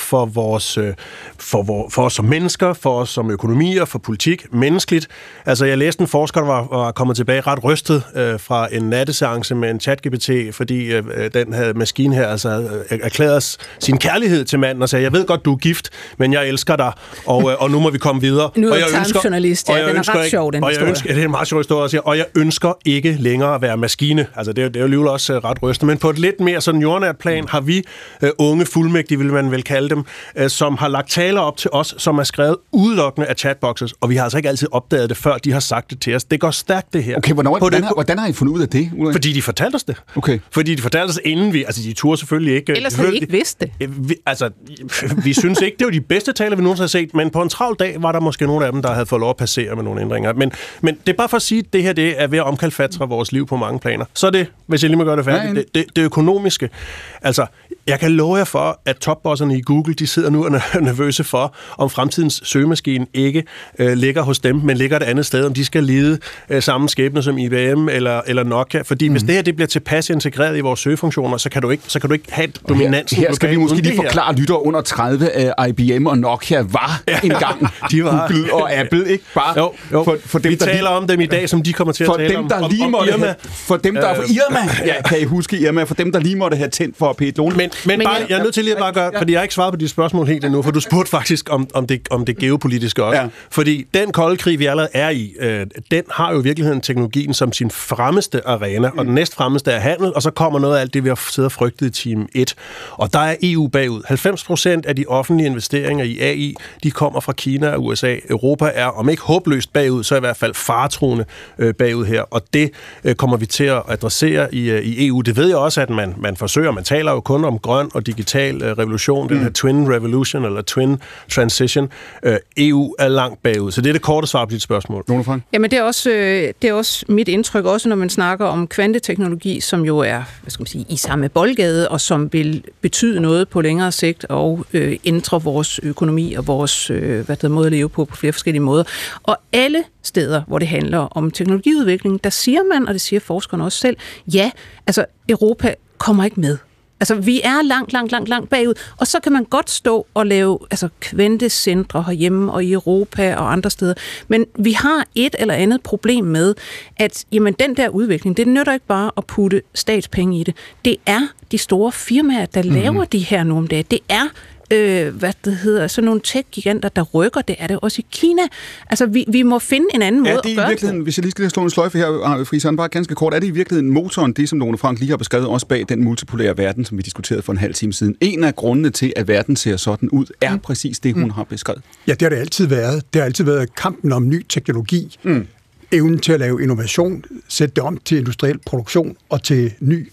for os som mennesker, for os som økonomier, for politik, menneskeligt. Altså, jeg læste en forsker, der var kommet tilbage ret rystet fra en natteseance med en ChatGPT, fordi den her maskine her altså erklærede sin kærlighed til manden og sagde, jeg ved godt, du er gift, men jeg elsker dig, og nu må vi komme videre. Nu er jeg Times-journalist, ja, den er ret sjov, den historie. Det er en meget sjov historie, og jeg ønsker ikke længere at være maskine. Altså, det er jo alligevel også ret rystet, men på et lidt mere sådan jordnært plan har vi unge fuldmægtige, vil man vel kalde dem, som har lagt taler op til os, som er skrevet udelukkende af chatboxes, og vi har altså ikke altid opdaget det, før de har sagt det til os. Det går stærkt, det her. Okay, hvordan har I fundet ud af det? Ulrik? Fordi de fortalte os det. Okay. Fordi de fortalte os, inden vi... Altså, de turde selvfølgelig ikke... Ellers havde de ikke vidst det. Vi synes ikke, det var de bedste taler, vi nogensinde har set, men på en travl dag var der måske nogle af dem, der havde fået lov at passere med nogle ændringer. Men det er bare for at sige, at det her det er ved at omkalfatre vores liv på mange planer. Så det, hvis jeg lige må gøre det færdigt, det økonomiske. Altså, Jeg kan love jer for, at topbosserne i Google, de sidder nu og er nervøse for, om fremtidens søgemaskine ikke ligger hos dem, men ligger et andet sted, om de skal lide samme skæbne som IBM eller Nokia. Fordi hvis det her det bliver tilpas integreret i vores søgefunktioner, så kan du ikke have et dominansen. Her skal vi måske lige forklare lytter under 30, at IBM og Nokia var engang de var Google og Apple, ikke? Bare for dem, vi taler om dem i dag, som de kommer til at tale om. Irma. For dem, der Irma. Ja, kan I huske Irma? For dem, der lige måtte have tændt for P1 Lone. Men bare, jeg er nødt til lige at bare gøre, fordi jeg har ikke svaret på de spørgsmål helt endnu, for du spurgte faktisk om det geopolitiske også. Ja. Fordi den kolde krig, vi allerede er i, den har jo i virkeligheden teknologien som sin fremmeste arena, og den næst fremmeste er handel, og så kommer noget af alt det, vi har siddet og frygtet i time 1. Og der er EU bagud. 90% af de offentlige investeringer i AI, de kommer fra Kina og USA. Europa er, om ikke håbløst bagud, så i hvert fald faretruende bagud her, og det kommer vi til at adressere i EU. Det ved jeg også, at man forsøger. Man taler jo kun om grøn og digital revolution, den her Twin Revolution eller Twin Transition. EU er langt bagud. Så det er det korte svar på dit spørgsmål. Jamen det er også mit indtryk, også når man snakker om kvanteteknologi, som jo er, i samme boldgade, og som vil betyde noget på længere sigt og ændre vores økonomi og vores måde at leve på flere forskellige måder. Og alle steder, hvor det handler om teknologiudvikling, der siger man, og det siger forskerne også selv, ja, altså Europa kommer ikke med. Altså, vi er langt bagud, og så kan man godt stå og lave kvantecentre herhjemme og i Europa og andre steder. Men vi har et eller andet problem med, at jamen, den der udvikling, det nytter ikke bare at putte statspenge i det. Det er de store firmaer, der laver de her nu om dagen. Det er sådan nogle tech-giganter, der rykker. Det er det også i Kina. Altså, vi må finde en anden måde at gøre det. Hvis jeg lige skal slå en sløjfe her, Friis, bare ganske kort, er det i virkeligheden motoren, det som Lone Frank lige har beskrevet, også bag den multipolære verden, som vi diskuterede for en halv time siden. En af grundene til, at verden ser sådan ud, er præcis det, hun har beskrevet. Ja, det har det altid været. Det har altid været kampen om ny teknologi. Evnen til at lave innovation, sætte det om til industriel produktion og til ny,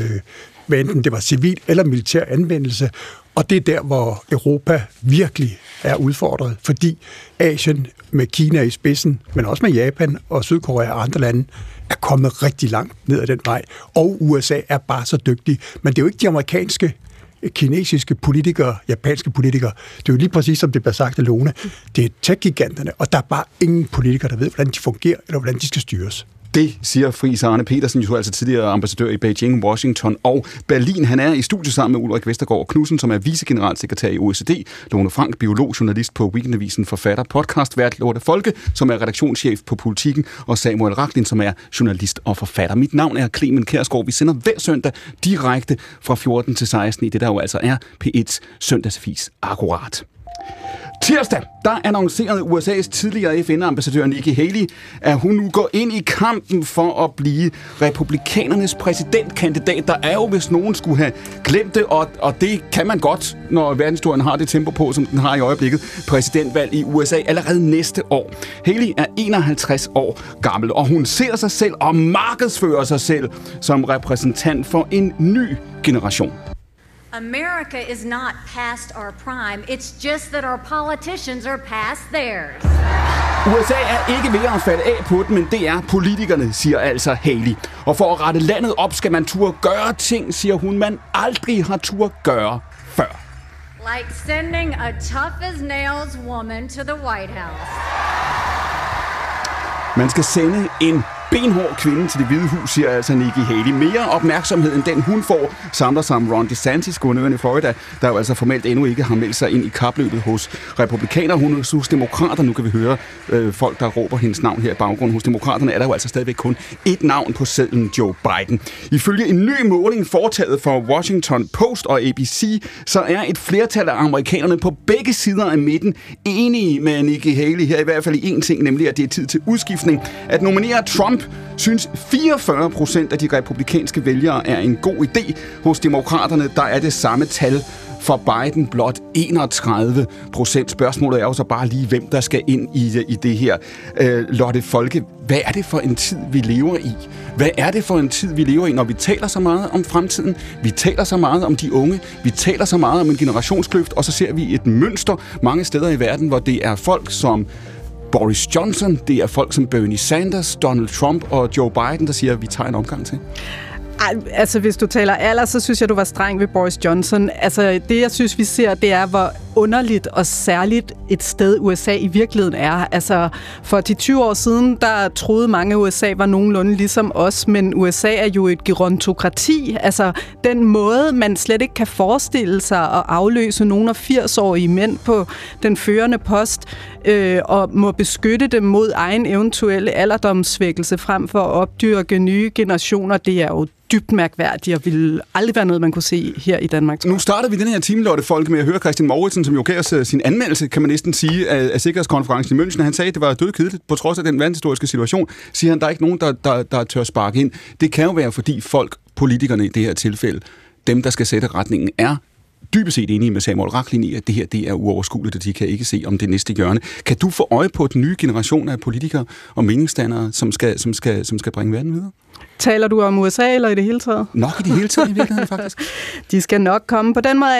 hvad enten det var civil eller militær anvendelse. Og det er der, hvor Europa virkelig er udfordret, fordi Asien med Kina i spidsen, men også med Japan og Sydkorea og andre lande, er kommet rigtig langt ned ad den vej. Og USA er bare så dygtig. Men det er jo ikke de amerikanske, kinesiske politikere, japanske politikere. Det er jo lige præcis, som det bliver sagt af Lone. Det er tech-giganterne, og der er bare ingen politikere, der ved, hvordan de fungerer, eller hvordan de skal styres. Det siger Friis Arne Petersen, jo altså tidligere ambassadør i Beijing, Washington og Berlin. Han er i studiet sammen med Ulrik Vestergaard Knudsen, som er vicegeneralsekretær i OECD, Lone Frank, biolog, journalist på Weekendavisen, forfatter, podcastvært, Lotte Folke, som er redaktionschef på Politikken, og Samuel Rachlin, som er journalist og forfatter. Mit navn er Clemen Kjærsgaard. Vi sender hver søndag direkte fra 14 til 16 i det, der jo altså er P1's søndagsfis akkurat. Tirsdag, der annoncerede USA's tidligere FN-ambassadør Nikki Haley, at hun nu går ind i kampen for at blive republikanernes præsidentkandidat. Der er jo, hvis nogen skulle have glemt det, og det kan man godt, når verdenshistorien har det tempo på, som den har i øjeblikket, præsidentvalg i USA allerede næste år. Haley er 51 år gammel, og hun ser sig selv og markedsfører sig selv som repræsentant for en ny generation. America is not past our prime. It's just that our politicians are past theirs. USA er ikke ved at falde af på den, men det er politikerne, siger altså Haley. Og for at rette landet op, skal man turde gøre ting, siger hun, man aldrig har turde gøre før. Like sending a tough as nails woman to the White House. Man skal sende en benhård kvinde til Det Hvide Hus, siger altså Nikki Haley. Mere opmærksomhed end den hun får, samler sig om Ron DeSantis, guvernøren i Florida, der jo altså formelt endnu ikke har meldt sig ind i kapløbet hos republikaner. Hun er hos demokrater. Nu kan vi høre folk, der råber hendes navn her i baggrunden. Hos demokraterne er der jo altså stadigvæk kun ét navn på sedlen, Joe Biden. Ifølge en ny måling foretaget for Washington Post og ABC, så er et flertal af amerikanerne på begge sider af midten enige med Nikki Haley her, i hvert fald i én ting, nemlig at det er tid til udskiftning. At nominere Trump synes 44% af de republikanske vælgere er en god idé. Hos demokraterne, der er det samme tal. For Biden blot 31%. Spørgsmålet er jo så bare lige, hvem der skal ind i det her. Lotte Folke, hvad er det for en tid, vi lever i? Hvad er det for en tid, vi lever i, når vi taler så meget om fremtiden? Vi taler så meget om de unge. Vi taler så meget om en generationskløft, og så ser vi et mønster mange steder i verden, hvor det er folk som Boris Johnson, det er folk som Bernie Sanders, Donald Trump og Joe Biden, der siger, at vi tager en omgang til. Altså, hvis du taler alder, så synes jeg, du var streng ved Boris Johnson. Altså, det jeg synes, vi ser, det er, hvor underligt og særligt et sted USA i virkeligheden er. Altså, for 10-20 år siden, der troede mange, at USA var nogenlunde ligesom os, men USA er jo et gerontokrati. Altså, den måde, man slet ikke kan forestille sig at afløse nogle af 80-årige mænd på den førende post, og må beskytte dem mod egen eventuelle alderdomssvækkelse frem for at opdyrke nye generationer, det er jo dybt mærkværdigt og ville aldrig være noget, man kunne se her i Danmark. Nu starter vi den her time, Lotte Folke, med at høre Christian Mouritsen, som jo gav os sin anmeldelse, kan man næsten sige, af Sikkerhedskonferencen i München. Han sagde, at det var dødkedeligt, på trods af den verdenshistoriske situation. Siger han, der er ikke nogen, der tør sparke ind. Det kan jo være, fordi politikerne i det her tilfælde, dem, der skal sætte retningen, er dybest set enige med Samuel Rachlin i, at det her det er uoverskueligt, og de kan ikke se om det næste hjørne. Kan du få øje på den nye generation af politikere og meningsdannere, som skal bringe verden videre? Taler du om USA eller i det hele taget? Nok i det hele taget i virkeligheden, faktisk. De skal nok komme. På den måde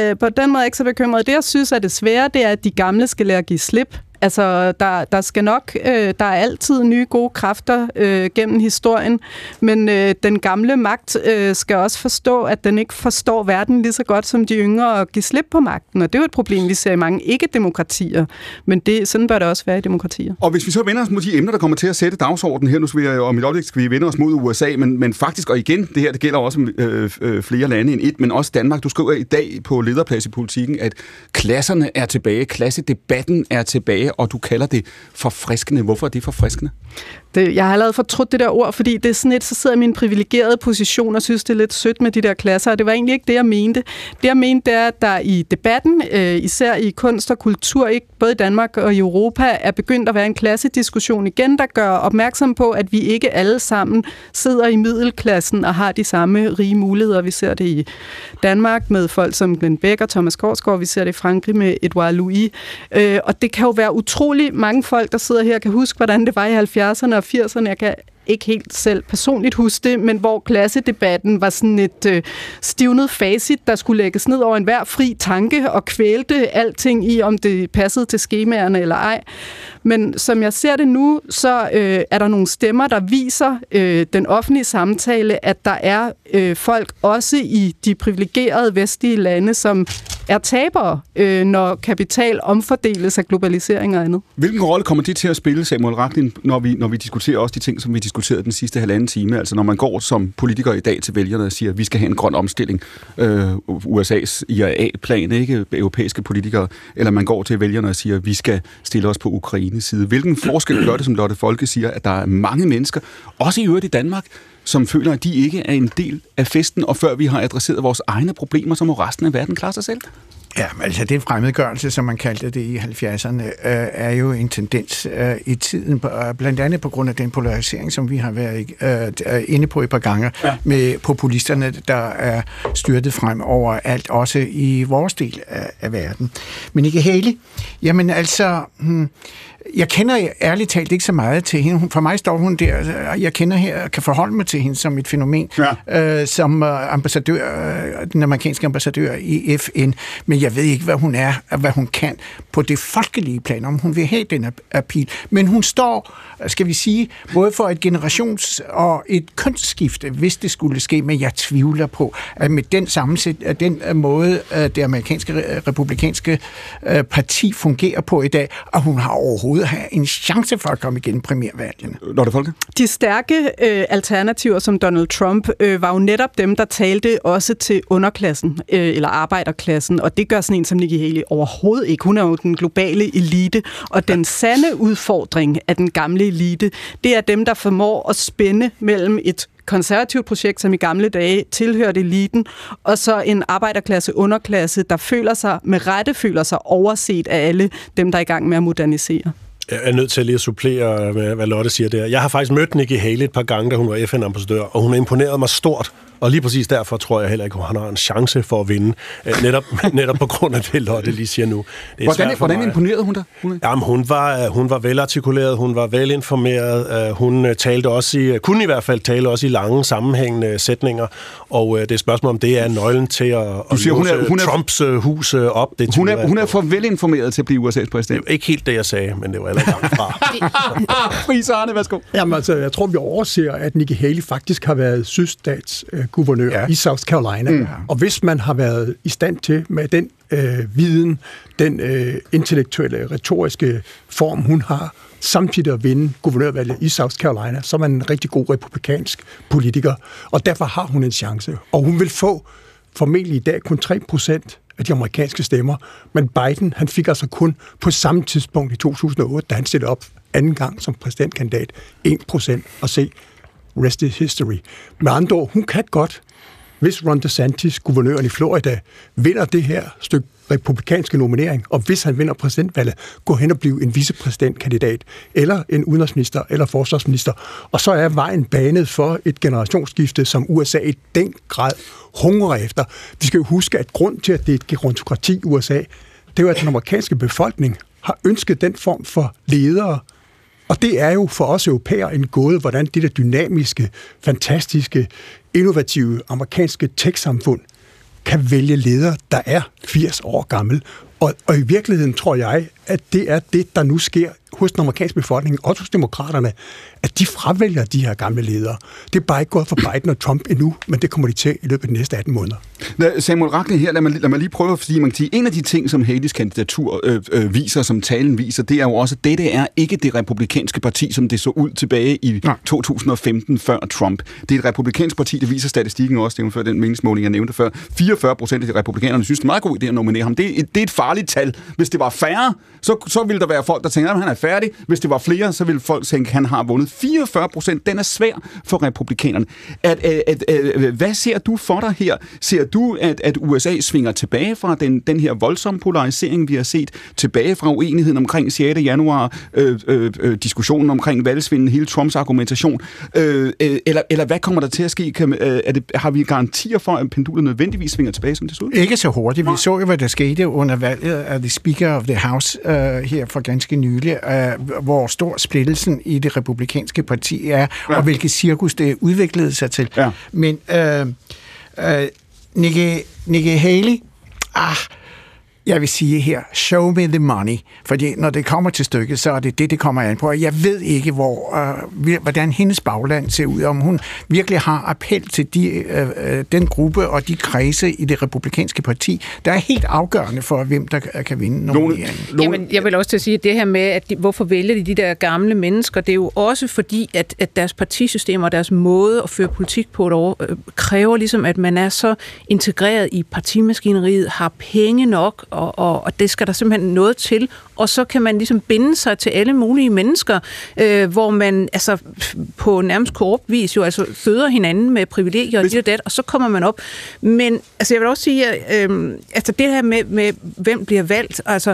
er ikke så bekymret. Det, jeg synes er det svære, det er, at de gamle skal lære at give slip. Altså, der skal nok, der er altid nye gode kræfter gennem historien, men den gamle magt skal også forstå, at den ikke forstår verden lige så godt som de yngre og give slip på magten, og det er jo et problem, vi ser i mange ikke-demokratier, men sådan bør det også være i demokratier. Og hvis vi så vender os mod de emner, der kommer til at sætte dagsordenen her, nu skal vi om et øjeblik skal vi vende os mod USA, men faktisk, og igen, det her det gælder også flere lande end et, men også Danmark. Du skriver i dag på lederplads i Politikken, at klasserne er tilbage, klassedebatten er tilbage, og du kalder det forfriskende. Hvorfor er det forfriskende? Jeg har allerede fortrudt det der ord, fordi det er sådan et, så sidder jeg i min privilegerede position og synes, det er lidt sødt med de der klasser, og det var egentlig ikke det, jeg mente. Det, jeg mente, det er, at der i debatten, især i kunst og kultur, ikke både i Danmark og i Europa, er begyndt at være en klassediskussion igen, der gør opmærksom på, at vi ikke alle sammen sidder i middelklassen og har de samme rige muligheder. Vi ser det i Danmark med folk som Glenn Beck og Thomas Korsgaard, vi ser det i Frankrig med Edouard Louis, og det kan jo være utrolig mange folk, der sidder her, kan huske, hvordan det var i 70'erne og 80'erne. Jeg kan ikke helt selv personligt huske det, men hvor klassedebatten var sådan et stivnet facit, der skulle lægges ned over enhver fri tanke og kvælte alting i, om det passede til skemaerne eller ej. Men som jeg ser det nu, så er der nogle stemmer, der viser den offentlige samtale, at der er folk også i de privilegerede vestlige lande, som er tabere, når kapital omfordeles af globalisering og andet. Hvilken rolle kommer det til at spille, Samuel Rachlin, når vi diskuterer også de ting, som vi diskuterede den sidste halvanden time? Altså når man går som politiker i dag til vælgerne og siger, at vi skal have en grøn omstilling, USA's IRA-plan, ikke europæiske politikere, eller man går til vælgerne og siger, at vi skal stille os på Ukraines side. Hvilken forskel gør det, som Lotte Folke siger, at der er mange mennesker, også i øvrigt i Danmark, som føler, at de ikke er en del af festen, og før vi har adresseret vores egne problemer, så må resten af verden klare sig selv? Ja, altså den fremmedgørelse, som man kaldte det i 70'erne, er jo en tendens i tiden, blandt andet på grund af den polarisering, som vi har været inde på et par gange, med populisterne, der er styrtet frem overalt, også i vores del af verden. Men ikke hele. Jamen altså... Jeg kender ærligt talt ikke så meget til hende. For mig står hun der, jeg kender her, kan forholde mig til hende som et fænomen, som ambassadør, den amerikanske ambassadør i FN, men jeg ved ikke, hvad hun er, og hvad hun kan på det folkelige plan, om hun vil have den appeal. Men hun står, skal vi sige, både for et generations- og et kønsskifte, hvis det skulle ske, men jeg tvivler på, at med den sammensætning, den måde, det amerikanske republikanske parti fungerer på i dag, og hun har overhovedet have en chance for at komme igennem primærvalgene. Lotte Folke? De stærke alternativer som Donald Trump var jo netop dem, der talte også til underklassen eller arbejderklassen, og det gør sådan en som Nikki Haley overhovedet ikke. Hun er jo den globale elite, og den sande udfordring af den gamle elite, det er dem, der formår at spænde mellem et konservativt projekt, som i gamle dage tilhørte eliten, og så en arbejderklasse, underklasse, der med rette føler sig overset af alle dem, der er i gang med at modernisere. Jeg er nødt til lige at supplere med, hvad Lotte siger der. Jeg har faktisk mødt Nikki Haley et par gange, da hun var FN-ambassadør, og hun har imponeret mig stort Og lige præcis derfor tror jeg heller ikke, at han har en chance for at vinde. Netop på grund af det, Lotte lige siger nu. Hvordan imponerede hun dig? Jamen, hun var velartikuleret, hun var velinformeret, hun talte også kunne i hvert fald tale også i lange sammenhængende sætninger, og det er spørgsmål om det er nøglen til at låse Trumps hus op. Hun er for velinformeret til at blive USA's præsident. Det er ikke helt det, jeg sagde, men det var heller langt fra. Friis Arne, værsgo. Jamen altså, jeg tror, vi overser, at Nikki Haley faktisk har været sydstatsguvernør i South Carolina. Ja. Og hvis man har været i stand til med den viden, den intellektuelle, retoriske form, hun har, samtidig at vinde guvernørvalget i South Carolina, så er man en rigtig god republikansk politiker, og derfor har hun en chance. Og hun vil få formentlig i dag kun 3% af de amerikanske stemmer, men Biden, han fik altså kun på samme tidspunkt i 2008, da han stillede op anden gang som præsidentkandidat, 1%, og se, rest is history. Med andre ord, hun kan godt, hvis Ron DeSantis, guvernøren i Florida, vinder det her stykke republikanske nominering, og hvis han vinder præsidentvalget, gå hen og blive en vicepræsidentkandidat, eller en udenrigsminister, eller forsvarsminister. Og så er vejen banet for et generationsskifte, som USA i den grad hungrer efter. Vi skal jo huske, at grund til, at det er et gerontokrati i USA, det er jo, at den amerikanske befolkning har ønsket den form for ledere. Og det er jo for os europæer en gåde, hvordan det der dynamiske, fantastiske, innovative amerikanske tech-samfund kan vælge ledere, der er 80 år gammel. Og i virkeligheden tror jeg, at det er det, der nu sker hos den amerikanske befolkning, og hos demokraterne, at de fravælger de her gamle ledere. Det er bare ikke gået for Biden og Trump endnu, men det kommer de til i løbet af de næste 18 måneder. Samuel Rachlin her, lad mig lige prøve, fordi man kan sige, en af de ting, som Haleys kandidatur viser, som talen viser, det er jo også, at dette er ikke det republikanske parti, som det så ud tilbage i 2015 før Trump. Det er et republikansk parti, det viser statistikken også, det er før den meningsmåling, jeg nævnte før. 44% af de republikanerne synes, det er meget god idé at nominere ham. Det er et farligt tal. Hvis det var færre, så ville der være folk, der tænker, at han er færdig. Hvis det var flere, så ville folk tænke, at han har vundet. 44%, den er svær for republikanerne. Hvad ser du for dig her? Ser du, at USA svinger tilbage fra den her voldsomme polarisering, vi har set, tilbage fra uenigheden omkring 6. januar, diskussionen omkring valgsvinden, hele Trumps argumentation, eller hvad kommer der til at ske? Har vi garantier for, at pendulet nødvendigvis svinger tilbage, som det så ud? Ikke så hurtigt. Vi så jo, hvad der skete under valget af the Speaker of the House her for ganske nylig, hvor stor splittelsen i det republikanske parti er, og hvilket cirkus det udviklede sig til. Ja. Men Nikki Haley, jeg vil sige her, show me the money, fordi når det kommer til stykket, så er det kommer an på. Jeg ved ikke, hvordan hendes bagland ser ud, om hun virkelig har appel til den gruppe og de kredse i det republikanske parti, der er helt afgørende for, hvem der kan vinde nomineringen. Jamen, jeg vil også til at sige, at det her med, at hvorfor vælger de der gamle mennesker, det er jo også fordi, at deres partisystem og deres måde at føre politik på kræver ligesom, at man er så integreret i partimaskineriet, har penge nok, og det skal der simpelthen noget til, og så kan man ligesom binde sig til alle mulige mennesker, hvor man altså på nærmest korrupt vis jo altså føder hinanden med privilegier og dit og dat, og så kommer man op. Men altså jeg vil også sige, altså det her med hvem bliver valgt, altså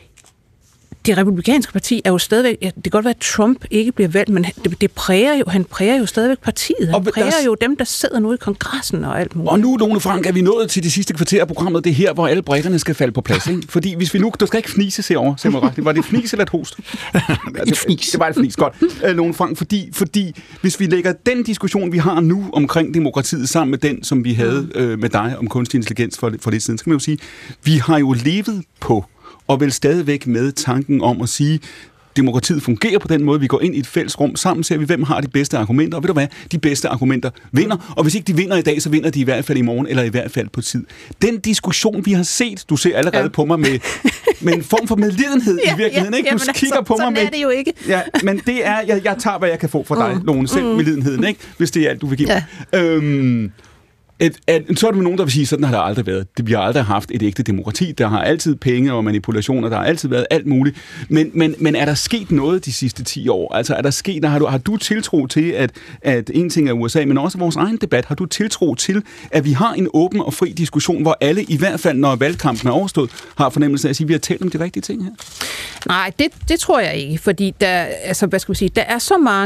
det republikanske parti er jo stadigvæk, det kan godt være, at Trump ikke bliver valgt, men han præger jo stadigvæk partiet. Han præger jo dem, der sidder nu i kongressen og alt muligt. Og nu, Lone Frank, er vi nået til det sidste kvarter af programmet. Det er her, hvor alle brikkerne skal falde på plads. Ikke? Fordi hvis vi nu, du skal ikke fnises herovre, Samuel Rachlin. Var det fnis eller et host? Et fnis. Det var et fnis, godt. Lone Frank, fordi hvis vi lægger den diskussion, vi har nu omkring demokratiet, sammen med den, som vi havde med dig om kunstig intelligens for lidt siden, skal man jo sige, vi har jo levet på og vel stadigvæk med tanken om at sige, demokratiet fungerer på den måde, vi går ind i et fælles rum, sammen ser vi, hvem har de bedste argumenter, og ved du hvad, de bedste argumenter vinder, og hvis ikke de vinder i dag, så vinder de i hvert fald i morgen, eller i hvert fald på tid. Den diskussion, vi har set, du ser allerede på mig med en form for medlidenhed i virkeligheden, ikke? Du kigger på mig med... Sådan er det jo ikke. Ja, men det er, jeg tager, hvad jeg kan få fra dig, Lone, selv medlidenheden, ikke? Hvis det er alt, du vil give mig. Så er der nogen, der vil sige, sådan har der aldrig været. Vi har aldrig haft et ægte demokrati. Der har altid penge og manipulationer. Der har altid været alt muligt. Men er der sket noget de sidste 10 år? Altså er der sket, har du tiltro til, at en ting er USA, men også vores egen debat, har du tiltro til, at vi har en åben og fri diskussion, hvor alle, i hvert fald når valgkampen er overstået, har fornemmelse af at sige, at vi har talt om de rigtige ting her? Nej, det tror jeg ikke, fordi der er så mange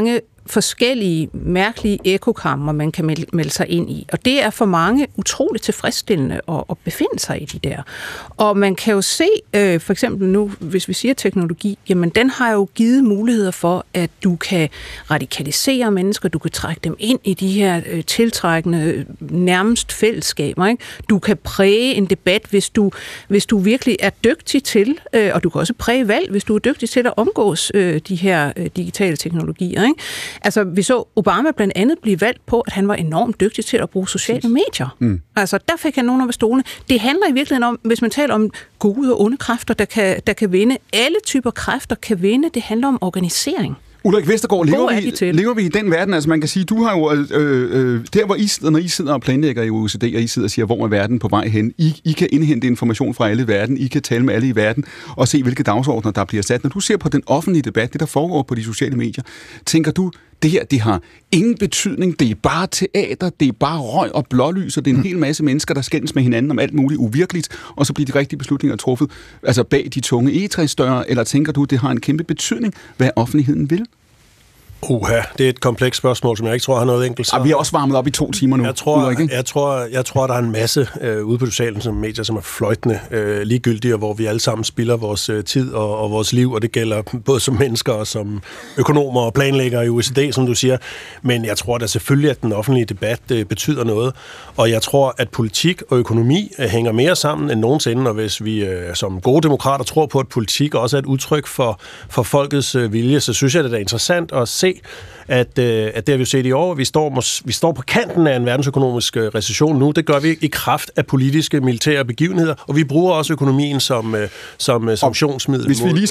forskellige mærkelige ekokammer, man kan melde sig ind i. Og det er for mange utroligt tilfredsstillende at befinde sig i de der. Og man kan jo se, for eksempel nu, hvis vi siger teknologi, jamen den har jo givet muligheder for, at du kan radikalisere mennesker, du kan trække dem ind i de her tiltrækkende nærmest fællesskaber. Ikke? Du kan præge en debat, hvis du virkelig er dygtig til, og du kan også præge valg, hvis du er dygtig til at omgås de her digitale teknologier. Ikke? Altså, vi så Obama blandt andet blive valgt på, at han var enormt dygtig til at bruge sociale medier. Mm. Altså, der fik han nogen op af stolene. Det handler i virkeligheden om, hvis man taler om gode og onde kræfter, der kan vinde. Alle typer kræfter kan vinde. Det handler om organisering. Ulrik Vestergaard, lever vi i den verden? Altså man kan sige, du har jo, der hvor når I sidder og planlægger i OECD, og I sidder og siger, hvor er verden på vej hen, I kan indhente information fra alle i verden, I kan tale med alle i verden, og se, hvilke dagsordner, der bliver sat. Når du ser på den offentlige debat, det der foregår på de sociale medier, tænker du, det her, det har ingen betydning, det er bare teater, det er bare røg og blålys, og det er en hel masse mennesker, der skændes med hinanden om alt muligt uvirkeligt, og så bliver de rigtige beslutninger truffet, altså bag de tunge egetræsdøre, eller tænker du, det har en kæmpe betydning, hvad offentligheden vil? Det er et komplekst spørgsmål, som jeg ikke tror har noget enkelt svar. Vi er også varmet op i 2 timer nu. Jeg tror, der er en masse ude på sociale medier, som er fløjtende ligegyldige, og hvor vi alle sammen spilder vores tid og vores liv, og det gælder både som mennesker og som økonomer og planlæggere i OECD, som du siger. Men jeg tror da selvfølgelig, at den offentlige debat betyder noget, og jeg tror, at politik og økonomi hænger mere sammen end nogensinde, og hvis vi som gode demokrater tror på, at politik også er et udtryk for folkets vilje, så synes jeg, det er interessant at se, at det har vi set i år. Vi står på kanten af en verdensøkonomisk recession nu. Det gør vi i kraft af politiske, militære begivenheder, og vi bruger også økonomien som sanktionsmiddel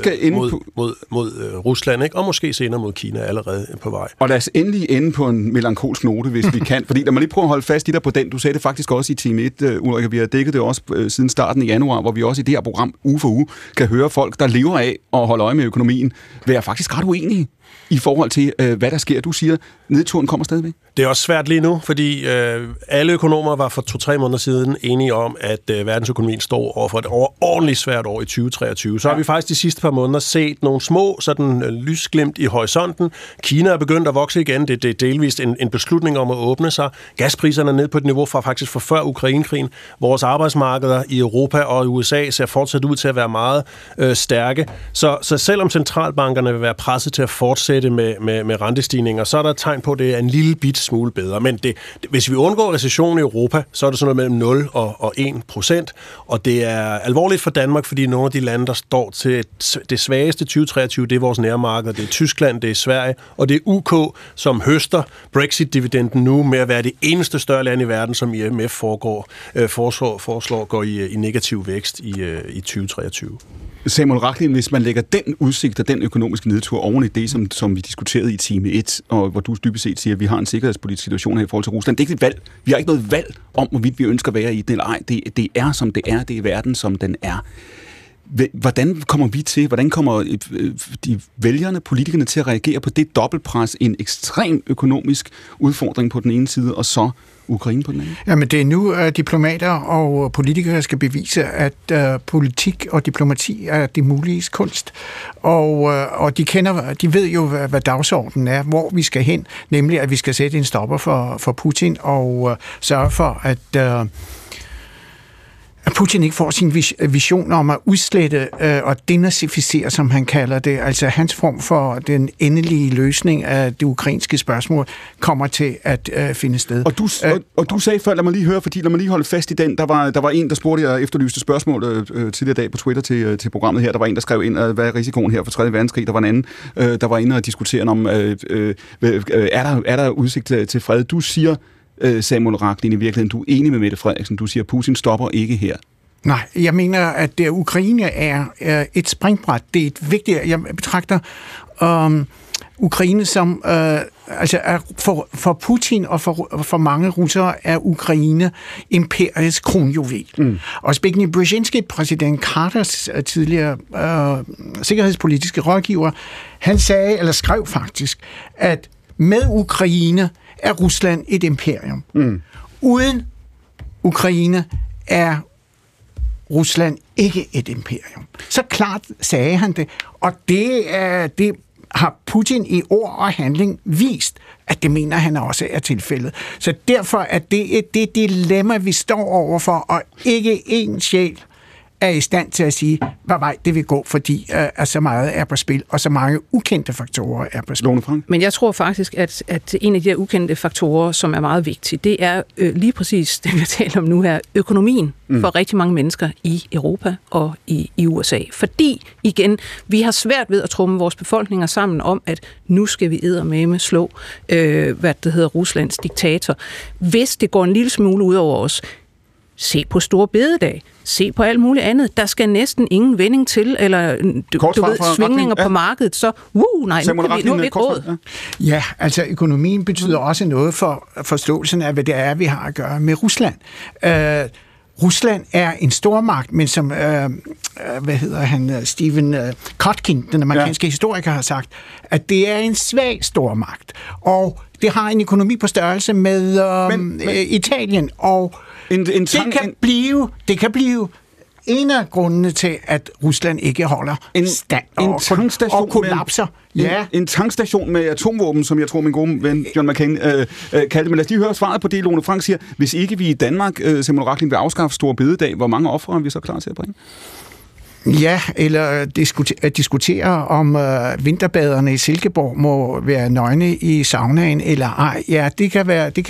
mod Rusland, ikke? Og måske senere mod Kina allerede på vej. Og lad os endelig ende på en melankolsk note, hvis vi kan. Fordi lad mig lige prøve at holde fast i dig på den. Du sagde det faktisk også i time 1, Ulrik, vi har dækket det også siden starten i januar, hvor vi også i det her program uge for uge kan høre folk, der lever af at holde øje med økonomien, være faktisk ret uenige i forhold til, hvad der sker. Du siger, nedturen kommer stadigvæk. Det er også svært lige nu, fordi alle økonomer var for 2-3 måneder siden enige om, at verdensøkonomien står over for et overordentligt svært år i 2023. Så har vi faktisk de sidste par måneder set nogle små sådan lysglimt i horisonten. Kina er begyndt at vokse igen. Det er delvist en beslutning om at åbne sig. Gaspriserne er ned på et niveau fra før Ukrainekrigen. Vores arbejdsmarkeder i Europa og i USA ser fortsat ud til at være meget stærke. Så selvom centralbankerne vil være presset til at fortsætte med rentestigninger, så er der et tegn på, at det er en lille bit smule bedre. Men hvis vi undgår recession i Europa, så er det sådan noget mellem 0 og 1%. Og det er alvorligt for Danmark, fordi nogle af de lande, der står til det svageste 2023, det er vores nærmarked. Det er Tyskland, det er Sverige, og det er UK, som høster Brexit-dividenden nu med at være det eneste større land i verden, som IMF foreslår går i negativ vækst i 2023. Samuel Rachlin, hvis man lægger den udsigt og den økonomiske nedtur oven i det, som vi diskuterede i time 1, og hvor du dybest set siger, at vi har en sikkerhedspolitisk situation her i forhold til Rusland. Det er ikke et valg. Vi har ikke noget valg om, hvorvidt vi ønsker at være i den eller ej. Det er, som det er. Det er verden, som den er. Hvordan kommer de vælgerne, politikerne til at reagere på det dobbeltpres, en ekstrem økonomisk udfordring på den ene side, og så Ukraine på den anden? Jamen det er nu, diplomater og politikere skal bevise, at politik og diplomati er det muliges kunst. Og de ved jo, hvad dagsordenen er, hvor vi skal hen, nemlig at vi skal sætte en stopper for Putin og sørge for, at Putin ikke får sin vision om at udslette og denazificere, som han kalder det. Altså hans form for den endelige løsning af det ukrainske spørgsmål kommer til at finde sted. Og du sagde før, lad mig lige holde fast i den, der var en, der spurgte, jeg efterlyste spørgsmål tidligere dag på Twitter til programmet her. Der var en, der skrev ind, hvad er risikoen her for 3. verdenskrig? Der var en anden, der var inde og diskutere om, er der udsigt til fred? Du siger, Samuel Rachlin, i virkeligheden, du er enig med Mette Frederiksen. Du siger, at Putin stopper ikke her. Nej, jeg mener, at Ukraine er et springbræt. Det er et vigtigt. Jeg betragter Ukraine som for Putin og for mange russere er Ukraine imperiets kronjuvel. Og Zbigniew Brzezinski, præsident Carters tidligere sikkerhedspolitiske rådgiver, han sagde, eller skrev faktisk, at med Ukraine er Rusland et imperium. Uden Ukraine er Rusland ikke et imperium. Så klart sagde han det, og det har Putin i ord og handling vist, at det mener han også er tilfældet. Så derfor er det dilemma, vi står overfor, og ikke én sjæl er i stand til at sige, hvad vej det vil gå, fordi at så meget er på spil, og så mange ukendte faktorer er på spil. Men jeg tror faktisk, at en af de her ukendte faktorer, som er meget vigtige, det er lige præcis det, vi taler om nu her, økonomien for rigtig mange mennesker i Europa og i USA. Fordi, igen, vi har svært ved at trumme vores befolkninger sammen om, at nu skal vi eddermame slå, hvad det hedder, Ruslands diktator. Hvis det går en lille smule ud over os, se på Store Bededag. Se på alt muligt andet. Der skal næsten ingen vending til, eller du ved, svingninger på markedet, så nu har vi ikke råd. Ja, altså økonomien betyder også noget for forståelsen af, hvad det er, vi har at gøre med Rusland. Rusland er en stormagt, men som Stephen Kotkin, den amerikanske historiker, har sagt, at det er en svag stormagt. Og det har en økonomi på størrelse med Italien, og det kan blive en af grundene til, at Rusland ikke holder stand og kollapser. En tankstation med atomvåben, som jeg tror, min gode ven John McCain kaldte. Men lad os lige høre svaret på det, Lone Frank siger. Hvis ikke vi i Danmark, Simon Rachlin, vil afskaffe Store Bededag, hvor mange ofre er vi så klar til at bringe? Ja, eller diskutere om vinterbaderne i Silkeborg må være nøgne i saunaen eller ej. Ja, det kan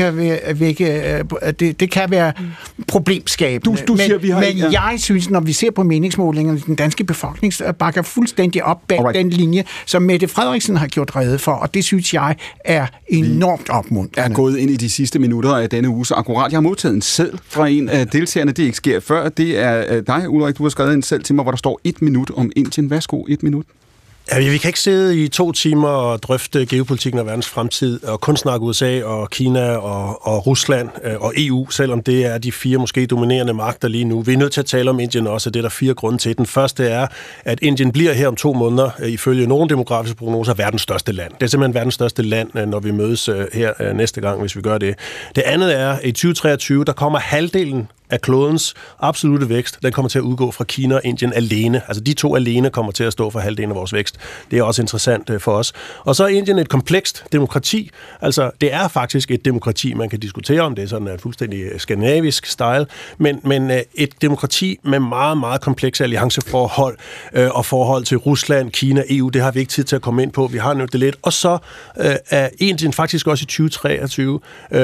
være problemskabende. Du siger, men jeg synes, når vi ser på meningsmålingerne, den danske befolkning bakker fuldstændig op bag den linje, som Mette Frederiksen har gjort rede for, og det synes jeg er enormt opmuntrende. Er gået ind i de sidste minutter af denne uge, så akkurat. Jeg har modtaget en seddel fra en af deltagerne, det ikke sker før. Det er dig, Ulrik, du har skrevet en seddel til mig, hvor der står 1 minut om Indien. Værsgo, 1 minut. Ja, vi kan ikke sidde i 2 timer og drøfte geopolitikken og verdens fremtid, og kun snakke USA og Kina og Rusland og EU, selvom det er de 4 måske dominerende magter lige nu. Vi er nødt til at tale om Indien også, og det er der 4 grunde til. Den første er, at Indien bliver her om 2 måneder, ifølge nogle demografiske prognoser, verdens største land. Det er simpelthen verdens største land, når vi mødes her næste gang, hvis vi gør det. Det andet er, at i 2023, der kommer halvdelen af klodens absolute vækst, den kommer til at udgå fra Kina og Indien alene. Altså de 2 alene kommer til at stå for halvdelen af vores vækst. Det er også interessant for os. Og så er Indien et komplekst demokrati. Altså det er faktisk et demokrati, man kan diskutere om. Det er sådan en fuldstændig skandinavisk style. Men et demokrati med meget, meget komplekse allianceforhold og forhold til Rusland, Kina, EU, det har vi ikke tid til at komme ind på. Vi har nødt det lidt. Og så er Indien faktisk også i 2023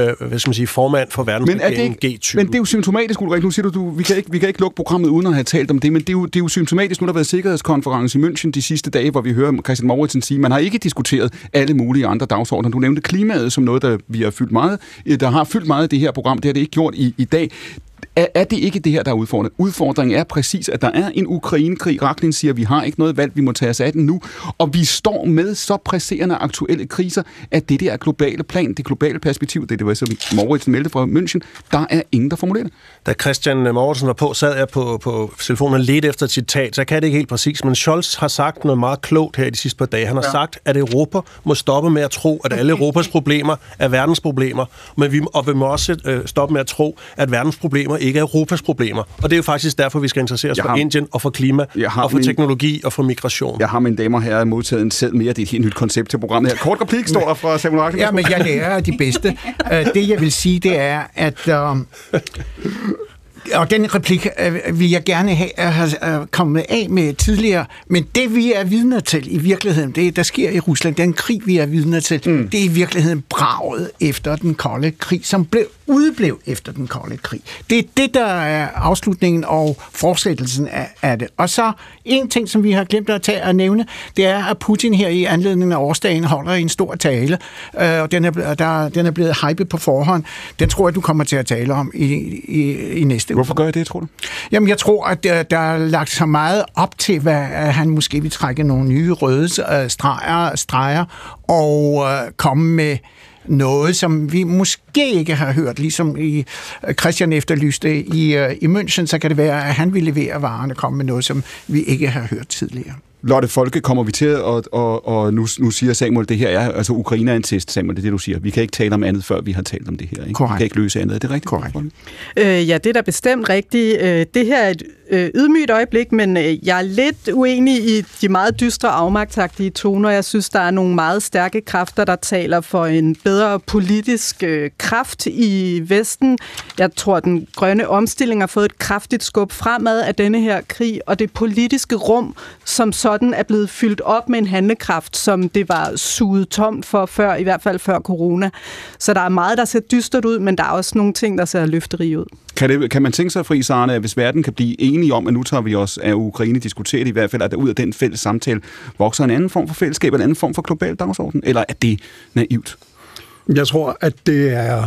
formand for verdensregeringen G20. Men det er jo symptomatisk, Ulrik. Nu siger du, vi kan ikke lukke programmet uden at have talt om det, men det er jo symptomatisk. Nu der har været sikkerhedskonference i München de sidste dage, hvor vi hører Christian Mouritsen sige, man har ikke diskuteret alle mulige andre dagsordner. Du nævnte klimaet som noget, der vi har fyldt meget. Der har fyldt meget af det her program. Det har det ikke gjort i dag. Er det ikke det her, der er udfordret? Udfordringen er præcis, at der er en Ukraine-krig. Rachlin siger, at vi har ikke noget valg, vi må tage os af den nu. Og vi står med så presserende aktuelle kriser, at det der globale plan, det globale perspektiv, det var så Mouritsen meldte fra München, der er ingen, der formulerer det. Da Christian Mouritsen var på, sad jeg på telefonen og ledte efter et citat, så jeg kan det ikke helt præcis, men Scholz har sagt noget meget klogt her i de sidste par dage. Han har sagt, at Europa må stoppe med at tro, at alle Europas problemer er verdens problemer, men vi må også stoppe med at tro, at verdens problemer ikke er Europas problemer. Og det er jo faktisk derfor, vi skal interessere os for Indien og for klima og for teknologi og for migration. Jeg har, mine damer og herrer, modtaget en selv mere. Det er et helt nyt koncept til programmet her. Kort replik står der fra Simon Rachlin. Ja, men jeg lærer de bedste. Det, jeg vil sige, det er, at og den replik vil jeg gerne have kommet af med tidligere, men det vi er vidner til i virkeligheden, det der sker i Rusland, den krig vi er vidner til, det er i virkeligheden braget efter den kolde krig, som udeblev efter den kolde krig. Det er det, der er afslutningen og fortsættelsen af det. Og så en ting, som vi har glemt at tage og nævne, det er, at Putin her i anledningen af årsdagen holder en stor tale, og den er blevet hypet på forhånd. Den tror jeg, du kommer til at tale om i næste uge. Hvorfor gør jeg det, tror du? Jamen, jeg tror, at der er lagt så meget op til, hvad han måske vil trække nogle nye røde streger og komme med noget, som vi måske ikke har hørt, ligesom i Christian efterlyste i München, så kan det være, at han vil levere varerne og komme med noget, som vi ikke har hørt tidligere. Lotte Folke, kommer vi til og nu siger Samuel, det her er, altså Ukraine er en test, Samuel, det er det, du siger. Vi kan ikke tale om andet, før vi har talt om det her. Ikke? Vi kan ikke løse andet. Er det rigtigt? Korrekt. Ja, det er da bestemt rigtigt. Det her er ydmygt øjeblik, men jeg er lidt uenig i de meget dystre afmagtsagtige toner. Jeg synes, der er nogle meget stærke kræfter, der taler for en bedre politisk kraft i Vesten. Jeg tror, at den grønne omstilling har fået et kraftigt skub fremad af denne her krig, og det politiske rum som sådan er blevet fyldt op med en handlekraft, som det var suget tomt for før, i hvert fald før corona. Så der er meget, der ser dystert ud, men der er også nogle ting, der ser løfterige ud. Kan man tænke sig, Friis Arne, at hvis verden kan blive enige om, at nu tager vi os af Ukraine, diskuterer det i hvert fald, at der ud af den fælles samtale vokser en anden form for fællesskab, en anden form for global dagsorden? Eller er det naivt? Jeg tror, at det er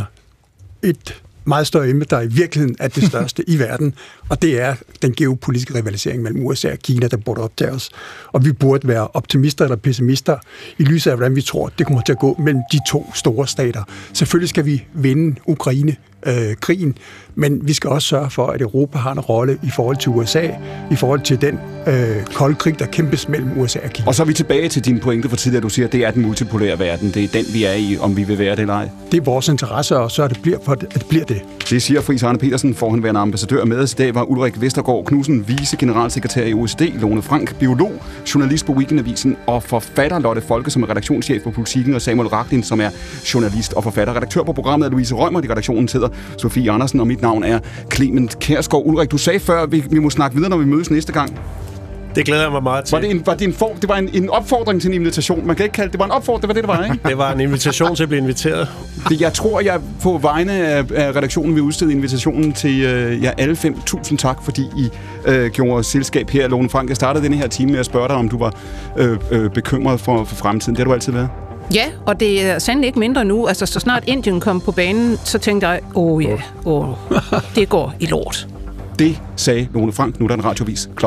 et meget større emne, der i virkeligheden er det største i verden, og det er den geopolitiske rivalisering mellem USA og Kina, der burde optage os. Og vi burde være optimister eller pessimister i lyset af, hvordan vi tror, det kommer til at gå mellem de to store stater. Selvfølgelig skal vi vinde Ukraine-krigen, men vi skal også sørge for, at Europa har en rolle i forhold til USA, i forhold til den kolde krig, der kæmpes mellem USA og Kina. Og så er vi tilbage til din pointe for tidligere, du siger, at det er den multipolære verden. Det er den, vi er i, om vi vil være det eller ej. Det er vores interesse, og så er det bliver det. Det siger Friis Arne Petersen, forhenværende ambassadør. Med os i dag var Ulrik Vestergaard Knudsen, vicegeneralsekretær i OECD, Lone Frank, biolog, journalist på Weekendavisen, og forfatter Lotte Folke, som er redaktionschef på Politiken, og Samuel Rachlin, som er journalist og forfatter. Redaktør på programmet er Louise Rømer, i redaktionen sidder Sofie Andersen, og mit navn er Clement Kjærsgaard. Ulrik, du sagde før, vi må snakke videre, når vi mødes næste gang. Det glæder jeg mig meget til. Det var en opfordring til en invitation. Man kan ikke kalde det var en opfordring, det var det, det var, ikke? Det var en invitation til at blive inviteret. Jeg tror, jeg på vegne af redaktionen vil udstede invitationen til jer alle 5. Tusind tak, fordi I gjorde selskab her. Lone Frank, jeg startede denne her time med at spørge dig, om du var bekymret for fremtiden. Det har du altid været. Ja, og det er sandelig ikke mindre nu. Altså, så snart Indien kom på banen, så tænkte jeg, det går i lort. Det sagde Lone Frank. Nu er der en radiovis.